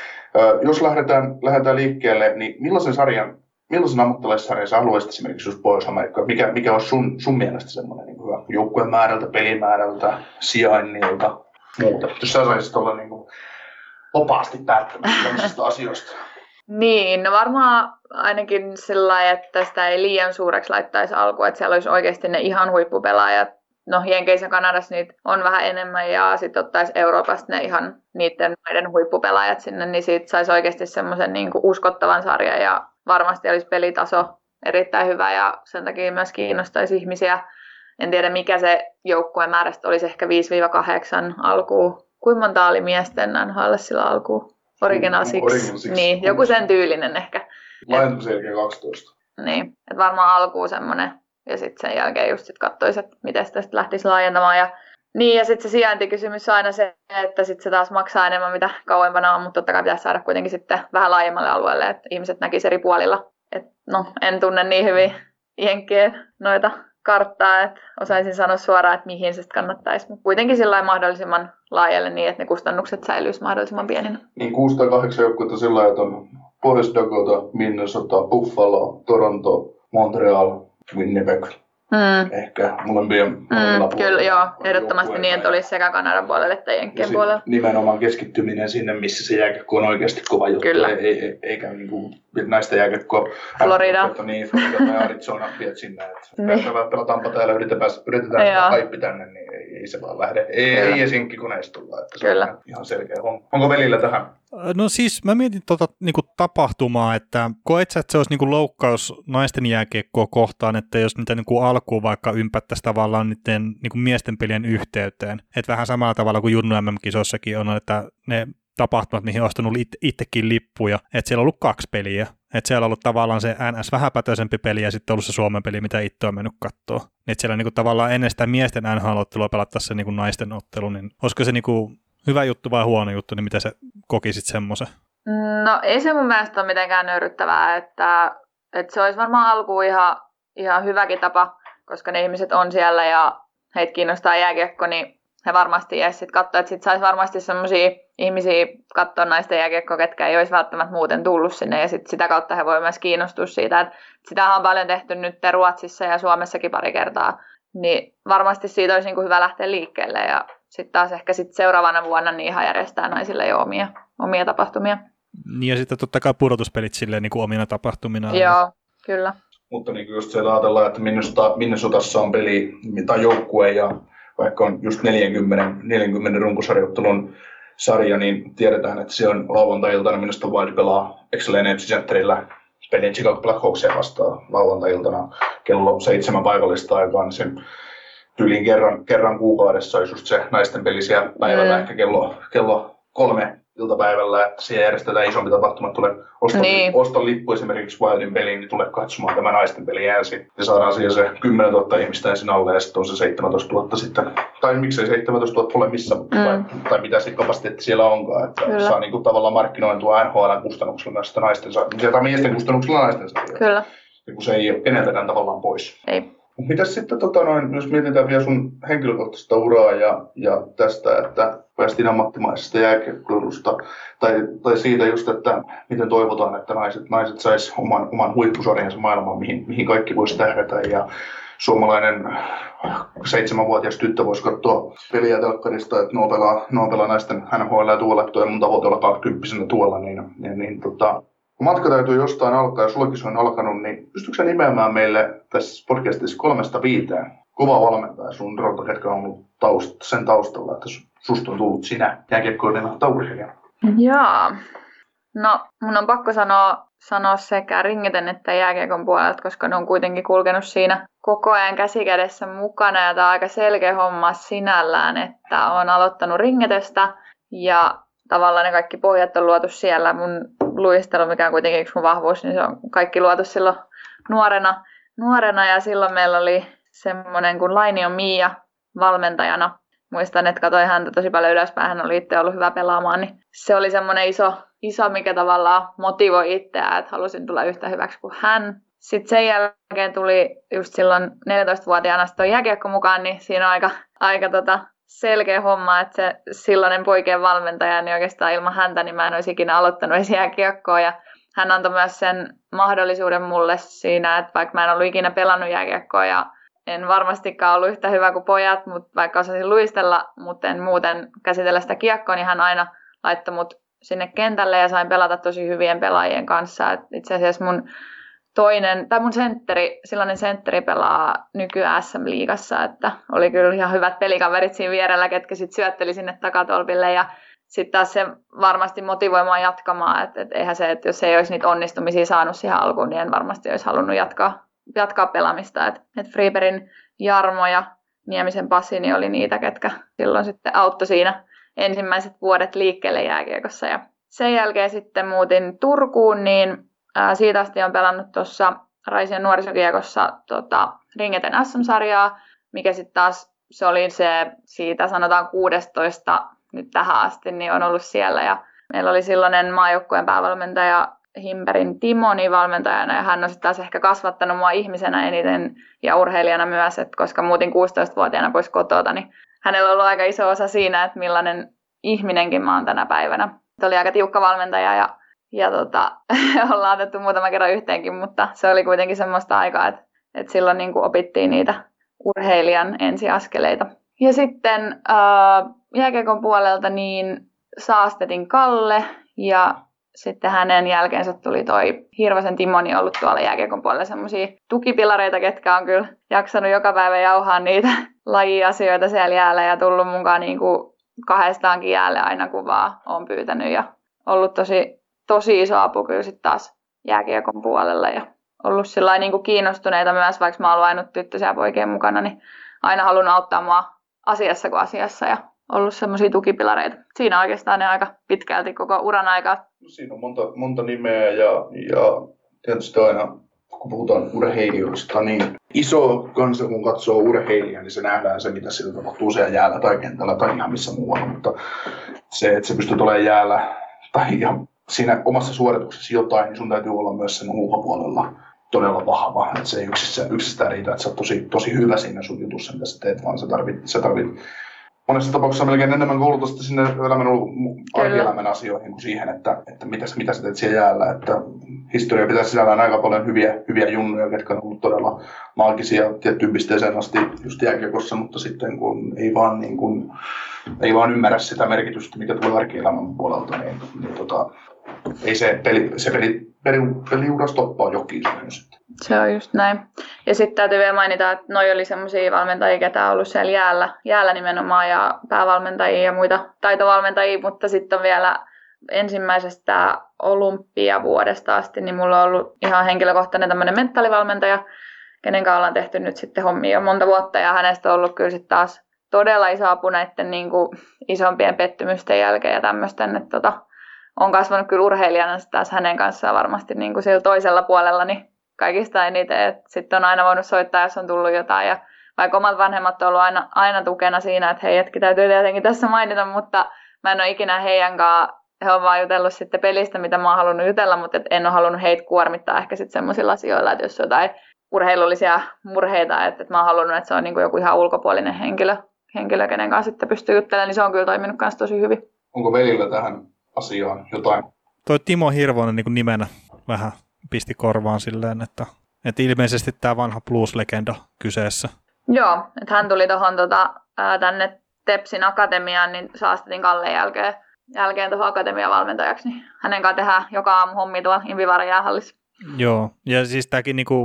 ö, jos lähdetään, lähdetään liikkeelle, niin millaisen sarjan, millaisen ammattilaissarjan sä haluaisit esimerkiksi just Pohjois-Amerikkaa? Mikä, mikä olisi sun, sun mielestä semmoinen niin hyvä joukkueen määrältä, pelimäärältä, sijainnilta, muuta? Jos sä saisit olla niin kuin vapaasti päättämässä tämmöisistä asioista. Niin, no varmaan ainakin sillä lailla, että sitä ei liian suureksi laittaisi alkuun, että siellä olisi oikeasti ne ihan huippupelaajat. No Jenkeissä ja Kanadassa niitä on vähän enemmän ja sitten ottaisi Euroopasta ne ihan niiden maiden huippupelaajat sinne, niin siitä saisi oikeasti semmoisen niin kuin uskottavan sarjan ja varmasti olisi pelitaso erittäin hyvä ja sen takia myös kiinnostaisi ihmisiä. En tiedä mikä se joukkueen määrästä olisi, ehkä viisi kahdeksan alkuun. Kuinka monta oli miesten N H L sillä alkuun? Original Six. Original Six. Niin, joku sen tyylinen ehkä. Laajentumisen jälkeen kaksitoista. Niin, että varmaan alkuun semmoinen. Ja sitten sen jälkeen just sit katsoisi, että miten sitä sitten lähtisi laajentamaan. Ja, niin, ja sitten se sijaintikysymys on aina se, että sitten se taas maksaa enemmän, mitä kauempana on, mutta totta kai pitäisi saada kuitenkin sitten vähän laajemmalle alueelle, että ihmiset näkisivät eri puolilla. Et, no, en tunne niin hyvin jenkkien noita karttaa, että osaisin sanoa suoraan, että mihin se sitten kannattaisi. Mutta kuitenkin sillä mahdollisimman laajalle niin, että ne kustannukset säilyisivät mahdollisimman pieninä. Niin kuusi tai kahdeksan joukkuetta sillä lailla, että on Pohjois Dakota, Minnesota, Buffalo, Toronto, Montreal, Winnipeg. Mm. Ehkä molempien mm, Kyllä, joo. Ehdottomasti niin, että olisi sekä Kanadan puolelle että Jenkkien puolelle. Nimenomaan keskittyminen sinne, missä se jääkiekko on oikeasti kova juttu. Kyllä. Ei, ei, eikä niin kuin näistä jääkiekkoa. Florida. Niin, Florida tai Arizona viet sinne. Niin. Pelataan täällä, yritetään, yritetään sitä haippi tänne, niin ei, ei se vaan lähde. Ei, ei edes jenkkikoneista tulla. Että se Kyllä. on ihan selkeä. On, onko velillä tähän? No siis mä mietin tuota niin kuin tapahtumaa, että koet sä, että se olisi niin kuin loukkaus naisten jääkiekkoa kohtaan, että jos niitä niin kuin alkuun vaikka ympättäisi tavallaan niiden niin kuin miesten pelien yhteyteen. Että vähän samalla tavalla kuin Junnu M M-kisoissakin on, että ne tapahtumat, mihin on ostanut it- itsekin lippuja, että siellä on ollut kaksi peliä. Että siellä on ollut tavallaan se N S-vähäpätöisempi peli ja sitten ollut se Suomen peli, mitä itse on mennyt katsoa. Että siellä niin kuin tavallaan ennen sitä miesten N H L-ottelua pelattaisiin se niin kuin naisten ottelu, niin olisiko se niin kuin hyvä juttu vai huono juttu, niin mitä sä kokisit semmoisen? No ei se mun mielestä ole mitenkään nöyryttävää, että, että se olisi varmaan alkuun ihan, ihan hyväkin tapa, koska ne ihmiset on siellä ja heitä kiinnostaa jääkiekko, niin he varmasti jäisi sitten katsoa, että sitten saisi varmasti semmoisia ihmisiä katsoa naisten jääkiekkoa, ketkä ei olisi välttämättä muuten tullut sinne ja sit sitä kautta he voi myös kiinnostua siitä, että sitähän on paljon tehty nyt Ruotsissa ja Suomessakin pari kertaa, niin varmasti siitä olisi niin kuin hyvä lähteä liikkeelle ja sitten taas ehkä sit seuraavana vuonna niin ihan järjestää naisille jo omia, omia tapahtumia. Niin ja sitten totta kai pudotuspelit silleen niin kuin omina tapahtumina. Joo, kyllä. Mutta niin kuin just se ajatellaan, että Minnesotassa on peli tai joukkue ja vaikka on just neljänkymmenen runkosarjoittelun sarja, niin tiedetään, että se on lauantai-iltana Minnesota Wild pelaa Excel Energy Centerillä pelin Chicago Blackhawksia vastaan lauantai-iltana kello seitsemän paikallista aikaa, niin sen tyyliin kerran, kerran kuukaudessa olisi just se naisten peli siellä päivällä, mm. ehkä kello, kello kolme iltapäivällä, että siellä järjestetään isompi tapahtuma, tulee osta, niin. osta lippu esimerkiksi Wildin peliin, niin tulee katsomaan tämä naisten peli ensin. Ja saadaan siihen se kymmenentuhatta ihmistä ensin alle ja sitten on se seitsemäntoistatuhatta sitten, tai miksei seitsemäntoistatuhatta ole missä, mm. tai, tai mitä sitten kapasiteetti siellä onkaan, että Kyllä. saa niinku tavallaan markkinointua N H L:n kustannuksella myös sitä naisten, tai miesten kustannuksella naisten sarjaa. Kyllä. Ja kun se ei ole keneltäkään tavallaan pois. Ei. Mitäs sitten, tota noin, jos mietitään vielä sun henkilökohtaista uraa ja, ja tästä, että päästiin ammattimaisesta jääkiekkoilusta, tai, tai siitä just, että miten toivotaan, että naiset, naiset sais oman, oman huippusarjansa maailmaan, mihin, mihin kaikki voisi tähdätä, ja suomalainen seitsemänvuotias tyttö voisi katsoa peliä telkkarista, että nuo pelaa, nuo pelaa naisten N H L tuolla, ja mun tavoite olla kaksikymppisenä tuolla, niin, niin, niin tota, kun matka täytyy jostain alkaa, ja sullakin se on alkanut, niin pystytkö sä nimeämään meille tässä podcastissa kolmesta viiteen kova valmentaja sun rauta, ketkä on ollut taust, sen taustalla, että susta on tullut sinä jääkiekkoilija urheilijana? Jaa. No, mun on pakko sanoa, sanoa sekä ringeten että jääkiekon puolelta, koska ne on kuitenkin kulkenut siinä koko ajan käsikädessä mukana. Ja tämä on aika selkeä homma sinällään, että olen aloittanut ringetestä ja tavallaan ne kaikki pohjat on luotu siellä. Mun luistelu, mikä on kuitenkin yksi mun vahvuus, niin se on kaikki luotu silloin nuorena. nuorena ja silloin meillä oli semmoinen kuin Lainion Miia valmentajana. Muistan, että katsoin häntä tosi paljon ylöspäin, hän oli itse ollut hyvä pelaamaan, niin se oli semmoinen iso, iso mikä tavallaan motivoi itseään, että halusin tulla yhtä hyväksi kuin hän. Sitten sen jälkeen tuli just silloin neljätoistavuotiaana tuo jääkiekko mukaan, niin siinä on aika, aika tota selkeä homma, että se silloinen poikien valmentaja, niin oikeastaan ilman häntä niin mä en olisi ikinä aloittanut edes jääkiekkoa. Ja hän antoi myös sen mahdollisuuden mulle siinä, että vaikka mä en ollut ikinä pelannut jääkiekkoa ja en varmastikaan ollut yhtä hyvä kuin pojat, mutta vaikka osasin luistella, mutta en muuten käsitellä sitä kiekkoa, niin hän aina laittoi mut sinne kentälle ja sain pelata tosi hyvien pelaajien kanssa. Et itse asiassa mun toinen, tai mun sentteri, silloinen sentteri pelaa nykyään S M-liigassa, että oli kyllä ihan hyvät pelikaverit siinä vierellä, ketkä sitten syötteli sinne takatolpille ja sitten taas se varmasti motivoi mua jatkamaan, että et eihän se, että jos ei olisi niitä onnistumisia saanut siihen alkuun, niin en varmasti olisi halunnut jatkaa, jatkaa pelaamista. Että et Freebergin Jarmo ja Niemisen Pasi niin oli niitä, ketkä silloin sitten auttoi siinä ensimmäiset vuodet liikkeelle jääkiekossa. Ja sen jälkeen sitten muutin Turkuun, niin ää, siitä asti olen pelannut tuossa Raision nuorisokiekossa tota, Ringeten S M-sarjaa, mikä sitten taas se oli se siitä sanotaan kuusitoista nyt tähän asti, niin on ollut siellä. Ja meillä oli silloinen maajoukkueen päävalmentaja Himperin Timo niin valmentajana, ja hän on sitten taas ehkä kasvattanut mua ihmisenä eniten ja urheilijana myös, että koska muutin kuusitoistavuotiaana pois kotota, niin hänellä on ollut aika iso osa siinä, että millainen ihminenkin mä oon tänä päivänä. Se oli aika tiukka valmentaja ja, ja tota, ollaan otettu muutama kerran yhteenkin, mutta se oli kuitenkin semmoista aikaa, että, että silloin niin kuin opittiin niitä urheilijan ensiaskeleita. Ja sitten ää, jääkiekon puolelta niin Saastetin Kalle ja sitten hänen jälkeensä tuli toi Hirvosen Timo, niin ollut tuolla jääkiekon puolella semmoisia tukipilareita, ketkä on kyllä jaksanut joka päivä jauhaa niitä lajiasioita siellä jäällä ja tullut mukaan niin kuin kahdestaankin jäälle aina kun vaan on pyytänyt ja ollut tosi, tosi iso apu kyllä sitten taas jääkiekon puolella ja ollut sillä niin kuin kiinnostuneita myös, vaikka mä oon ollut ainut tyttöisiä poikien mukana, niin aina halunnut auttaa mua asiassa kuin asiassa ja ollut semmoisia tukipilareita. Siinä oikeastaan ne aika pitkälti koko uran aikaa. No, siinä on monta, monta nimeä ja, ja tietysti aina, kun puhutaan urheilijoista, niin iso kansa, kun katsoo urheilijaa, niin se nähdään se, mitä sillä tapahtuu siellä jäällä tai kentällä tai ihan missä muualla. Mutta se, että se pystyy olemaan jäällä tai ihan siinä omassa suorituksessa jotain, niin sun täytyy olla myös sen ulkopuolella todella vahva. Että se ei yksistään, yksistään riitä, että sä oot tosi, tosi hyvä siinä sun jutussa, mitä sä teet, vaan sä tarvit, sä tarvit monessa tapauksessa melkein enemmän koulutusta sinne elämän, arkielämän asioihin kuin siihen, että, että mitä, mitä sä teet siellä jäällä. Että historia pitää sisällään aika paljon hyviä, hyviä junnuja, jotka on ollut todella maagisia tiettyyn pisteeseen asti just jääkiekossa, mutta sitten kun ei vaan, niin kun, ei vaan ymmärrä sitä merkitystä, mikä tulee arkielämän puolelta, niin, niin tota, ei se, peli, se peli, peli, peliura stoppaa jokin sitten. Se on just näin. Ja sitten täytyy vielä mainita, että noi oli semmoisia valmentajia, ketä on ollut siellä jäällä, jäällä nimenomaan ja päävalmentajia ja muita taitovalmentajia, mutta sitten on vielä ensimmäisestä olympiavuodesta asti, niin mulla on ollut ihan henkilökohtainen tämmöinen mentaalivalmentaja, kenen kanssa ollaan tehty nyt sitten hommia jo monta vuotta ja hänestä on ollut kyllä sitten taas todella iso apu näiden niin kuin isompien pettymysten jälkeen ja tämmöisten, että tota, on kasvanut kyllä urheilijana taas hänen kanssaan varmasti niin kuin sillä toisella puolella, niin kaikista eniten, että sitten on aina voinut soittaa, jos on tullut jotain. Ja vaikka omat vanhemmat on ollut aina, aina tukena siinä, että hei, hetki täytyy tietenkin tässä mainita, mutta mä en ole ikinä heidän kanssa, he on vaan jutellut sitten pelistä, mitä mä oon halunnut jutella, mutta en ole halunnut heitä kuormittaa ehkä sitten semmoisilla asioilla, että jos on jotain urheilullisia murheita, että, että mä oon halunnut, että se on niin kuin joku ihan ulkopuolinen henkilö, henkilö, kenen kanssa sitten pystyy juttelemaan, niin se on kyllä toiminut kanssa tosi hyvin. Onko velillä tähän asiaan jotain? Toi Timo Hirvonen niin kuin nimenä vähän pisti korvaan silleen, että, että ilmeisesti tämä vanha blues-legenda kyseessä. Joo, että hän tuli tuohon tota, tänne Tepsin akatemiaan, niin Saastetin Kallen jälkeen, jälkeen tuohon akatemian valmentajaksi. Niin hänen kanssa tehdään joka aamu hommia tuolla Impivaara jäähallissa. Joo, ja siis tämäkin niinku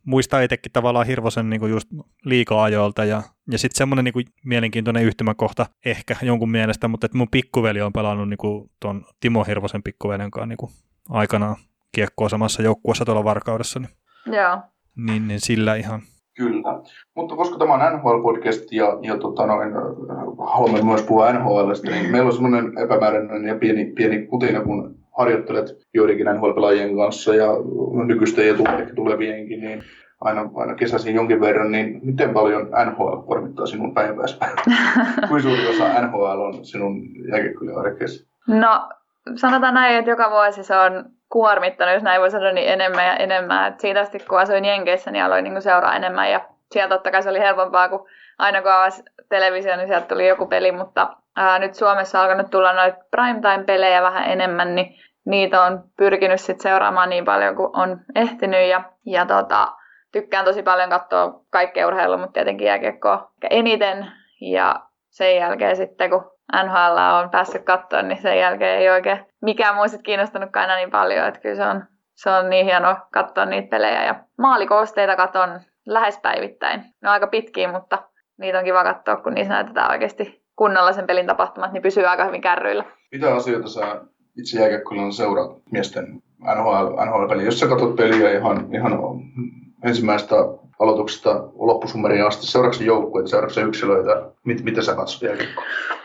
muistaa itsekin tavallaan Hirvosen niin kuin just liiga-ajoilta ja, ja sitten semmoinen niin kuin mielenkiintoinen yhtymäkohta ehkä jonkun mielestä, mutta että mun pikkuveli on pelannut niin kuin tuon Timo Hirvosen pikkuveljen kanssa niin kuin aikanaan kiekkoa samassa joukkueessa tuolla Varkaudessa. Niin, Joo. niin, niin sillä ihan. Kyllä, mutta koska tämä on N H L-podcast ja, ja tota noin, haluamme myös puhua N H L:stä, niin meillä on semmoinen epämääräinen ja pieni, pieni kutina, kun harjoittelet joidenkin N H L-pelaajien kanssa ja nykyisten ja tulevienkin, niin aina, aina kesäisin jonkin verran, niin miten paljon N H L kuormittaa sinun päiväsi? Kuinka suuri osa N H L on sinun jääkiekkoilijaarkeesi? No, sanotaan näin, että joka vuosi se on kuormittanut, jos näin voi sanoa, niin enemmän ja enemmän. Et siitä asti, kun asuin Jenkeissä, niin aloin niin seuraa enemmän. Ja sieltä totta kai se oli helpompaa, kun aina kun avasi televisio, niin sieltä tuli joku peli. Mutta ää, nyt Suomessa on alkanut tulla noita primetime-pelejä vähän enemmän, niin niitä on pyrkinyt sit seuraamaan niin paljon kuin on ehtinyt. Ja, ja tota, tykkään tosi paljon katsoa kaikkea urheilua, mutta tietenkin jääkiekkoa eniten. Ja sen jälkeen sitten, kun N H L on päässyt katsoa, niin sen jälkeen ei oikein mikään muu sit kiinnostanutkaan aina niin paljon. Että kyllä se on, se on niin hienoa katsoa niitä pelejä. Ja maalikoosteita katon lähes päivittäin. Ne on aika pitkiä, mutta niitä on kiva katsoa, kun niissä näytetään oikeasti kunnolla sen pelin tapahtumat, niin pysyy aika hyvin kärryillä. Mitä asioita sä itse jääkiekkoilijan seuraat miesten N H L, N H L-peliä? Jos sä katsot peliä ihan, ihan ensimmäistä aloituksesta loppusummeriin asti, seuraatko joukkueita, seuraatko yksilöitä? Mit, mitä sä katsot jääkiekkoa?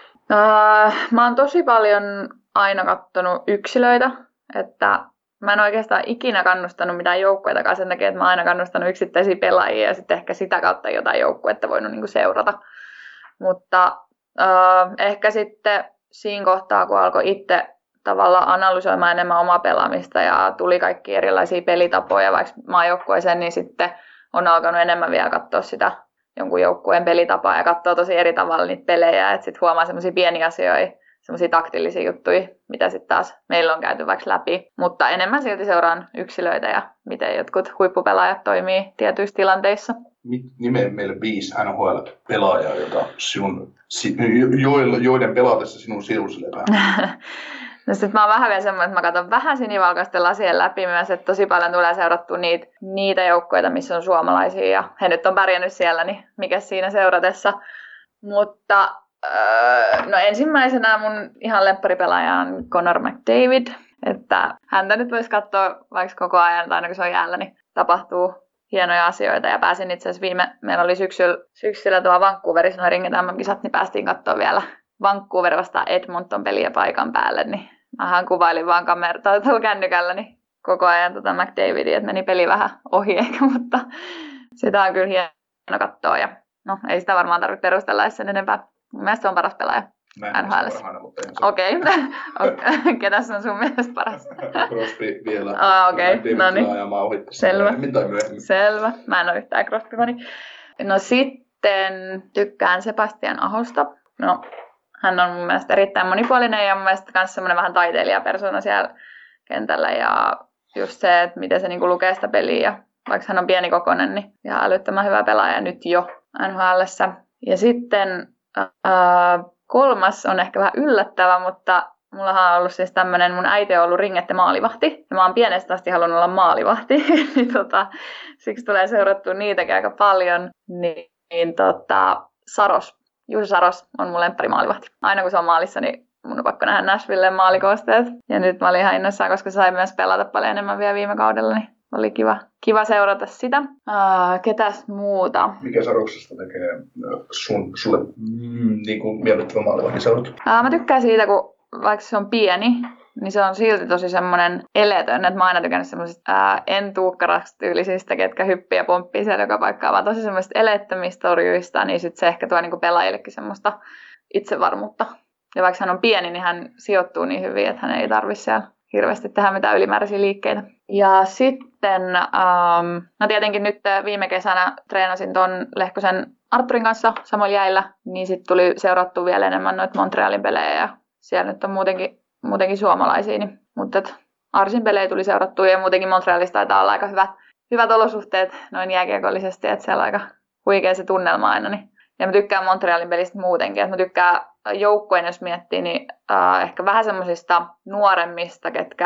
Uh, mä oon tosi paljon aina katsonut yksilöitä, että mä en oikeastaan ikinä kannustanut mitään joukkueitakaan sen takia, että mä oon aina kannustanut yksittäisiä pelaajia ja sitten ehkä sitä kautta jotain joukkuetta voinut niinku seurata. Mutta uh, ehkä sitten siinä kohtaa, kun alkoi itse tavallaan analysoimaan enemmän omaa pelaamista ja tuli kaikki erilaisia pelitapoja vaikka maajoukkueeseen, niin sitten on alkanut enemmän vielä katsoa sitä jonkun joukkueen pelitapaa ja katsoo tosi eri tavalla niitä pelejä, että sitten huomaa semmoisia pieniä asioita, semmoisia taktillisia juttuja, mitä sitten taas meillä on käyty vaikka läpi. Mutta enemmän silti seuraan yksilöitä ja miten jotkut huippupelaajat toimii tietyissä tilanteissa. Nime meille viisi N H L-pelaajaa, jota sinun, joiden pelatessa sinun sirusi lepää. No sit mä oon vähän vielä semmoinen, että mä katson vähän sinivalkoisten lasien läpi myös, että tosi paljon tulee seurattua niitä, niitä joukkoita, missä on suomalaisia ja he nyt on pärjännyt siellä, niin mikä siinä seuratessa. Mutta öö, no ensimmäisenä mun ihan lempparipelaaja on Connor McDavid, että häntä nyt voisi katsoa vaikka koko ajan tai aina kun se on jäällä, niin tapahtuu hienoja asioita ja pääsin itse asiassa viime, meillä oli syksyllä, syksyllä tuo Vancouverissa noin ringit M M-kisat, niin päästiin katsoa vielä Vancouver vastaan Edmonton peliä paikan päälle, niin mähän kuvailin vaan kamertaa tuolla kännykällä, niin koko ajan tuota McDavidia, että meni peli vähän ohi ehkä, mutta sitä on kyllä hieno katsoa ja no ei sitä varmaan tarvitse perustella sen enempää. Mun mielestä se on paras pelaaja N H L:ssä. Okei, okay. Ketäs on sun mielestä paras? Crosby vielä. Ah, okei, okay. No niin. Selvä. Selvä. Mä en ole yhtään Crosby-fani. No sitten tykkään Sebastian Ahosta. No, hän on mun mielestä erittäin monipuolinen ja mun mielestä myös semmoinen vähän taiteilijapersona siellä kentällä. Ja just se, että miten se niinku lukee sitä peliä. Ja vaikka hän on pienikokoinen, niin ihan älyttömän hyvä pelaaja nyt jo N H L:ssä. Ja sitten äh, kolmas on ehkä vähän yllättävä, mutta mullahan on ollut siis tämmöinen, mun äiti on ollut ringette maalivahti. Ja mä oon pienestä asti halunnut olla maalivahti. niin tota, siksi tulee seurattua niitäkin aika paljon. Niin, niin tota, Saros. Juuso Saros on mun lemppari maalivahti. Aina kun se on maalissa, niin mun on pakko nähdä Nashvillen maalikoosteet. Ja nyt mä olin ihan innoissaan, koska se sai myös pelata paljon enemmän vielä viime kaudella, niin oli kiva, kiva seurata sitä. Uh, ketäs muuta? Mikä Saroksesta tekee sun, sulle mm, niin kuin miellyttävä maalivahti seurat? Uh, mä tykkään siitä, kun vaikka se on pieni, niin se on silti tosi semmoinen eletön, että mä oon aina tykännyt semmoisista ää, entuukkaraksi-tyylisistä, ketkä hyppii ja pomppii siellä joka paikkaa, vaan tosi semmoisista eleettömistä torjuista, niin sit se ehkä tuo niinku pelaajillekin semmoista itsevarmuutta. Ja vaikka hän on pieni, niin hän sijoittuu niin hyvin, että hän ei tarvitse siellä hirveästi tehdä mitään ylimääräisiä liikkeitä. Ja sitten, ähm, no tietenkin nyt viime kesänä treenasin ton Lehkosen Arturin kanssa samoilla jäillä, niin sitten tuli seurattua vielä enemmän noita Montrealin pelejä, ja siellä nyt on muutenkin muutenkin suomalaisia, niin, mutta Arsin pelejä tuli seurattua ja muutenkin Montrealissa taitaa olla aika hyvät, hyvät olosuhteet noin jääkiekollisesti, että siellä on aika huikea se tunnelma aina. Niin. Ja mä tykkään Montrealin pelistä muutenkin, että mä tykkään joukkueen, jos miettii, niin äh, ehkä vähän semmoisista nuoremmista, ketkä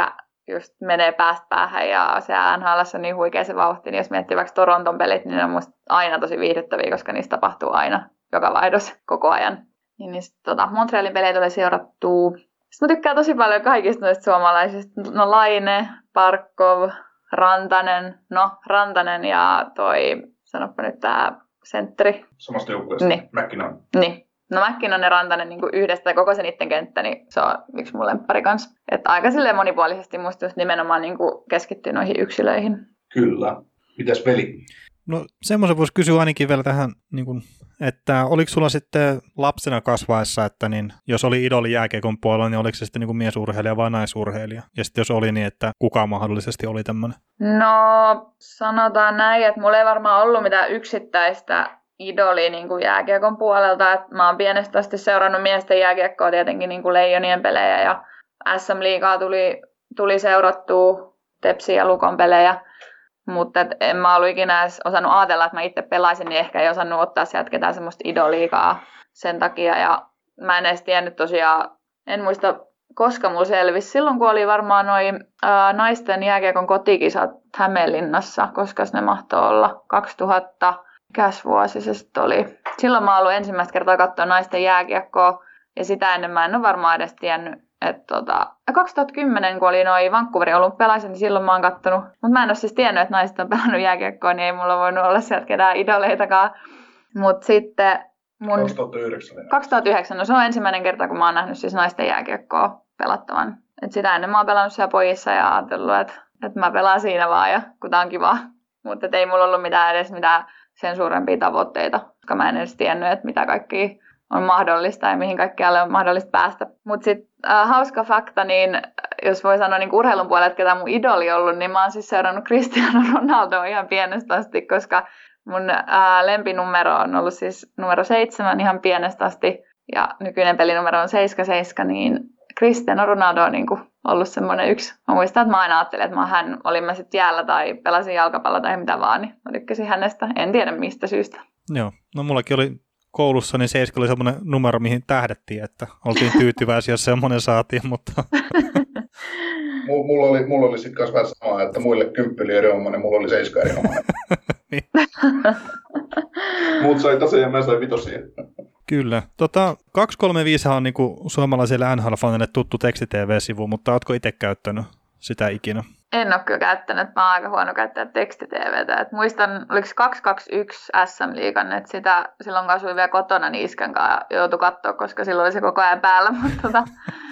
just menee päästä päähän ja siellä N H L:ssä on niin huikea se vauhti, niin jos miettii vaikka Toronton pelit, niin ne on musta aina tosi viihdyttäviä, koska niistä tapahtuu aina joka vaihdos koko ajan. Niin, niin sit, tota, Montrealin pelejä tulee seurattua. Sitten mä tykkään tosi paljon kaikista noista suomalaisista. No Laine, Parkov, Rantanen, no Rantanen ja toi, sanoppa nyt tää sentteri. Samasta joukkueesta, niin. McKinnon. Niin. No McKinnon ja Rantanen niin yhdestä koko se niiden kenttä, niin se on yksi mun lemppari kanssa. Että aika silleen monipuolisesti musta just nimenomaan niin keskittyy noihin yksilöihin. Kyllä. Mitäs veli? No semmoisen voisi kysyä ainakin vielä tähän, niin kuin, että oliko sulla sitten lapsena kasvaessa, että niin, jos oli idoli jääkiekon puolella, niin oliko se sitten niin kuin miesurheilija vai naisurheilija? Ja sitten jos oli niin, että kuka mahdollisesti oli tämmöinen? No sanotaan näin, että mulla ei varmaan ollut mitään yksittäistä idoli niin kuin jääkiekon puolelta. Et mä oon pienestä asti seurannut miesten jääkiekkoa tietenkin niin kuin Leijonien pelejä ja S M-liigaa tuli, tuli seurattua Tepsin ja Lukon pelejä. Mutta en mä ollut ikinä edes osannut ajatella, että mä itse pelaisin, niin ehkä ei osannut ottaa sieltä ketään semmoista idoliikaa sen takia. Ja mä en edes tiennyt tosiaan, en muista koska mulla selvisi. Silloin kun oli varmaan noin ää, naisten jääkiekon kotikisat Hämeenlinnassa, koska ne mahtoi olla kaksituhatta. Mikäs vuosi se sitten oli? Silloin mä oon ollut ensimmäistä kertaa katsoa naisten jääkiekkoa ja sitä ennen mä en ole varmaan edes tiennyt, että tota, kaksituhattakymmenen kun oli noi Vancouverin olympialaiset, niin silloin mä oon kattonut. Mutta mä en ole siis tiennyt, että naiset on pelannut jääkiekkoa, niin ei mulla voinut olla sieltä ketään idoleitakaan. Mutta sitten mun... kaksituhattayhdeksän. kaksituhattayhdeksän, no se on ensimmäinen kerta, kun mä oon nähnyt siis naisten jääkiekkoa pelattavan. Et sitä ennen mä oon pelannut siellä pojissa ja ajatellut, että, että mä pelaan siinä vaan ja kun tää on kivaa. Mutta ei mulla ollut mitään edes mitään sen suurempia tavoitteita, koska mä en edes tiennyt, että mitä kaikkia on mahdollista ja mihin kaikkialle on mahdollista päästä. Mutta sitten äh, hauska fakta, niin jos voi sanoa niin urheilun puolella, että ketä mun idoli ollut, niin mä oon siis seurannut Cristiano Ronaldoa ihan pienestä asti, koska mun äh, lempinumero on ollut siis numero seitsemän ihan pienestä asti ja nykyinen pelinumero on seitsemän seitsemän, niin Cristiano Ronaldo on niin kuin ollut semmoinen yksi. Mä muistan, että mä aina ajattelin, että mä hän, olin mä sitten jäällä tai pelasin jalkapalloa tai mitä vaan, niin mä tykkäsin hänestä. En tiedä mistä syystä. Joo, no mullakin oli koulussa, niin seitsemän oli semmoinen numero, mihin tähdettiin, että oltiin tyytyväisiä, jos semmoinen saatiin, mutta... mulla oli, mulla oli sitten vähän samaa, että muille kymppi oli erinomainen, mulla oli seiska erinomainen. Niin. Muut sai taseen ja mä sain vitosia. Kyllä. Tota, kaksi kolme viisi on niinku suomalaisille N H L-faneille tuttu teksti-tv-sivu, mutta ootko itse käyttänyt sitä ikinä? En ole kyllä käyttänyt, mä oon aika huono käyttää teksti-tvtä. Et muistan, oliko kaksi kaksi yksi S M-liigan, että sitä silloin kun asuin vielä kotona, niin iskän kanssa joutui katsoa, koska silloin oli se koko ajan päällä, mutta tota,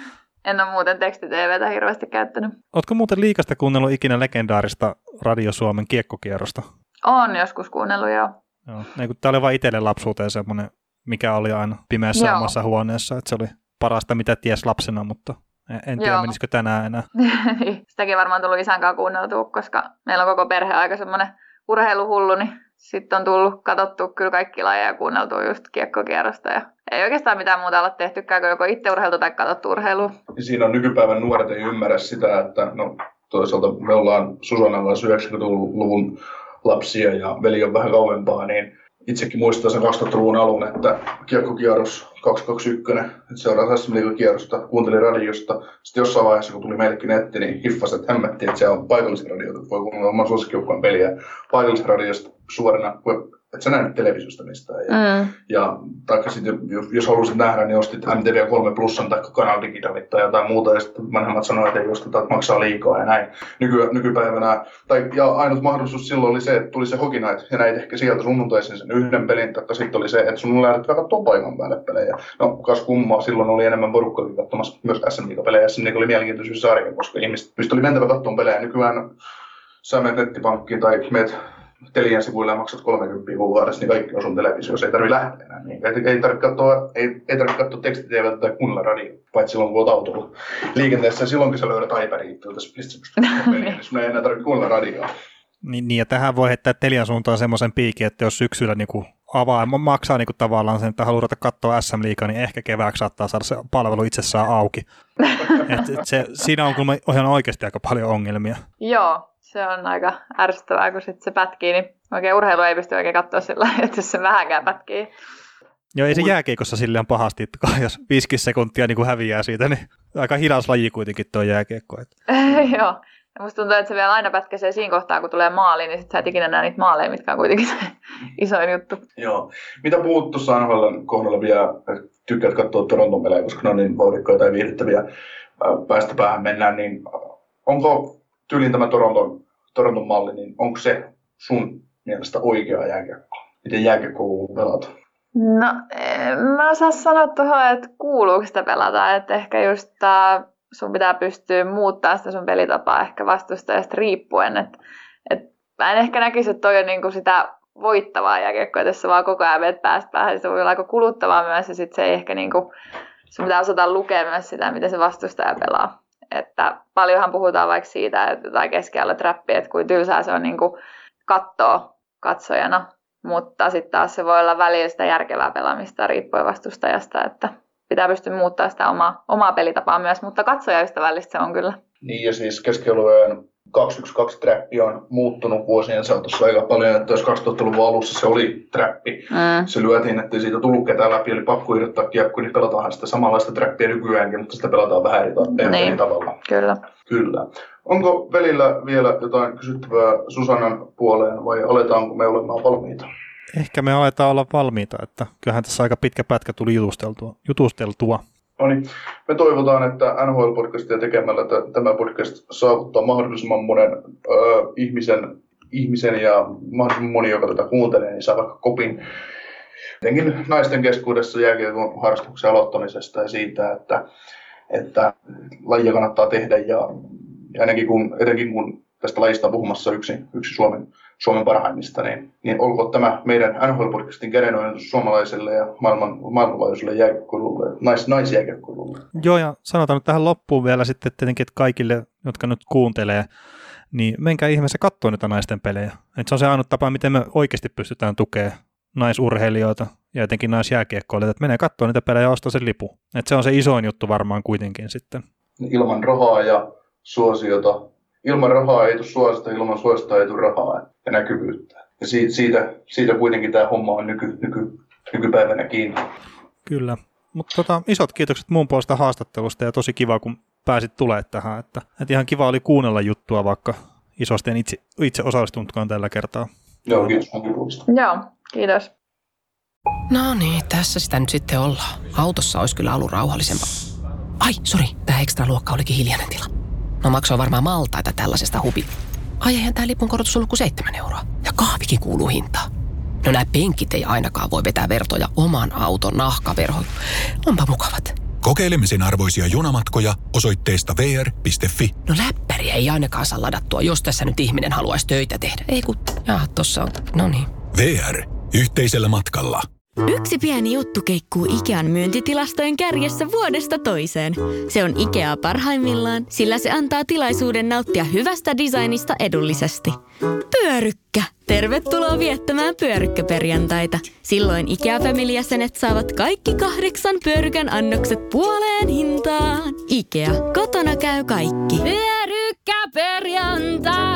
en ole muuten teksti-tvtä hirveästi käyttänyt. Ootko muuten liikasta kuunnellut ikinä legendaarista Radio Suomen kiekkokierrosta? Oon joskus kuunnellut, joo. Joo. Tämä oli vain itselle lapsuuteen semmoinen, mikä oli aina pimeässä joo. omassa huoneessa, että se oli parasta, mitä ties lapsena, mutta en tiedä, joo. menisikö tänään enää. Sitäkin varmaan tullut isän kanssa kuunneltua, koska meillä on koko perhe aika semmoinen urheiluhullu, niin sitten on tullut katsottua kyllä kaikki lajeja ja kuunneltua just kiekkokierrosta. Ja ei oikeastaan mitään muuta olla tehtykään, kuin joko itse urheiltu tai katsottu urheilua. Siinä on nykypäivän nuoret ei ymmärrä sitä, että no, toisaalta me ollaan Susanan kanssa yhdeksänkymmentäluvun lapsia ja veli on vähän kauempaa, niin itsekin muistaa sen kaksituhattaluvun alun, että kiekkokierros kaksi kaksi yksi, että seuraa S M-liigakierrosta, kuuntelin radiosta. Sitten jossain vaiheessa, kun tuli meillekin netti, niin hiffasi, että hämmättiin, että siellä on paikallisia radioita, että voi kuunnella oman suosikkijoukkueen peliä paikallisesta radiosta suorana, että sä näet televisiosta mistään. Ja, mm. ja taikka sitten, jos haluaisit nähdä, niin ostit M T V kolme Plusan tai Kanal Digitalit tai jotain muuta, ja sitten vanhemmat sanoivat, että ei osteta, että maksaa liikaa ja näin. Nyky, nykypäivänä, tai, ja ainut mahdollisuus silloin oli se, että tuli se Hockey Night, ja näit ehkä sieltä sunnuntaisin sen yhden pelin, taikka sitten oli se, että sun lähdet katsoa paikan päälle pelejä. No, kas kummaa, silloin oli enemmän porukkaa katsomassa myös S M-liigapelejä, S M-liiga oli mielenkiintoisuus sarja, koska ihmiset mistä oli mentävä katsomaan pelejä. Nykyään sä menet nettipankkiin tai menet Telian sivuilla ja maksat kolmekymmentä kuukaudessa, niin kaikki on sun televisiossa, ei tarvitse lähteä enää. Niin ei, ei tarvitse katsoa, ei, ei tarvitse katsoa teksti-tv:tä tai kuunnella radio, paitsi silloin kun olet autolla liikenteessä. Ja silloinkin sä löydät iPadin, mistä sä pystyt peliin, niin sun ei enää tarvitse kuunnella radioa. Niin, niin, ja tähän voi heittää Telian suuntaan semmoisen piikin, että jos syksyllä niinku avaa, maksaa niinku tavallaan sen, että haluaa ruveta katsoa S M-liigaa, niin ehkä kevääksi saattaa saada se palvelu itsessään auki. et, et se, siinä on kyllä ihan oikeasti aika paljon ongelmia. Joo. Se on aika ärsyttävää, kun sit se pätkii, niin oikein urheilu ei pysty oikein katsoa sillä lailla, että jos se vähänkään pätkii. Joo, ei se jääkiekossa silleen pahasti, että jos viisikymmentä sekuntia niin kuin häviää siitä, niin aika hidas laji kuitenkin tuo jääkiekko. Joo, ja musta tuntuu, että se vielä aina pätkäsee siinä kohtaa, kun tulee maali, niin sit sä et ikinä näe niitä maaleja, mitkä on kuitenkin se isoin juttu. Joo. Mitä puhut tuossa N H L:n kohdalla vielä, tykkäät katsoa Toronton pelejä, koska ne on niin vauhdikkaita ja viihdyttäviä, päästä päähän mennään, niin onko tyylin tämä Toronton, Toronton malli, niin onko se sun mielestä oikea jääkiekko? Miten jääkiekko kuuluu pelata? No, en mä osaa sanoa tuohon, että kuuluuko sitä pelata, että ehkä just tää, sun pitää pystyä muuttaa sitä sun pelitapaa ehkä vastustajasta riippuen, että et mä en ehkä näkisi, että toi on niinku sitä voittavaa jääkiekkoa, että jos sä vaan koko ajan veet päästä päähän, niin se voi olla aika kuluttavaa myös, ja sit se ei ehkä niinku, sun pitää osata lukea myös sitä, miten se vastustaja pelaa. Että paljonhan puhutaan vaikka siitä, että tai keskiällä trappi, että kuin tylsää se on niinku katsoa katsojana, mutta sitten taas se voi olla välillä sitä järkevää pelaamista riippuen vastustajasta, että pitää pystyä muuttamaan sitä omaa, omaa pelitapaa myös, mutta katsojaystävällistä se on kyllä. Niin ja siis keskialueen kaksi yksi kaksi trappi on muuttunut vuosien saatossa aika paljon, että jos kaksituhattaluvun alussa se oli trappi, mm. se lyötiin, ettei siitä tullut ketään läpi, eli pakko irrottaa kiekko, niin pelataan sitä samanlaista trappia nykyäänkin, mutta sitä pelataan vähän eri, ta- niin, eri tavalla. Kyllä. Kyllä. Onko velillä vielä jotain kysyttävää Susannan puoleen vai aletaanko me olemaan valmiita? Ehkä me aletaan olla valmiita, että kyllähän tässä aika pitkä pätkä tuli jutusteltua. jutusteltua. No niin, me toivotaan, että N H L-podcastia tekemällä että tämä podcast saavuttaa mahdollisimman monen ö, ihmisen, ihmisen ja mahdollisimman moni, joka tätä kuuntelee, niin saa vaikka kopin etenkin naisten keskuudessa jääkiekon harrastuksen aloittamisesta ja siitä, että, että lajia kannattaa tehdä ja, ja etenkin, kun, etenkin kun tästä lajista on puhumassa yksi, yksi Suomen, Suomen parhaimmista, niin, niin olkoon tämä meidän N H L-podcastin kädenojennus suomalaiselle ja maailman, maailmanlaajuiselle jääkiekkoilulle, nais, naisjääkiekkoilulle. Joo, ja sanotaan nyt tähän loppuun vielä sitten tietenkin, että kaikille, jotka nyt kuuntelee, niin menkää ihmeessä katsoa niitä naisten pelejä. Et se on se ainut tapa, miten me oikeasti pystytään tukemaan naisurheilijoita ja etenkin naisjääkiekkoilijoita, että menee katsoa niitä pelejä ja ostaa sen lipu. Et se on se isoin juttu varmaan kuitenkin sitten. Ilman rahaa ja suosiota. Ilman rahaa ei tule suosita, ilman suosita ei tule rahaa ja näkyvyyttä. Ja siitä, siitä, siitä kuitenkin tämä homma on nyky, nyky, nykypäivänä kiinni. Kyllä, mutta tota, isot kiitokset muun puolesta haastattelusta ja tosi kiva, kun pääsit tulemaan tähän. Että, että ihan kiva oli kuunnella juttua, vaikka isosti en itse, itse osallistunutkaan tällä kertaa. Joo, kiitos munkin puolesta. Joo, kiitos. No niin, tässä sitä nyt sitten ollaan. Autossa olisi kyllä ollut rauhallisempaa. Ai, sori, tämä ekstra luokka olikin hiljainen tila. No maksoi varmaan maltaita tällaisesta hubi. Ai eihän tää lipun korotus ollut kuin seitsemän euroa. Ja kahvikin kuuluu hintaan. No nää penkit ei ainakaan voi vetää vertoja oman auton nahkaverhoihin. Onpa mukavat. Kokeilemisen arvoisia junamatkoja osoitteesta v r piste f i. No läppäriä ei ainakaan saa ladattua, jos tässä nyt ihminen haluaisi töitä tehdä. Ei kun, jaa, tossa on, no niin. V R. Yhteisellä matkalla. Yksi pieni juttu keikkuu Ikean myyntitilastojen kärjessä vuodesta toiseen. Se on Ikea parhaimmillaan, sillä se antaa tilaisuuden nauttia hyvästä designista edullisesti. Pyörykkä! Tervetuloa viettämään pyörykkäperjantaita. Silloin Ikea Family-jäsenet saavat kaikki kahdeksan pyörykän annokset puoleen hintaan. Ikea, kotona käy kaikki. Pyörykkäperjantai!